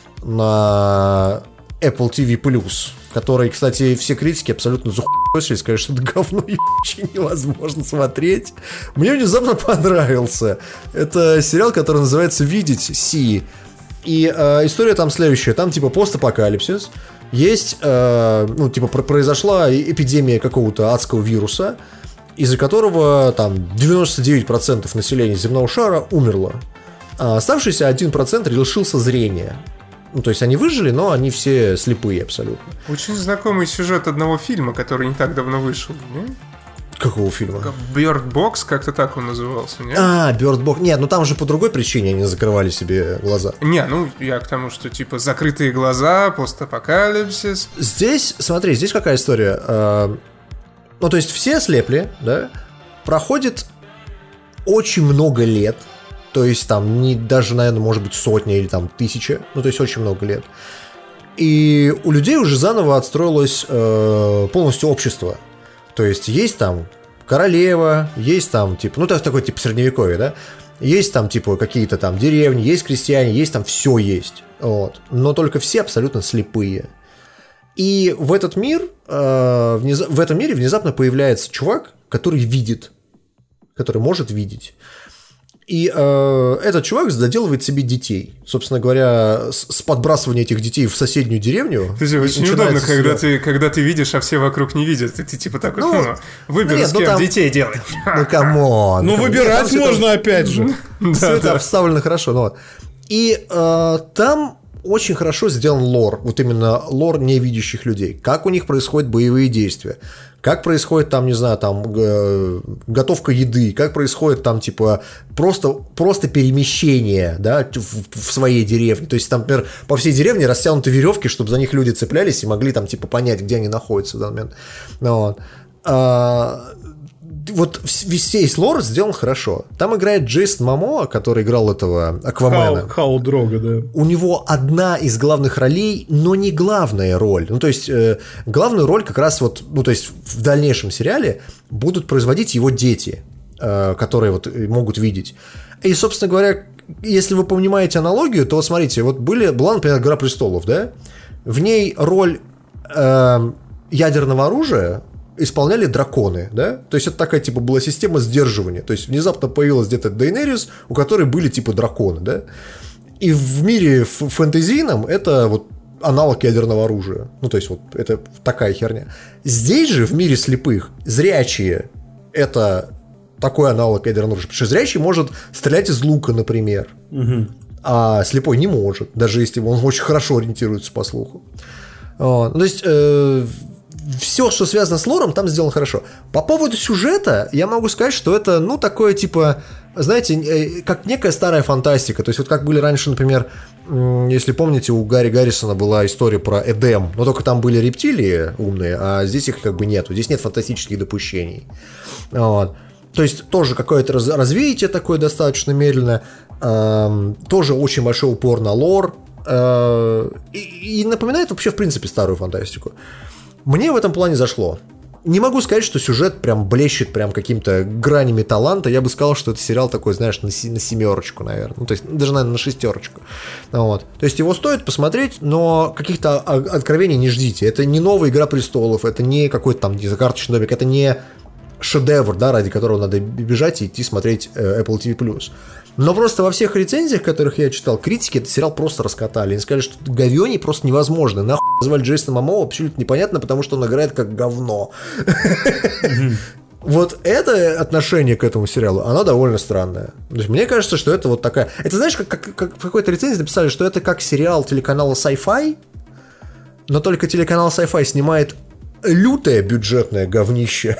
на Apple ти ви плюс, который, кстати, все критики абсолютно захуесили, сказали, что это говно ебучее невозможно смотреть. Мне внезапно понравился. Это сериал, который называется «Видеть Си». И э, история там следующая. Там типа постапокалипсис. Есть, э, ну, типа произошла эпидемия какого-то адского вируса, из-за которого там девяносто девять процентов населения земного шара умерло. А оставшийся один процент лишился зрения. Ну, то есть они выжили, но они все слепые абсолютно. Очень знакомый сюжет одного фильма, который не так давно вышел, не? Какого фильма? Bird Box, как-то так он назывался, нет? А, Bird Box. Нет, ну там же по другой причине они закрывали себе глаза. Не, ну я к тому, что типа закрытые глаза, постапокалипсис. Здесь, смотри, здесь какая история. Ну, то есть все слепли, да? Проходит очень много лет. То есть там не, даже, наверное, может быть сотня или там тысяча. Ну, то есть очень много лет. И у людей уже заново отстроилось э, полностью общество. То есть есть там королева, есть там, типа, ну, так, такой типа средневековье, да? Есть там, типа, какие-то там деревни, есть крестьяне, есть там все есть. Вот. Но только все абсолютно слепые. И в этот мир, э, внез... в этом мире внезапно появляется чувак, который видит, который может видеть. И э, этот чувак заделывает себе детей. Собственно говоря, с, с подбрасывания этих детей в соседнюю деревню. Это очень удобно, когда ты, когда ты видишь, а все вокруг не видят. И ты типа такой, ну, ну выберу, ну, с кем ну, там... детей делать. Ну, камон. Ну, выбирать можно там... опять же. Все это вставлено хорошо. Ну, вот. И э, там очень хорошо сделан лор. Вот именно лор невидящих людей. Как у них происходят боевые действия. Как происходит там, не знаю, там э, готовка еды, как происходит там, типа, просто, просто перемещение, да, в, в своей деревне. То есть, там, например, по всей деревне растянуты веревки, чтобы за них люди цеплялись и могли там, типа, понять, где они находятся в данный момент. Вот. А, вот весь лор сделан хорошо. Там играет Джейсон Момоа, который играл этого Аквамена. Хау Дрога, да. У него одна из главных ролей, но не главная роль. Ну, то есть, э, главную роль как раз вот, ну, то есть, в дальнейшем сериале будут производить его дети, э, которые вот могут видеть. И, собственно говоря, если вы понимаете аналогию, то, смотрите, вот были, была, например, «Игра престолов», да? В ней роль э, ядерного оружия исполняли драконы, да? То есть это такая, типа, была система сдерживания. То есть внезапно появилась где-то Дейенерис, у которой были, типа, драконы, да? И в мире фэнтезийном это вот аналог ядерного оружия. Ну, то есть вот это такая херня. Здесь же, в мире слепых, зрячие — это такой аналог ядерного оружия. Потому что зрячий может стрелять из лука, например. Угу. А слепой не может, даже если он очень хорошо ориентируется по слуху. Вот. Ну, то есть... Э- все, что связано с лором, там сделано хорошо. По поводу сюжета я могу сказать, что это, ну, такое, типа, знаете, как некая старая фантастика. То есть, вот как были раньше, например, если помните, у Гарри Гаррисона была история про Эдем, но только там были рептилии умные, а здесь их как бы нету. Здесь нет фантастических допущений. Вот. То есть, тоже какое-то развитие такое достаточно медленное. Тоже очень большой упор на лор. И, и напоминает вообще, в принципе, старую фантастику. Мне в этом плане зашло. Не могу сказать, что сюжет прям блещет прям какими-то гранями таланта. Я бы сказал, что это сериал такой, знаешь, на, си- на семерочку, наверное. Ну, то есть, даже, наверное, на шестерочку. Вот. То есть, его стоит посмотреть, но каких-то откровений не ждите. Это не новая «Игра престолов», это не какой-то там не карточный домик, это не шедевр, да, ради которого надо бежать и идти смотреть Apple ти ви плюс. Но просто во всех рецензиях, которых я читал, критики этот сериал просто раскатали. Они сказали, что говёней просто невозможно. Нахуй назвали Джейсона Момоа абсолютно непонятно, потому что он играет как говно. Вот это отношение к этому сериалу, оно довольно странное. То есть, мне кажется, что это вот такая... Это знаешь, как, как, как в какой-то рецензии написали, что это как сериал телеканала Sci-Fi, но только телеканал Sci-Fi снимает лютое бюджетное говнище.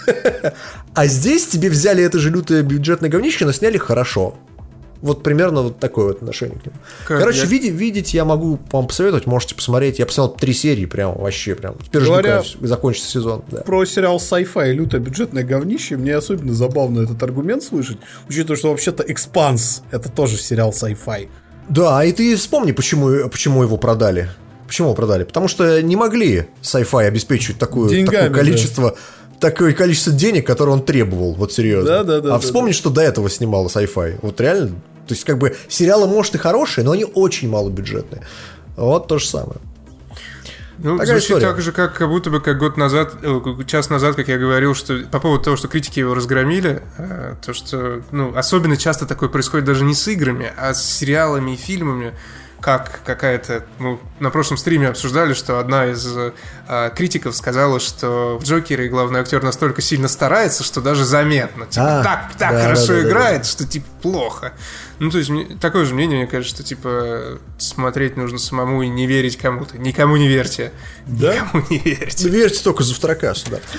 А здесь тебе взяли это же лютое бюджетное говнище, но сняли хорошо. Вот примерно вот такое вот отношение к нему. Как Короче, я... видеть, видеть я могу вам посоветовать, можете посмотреть. Я посмотрел три серии, прям вообще прям. Теперь жду, когда закончится сезон. Да. Про сериал Sci-Fi лютое бюджетное говнище, мне особенно забавно этот аргумент слышать, учитывая, что вообще-то «Экспанс» — это тоже сериал Sci-Fi. Да, и ты вспомни, почему, почему его продали. Почему его продали? Потому что не могли Sci-Fi обеспечивать такую, Деньгами, такое количество... Да. Такое количество денег, которое он требовал, вот серьезно. Да, да, да, а вспомни, да, что до этого снимала Sci-Fi. Вот реально, то есть, как бы, сериалы, может, и хорошие, но они очень малобюджетные. Вот то же самое. Ну, Такая звучит история. Так же, как, как будто бы как год назад, час назад, как я говорил, что по поводу того, что критики его разгромили, то, что, ну, особенно часто такое происходит даже не с играми, а с сериалами и фильмами. Как какая-то... Ну, на прошлом стриме обсуждали, что одна из э, критиков сказала, что в «Джокере» главный актер настолько сильно старается, что даже заметно. Типа, а, так, так да, хорошо да, да, играет, да, да. что, типа, плохо. Ну, то есть, мне, такое же мнение, мне кажется, что, типа, смотреть нужно самому и не верить кому-то. Никому не верьте. Да? Никому не верьте. Да верьте только за второкассу, да.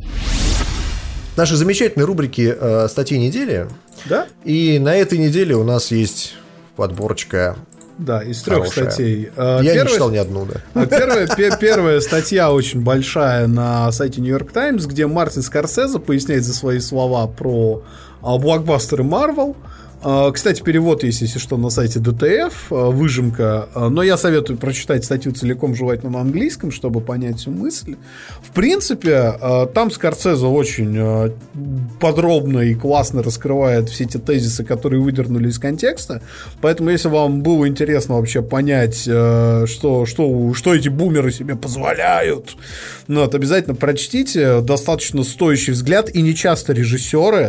Наши замечательные рубрики э, «Статьи недели». Да? И на этой неделе у нас есть подборочка... Да, из трех Хорошая. статей. Я первая, не читал ни одну, да. Первая, первая статья очень большая на сайте New York Times, где Мартин Скорсезе поясняет за свои слова про блокбастеры Marvel. Кстати, перевод есть, если что, на сайте ди ти эф, выжимка. Но я советую прочитать статью целиком, желательно на английском, чтобы понять всю мысль. В принципе, там Скорсезе очень подробно и классно раскрывает все эти тезисы, которые выдернули из контекста. Поэтому, если вам было интересно вообще понять, что, что, что эти бумеры себе позволяют, ну, вот, обязательно прочтите. Достаточно стоящий взгляд. И не часто режиссеры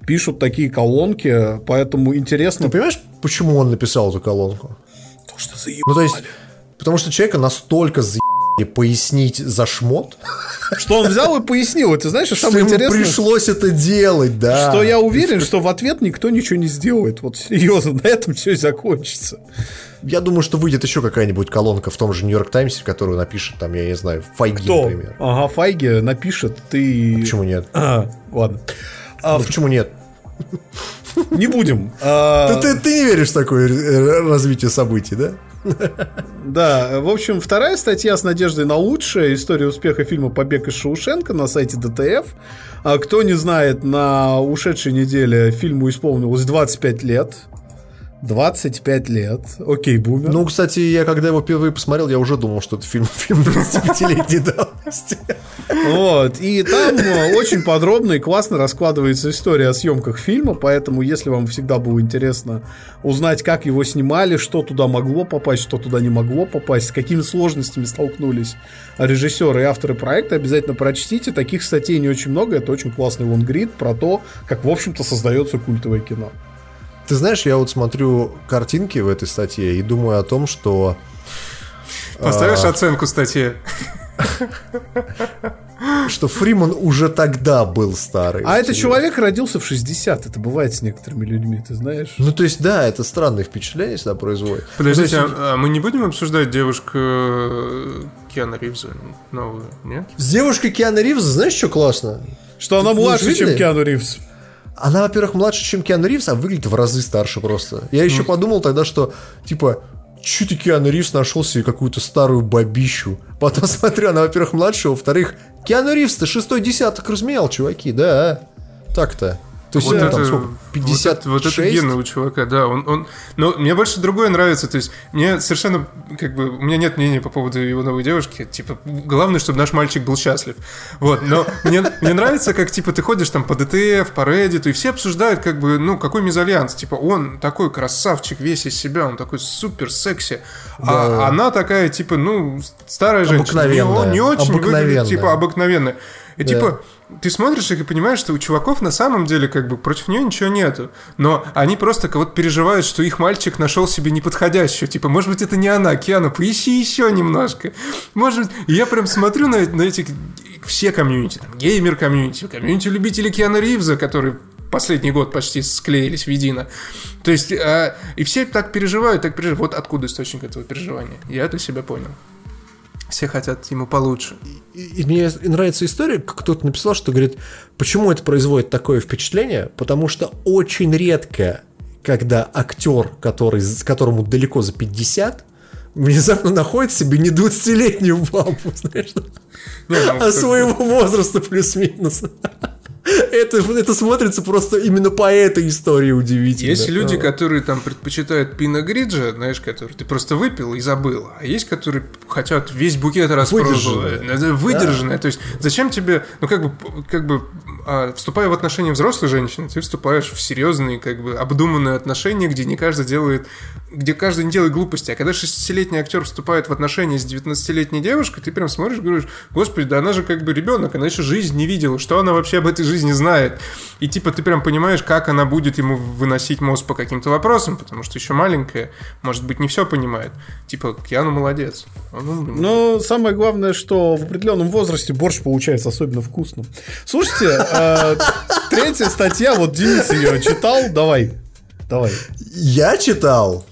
пишут такие колонки, поэтому интересно... Ты понимаешь, почему он написал эту колонку? То, что заебали. Ну, то есть, потому что человека настолько заебали пояснить за шмот, что он взял и пояснил. Это, знаешь, что самое ему интересное, пришлось это делать, да. Что я уверен, что в ответ никто ничего не сделает. Вот серьезно, на этом все и закончится. Я думаю, что выйдет еще какая-нибудь колонка в том же Нью-Йорк Таймсе, которую напишет, там, я не знаю, Файги, Кто? например. Ага, Файги напишет, ты... Почему нет? А, ладно. А, ну, почему нет? Не будем. А... Ты, ты, ты не веришь в такое развитие событий, да? Да, в общем, вторая статья с надеждой на лучшее. История успеха фильма «Побег из Шоушенка» на сайте ди ти эф. А кто не знает, на ушедшей неделе фильму исполнилось двадцать пять лет. двадцать пять лет. Окей, бумер. Ну, кстати, я когда его впервые посмотрел, я уже думал, что это фильм, фильм двадцатипятилетней давности. Вот. И там очень подробно и классно раскладывается история о съемках фильма, поэтому, если вам всегда было интересно узнать, как его снимали, что туда могло попасть, что туда не могло попасть, с какими сложностями столкнулись режиссеры и авторы проекта, обязательно прочтите. Таких статей не очень много. Это очень классный лонгрид про то, как, в общем-то, создается культовое кино. Ты знаешь, я вот смотрю картинки в этой статье и думаю о том, что... Поставишь а... оценку статье? Что Фриман уже тогда был старый. А этот человек родился в шестьдесят. Это бывает с некоторыми людьми, ты знаешь. Ну, то есть, да, это странное впечатление всегда производит. Подождите, есть... а, а мы не будем обсуждать девушку Киану Ривза новую, нет? С девушкой Киану Ривза, знаешь, что классно? Что она младше, чем Киану Ривз. Она, во-первых, младше, чем Киану Ривз, а выглядит в разы старше просто. Я еще mm. подумал тогда, что, типа, чё ты, Киану Ривз нашел себе какую-то старую бабищу. Потом смотрю, она, во-первых, младше, во-вторых, Киану Ривз-то шестой десяток разменял, чуваки, да. Так-то. То есть, вот ну, это, там сколько, пятьдесят шесть? Вот, вот это гены у чувака, да. Он, он, но мне больше другое нравится. То есть, мне совершенно, как бы, у меня нет мнения по поводу его новой девушки. Типа, главное, чтобы наш мальчик был счастлив. Вот, но мне, мне нравится, как, типа, ты ходишь там по ди ти эф, по Reddit, и все обсуждают, как бы, ну, какой мезальянс. Типа, он такой красавчик, весь из себя, он такой супер секси. Да. А она такая, типа, ну, старая женщина. Не, не очень выглядит, типа, обыкновенная. И, да. типа, ты смотришь их и понимаешь, что у чуваков на самом деле как бы против нее ничего нету. Но они просто кого-то переживают, что их мальчик нашел себе неподходящую. Типа, может быть, это не она, Киану, поищи еще немножко. Может быть, и я прям смотрю на, на эти все комьюнити, там, геймер-комьюнити, комьюнити любителей Киану Ривза, которые последний год почти склеились воедино. То есть, а, и все так переживают, так переживают. Вот откуда источник этого переживания. Я для себя понял. Все хотят ему получше. И, и мне нравится история, кто-то написал, что говорит, почему это производит такое впечатление, потому что очень редко, когда актер, который, которому далеко за пятьдесят, внезапно находит себе не двадцатилетнюю бабу, знаешь, не, ну, а своего возраста плюс-минус. Это, это смотрится просто именно по этой истории удивительно. Есть люди, которые там предпочитают Пино Гриджо, знаешь, который ты просто выпил и забыл. А есть, которые хотят весь букет распробовать. Выдержанное. Выдержанное. Да. То есть, зачем тебе, ну, как бы, как бы а, вступая в отношения взрослой женщины, ты вступаешь в серьезные, как бы, обдуманные отношения, где не каждый делает, где каждый не делает глупости. А когда шестидесятилетний актер вступает в отношения с девятнадцатилетней девушкой, ты прям смотришь и говоришь, господи, да она же как бы ребенок, она еще жизнь не видела, что она вообще об этой жизни знает. И типа ты прям понимаешь, как она будет ему выносить мозг по каким-то вопросам, потому что еще маленькая, может быть, не все понимает. Типа, Киану молодец. Ну, самое главное, что в определенном возрасте борщ получается особенно вкусным. Слушайте, третья статья, вот Денис ее читал, давай. Давай. Я читал.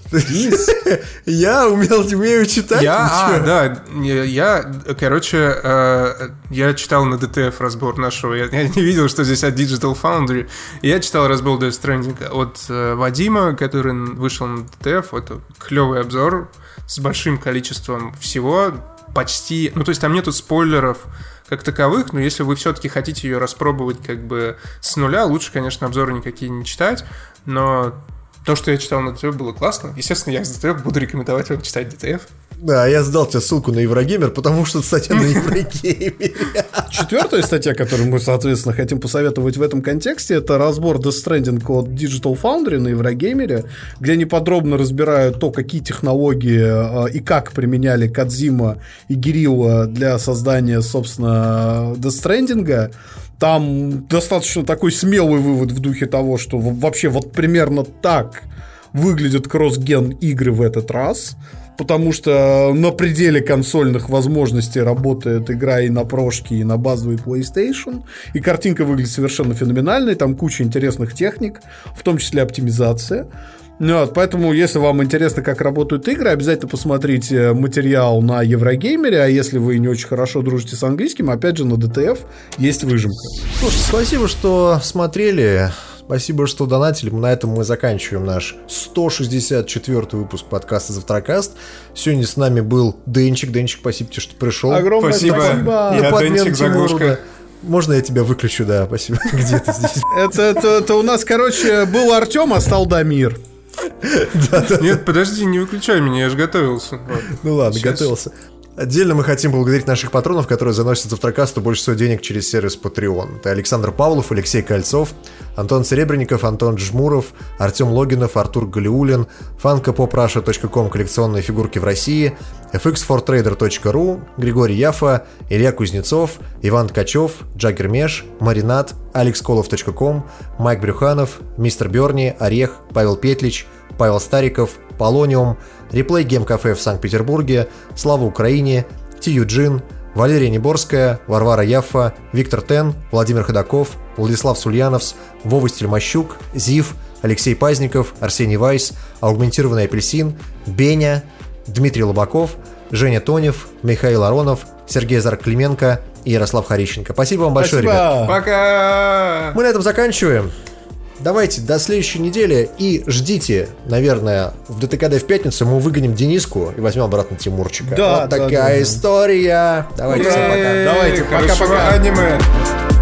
Я умел, умею читать. Я, а, да, я, короче, э, я читал на ди ти эф разбор нашего. Я, я не видел, что здесь от Digital Foundry. Я читал разбор Death Stranding от э, Вадима, который вышел на ди ти эф. Это клевый обзор с большим количеством всего. Почти, ну то есть там нету спойлеров как таковых, но если вы все-таки хотите ее распробовать как бы с нуля, лучше, конечно, обзоры никакие не читать, но то, что я читал на ди ти эф, было классно. Естественно, я с ди ти эф буду рекомендовать вам читать ди ти эф. Да, я сдал тебе ссылку на Еврогеймер, потому что статья на Еврогеймере. Четвертая статья, которую мы, соответственно, хотим посоветовать в этом контексте, это разбор Death Stranding от Digital Foundry на Еврогеймере, где они подробно разбирают то, какие технологии э, и как применяли Кодзима и Гирилла для создания, собственно, Death Stranding. Там достаточно такой смелый вывод в духе того, что вообще вот примерно так выглядят кросс-ген игры в этот раз. Потому что на пределе консольных возможностей работает игра и на прошке, и на базовый PlayStation. И картинка выглядит совершенно феноменальной. Там куча интересных техник, в том числе оптимизация. Вот, поэтому, если вам интересно, как работают игры, обязательно посмотрите материал на Еврогеймере. А если вы не очень хорошо дружите с английским, опять же, на ди ти эф есть выжимка. Слушай, спасибо, что смотрели. Спасибо, что донатили. На этом мы заканчиваем наш сто шестьдесят четвёртый выпуск подкаста «Завтракаст». Сегодня с нами был Денчик. Денчик, спасибо тебе, что пришел. Огромное спасибо. спасибо. Я Денчик, заглушка. Можно я тебя выключу, да, спасибо. Где ты здесь? Это, это, это у нас, короче, был Артем, а стал Дамир. Нет, подожди, не выключай меня, я же готовился. Ну ладно, готовился. Отдельно мы хотим благодарить наших патронов, которые заносят Завтракасту больше всего денег через сервис Patreon. Это Александр Павлов, Алексей Кольцов, Антон Серебренников, Антон Жмуров, Артем Логинов, Артур Галиулин, фанко поп раша точка ком коллекционные фигурки в России, эф икс фор трейдер точка ру, Григорий Яфа, Илья Кузнецов, Иван Ткачев, Джаггер Меш, Маринад, алекс колов точка ком, Майк Брюханов, Мистер Берни, Орех, Павел Петлич, Павел Стариков, Полониум, Реплей Гейм Кафе в Санкт-Петербурге, Слава Украине, Ти Юджин, Валерия Неборская, Варвара Яффа, Виктор Тен, Владимир Ходаков, Владислав Сульяновс, Вова Стельмощук, Зив, Алексей Пазников, Арсений Вайс, Аугментированный апельсин, Беня, Дмитрий Лобаков, Женя Тонев, Михаил Аронов, Сергей Зарк-Клименко и Ярослав Харищенко. Спасибо вам большое, Спасибо. ребят. Пока! Мы на этом заканчиваем. Давайте до следующей недели и ждите, наверное, в ДТКД в пятницу мы выгоним Дениску и возьмем обратно Тимурчика. Да, вот да, такая да, да. история. Давайте, всем пока. Давайте, Хорошего пока-пока. аниме.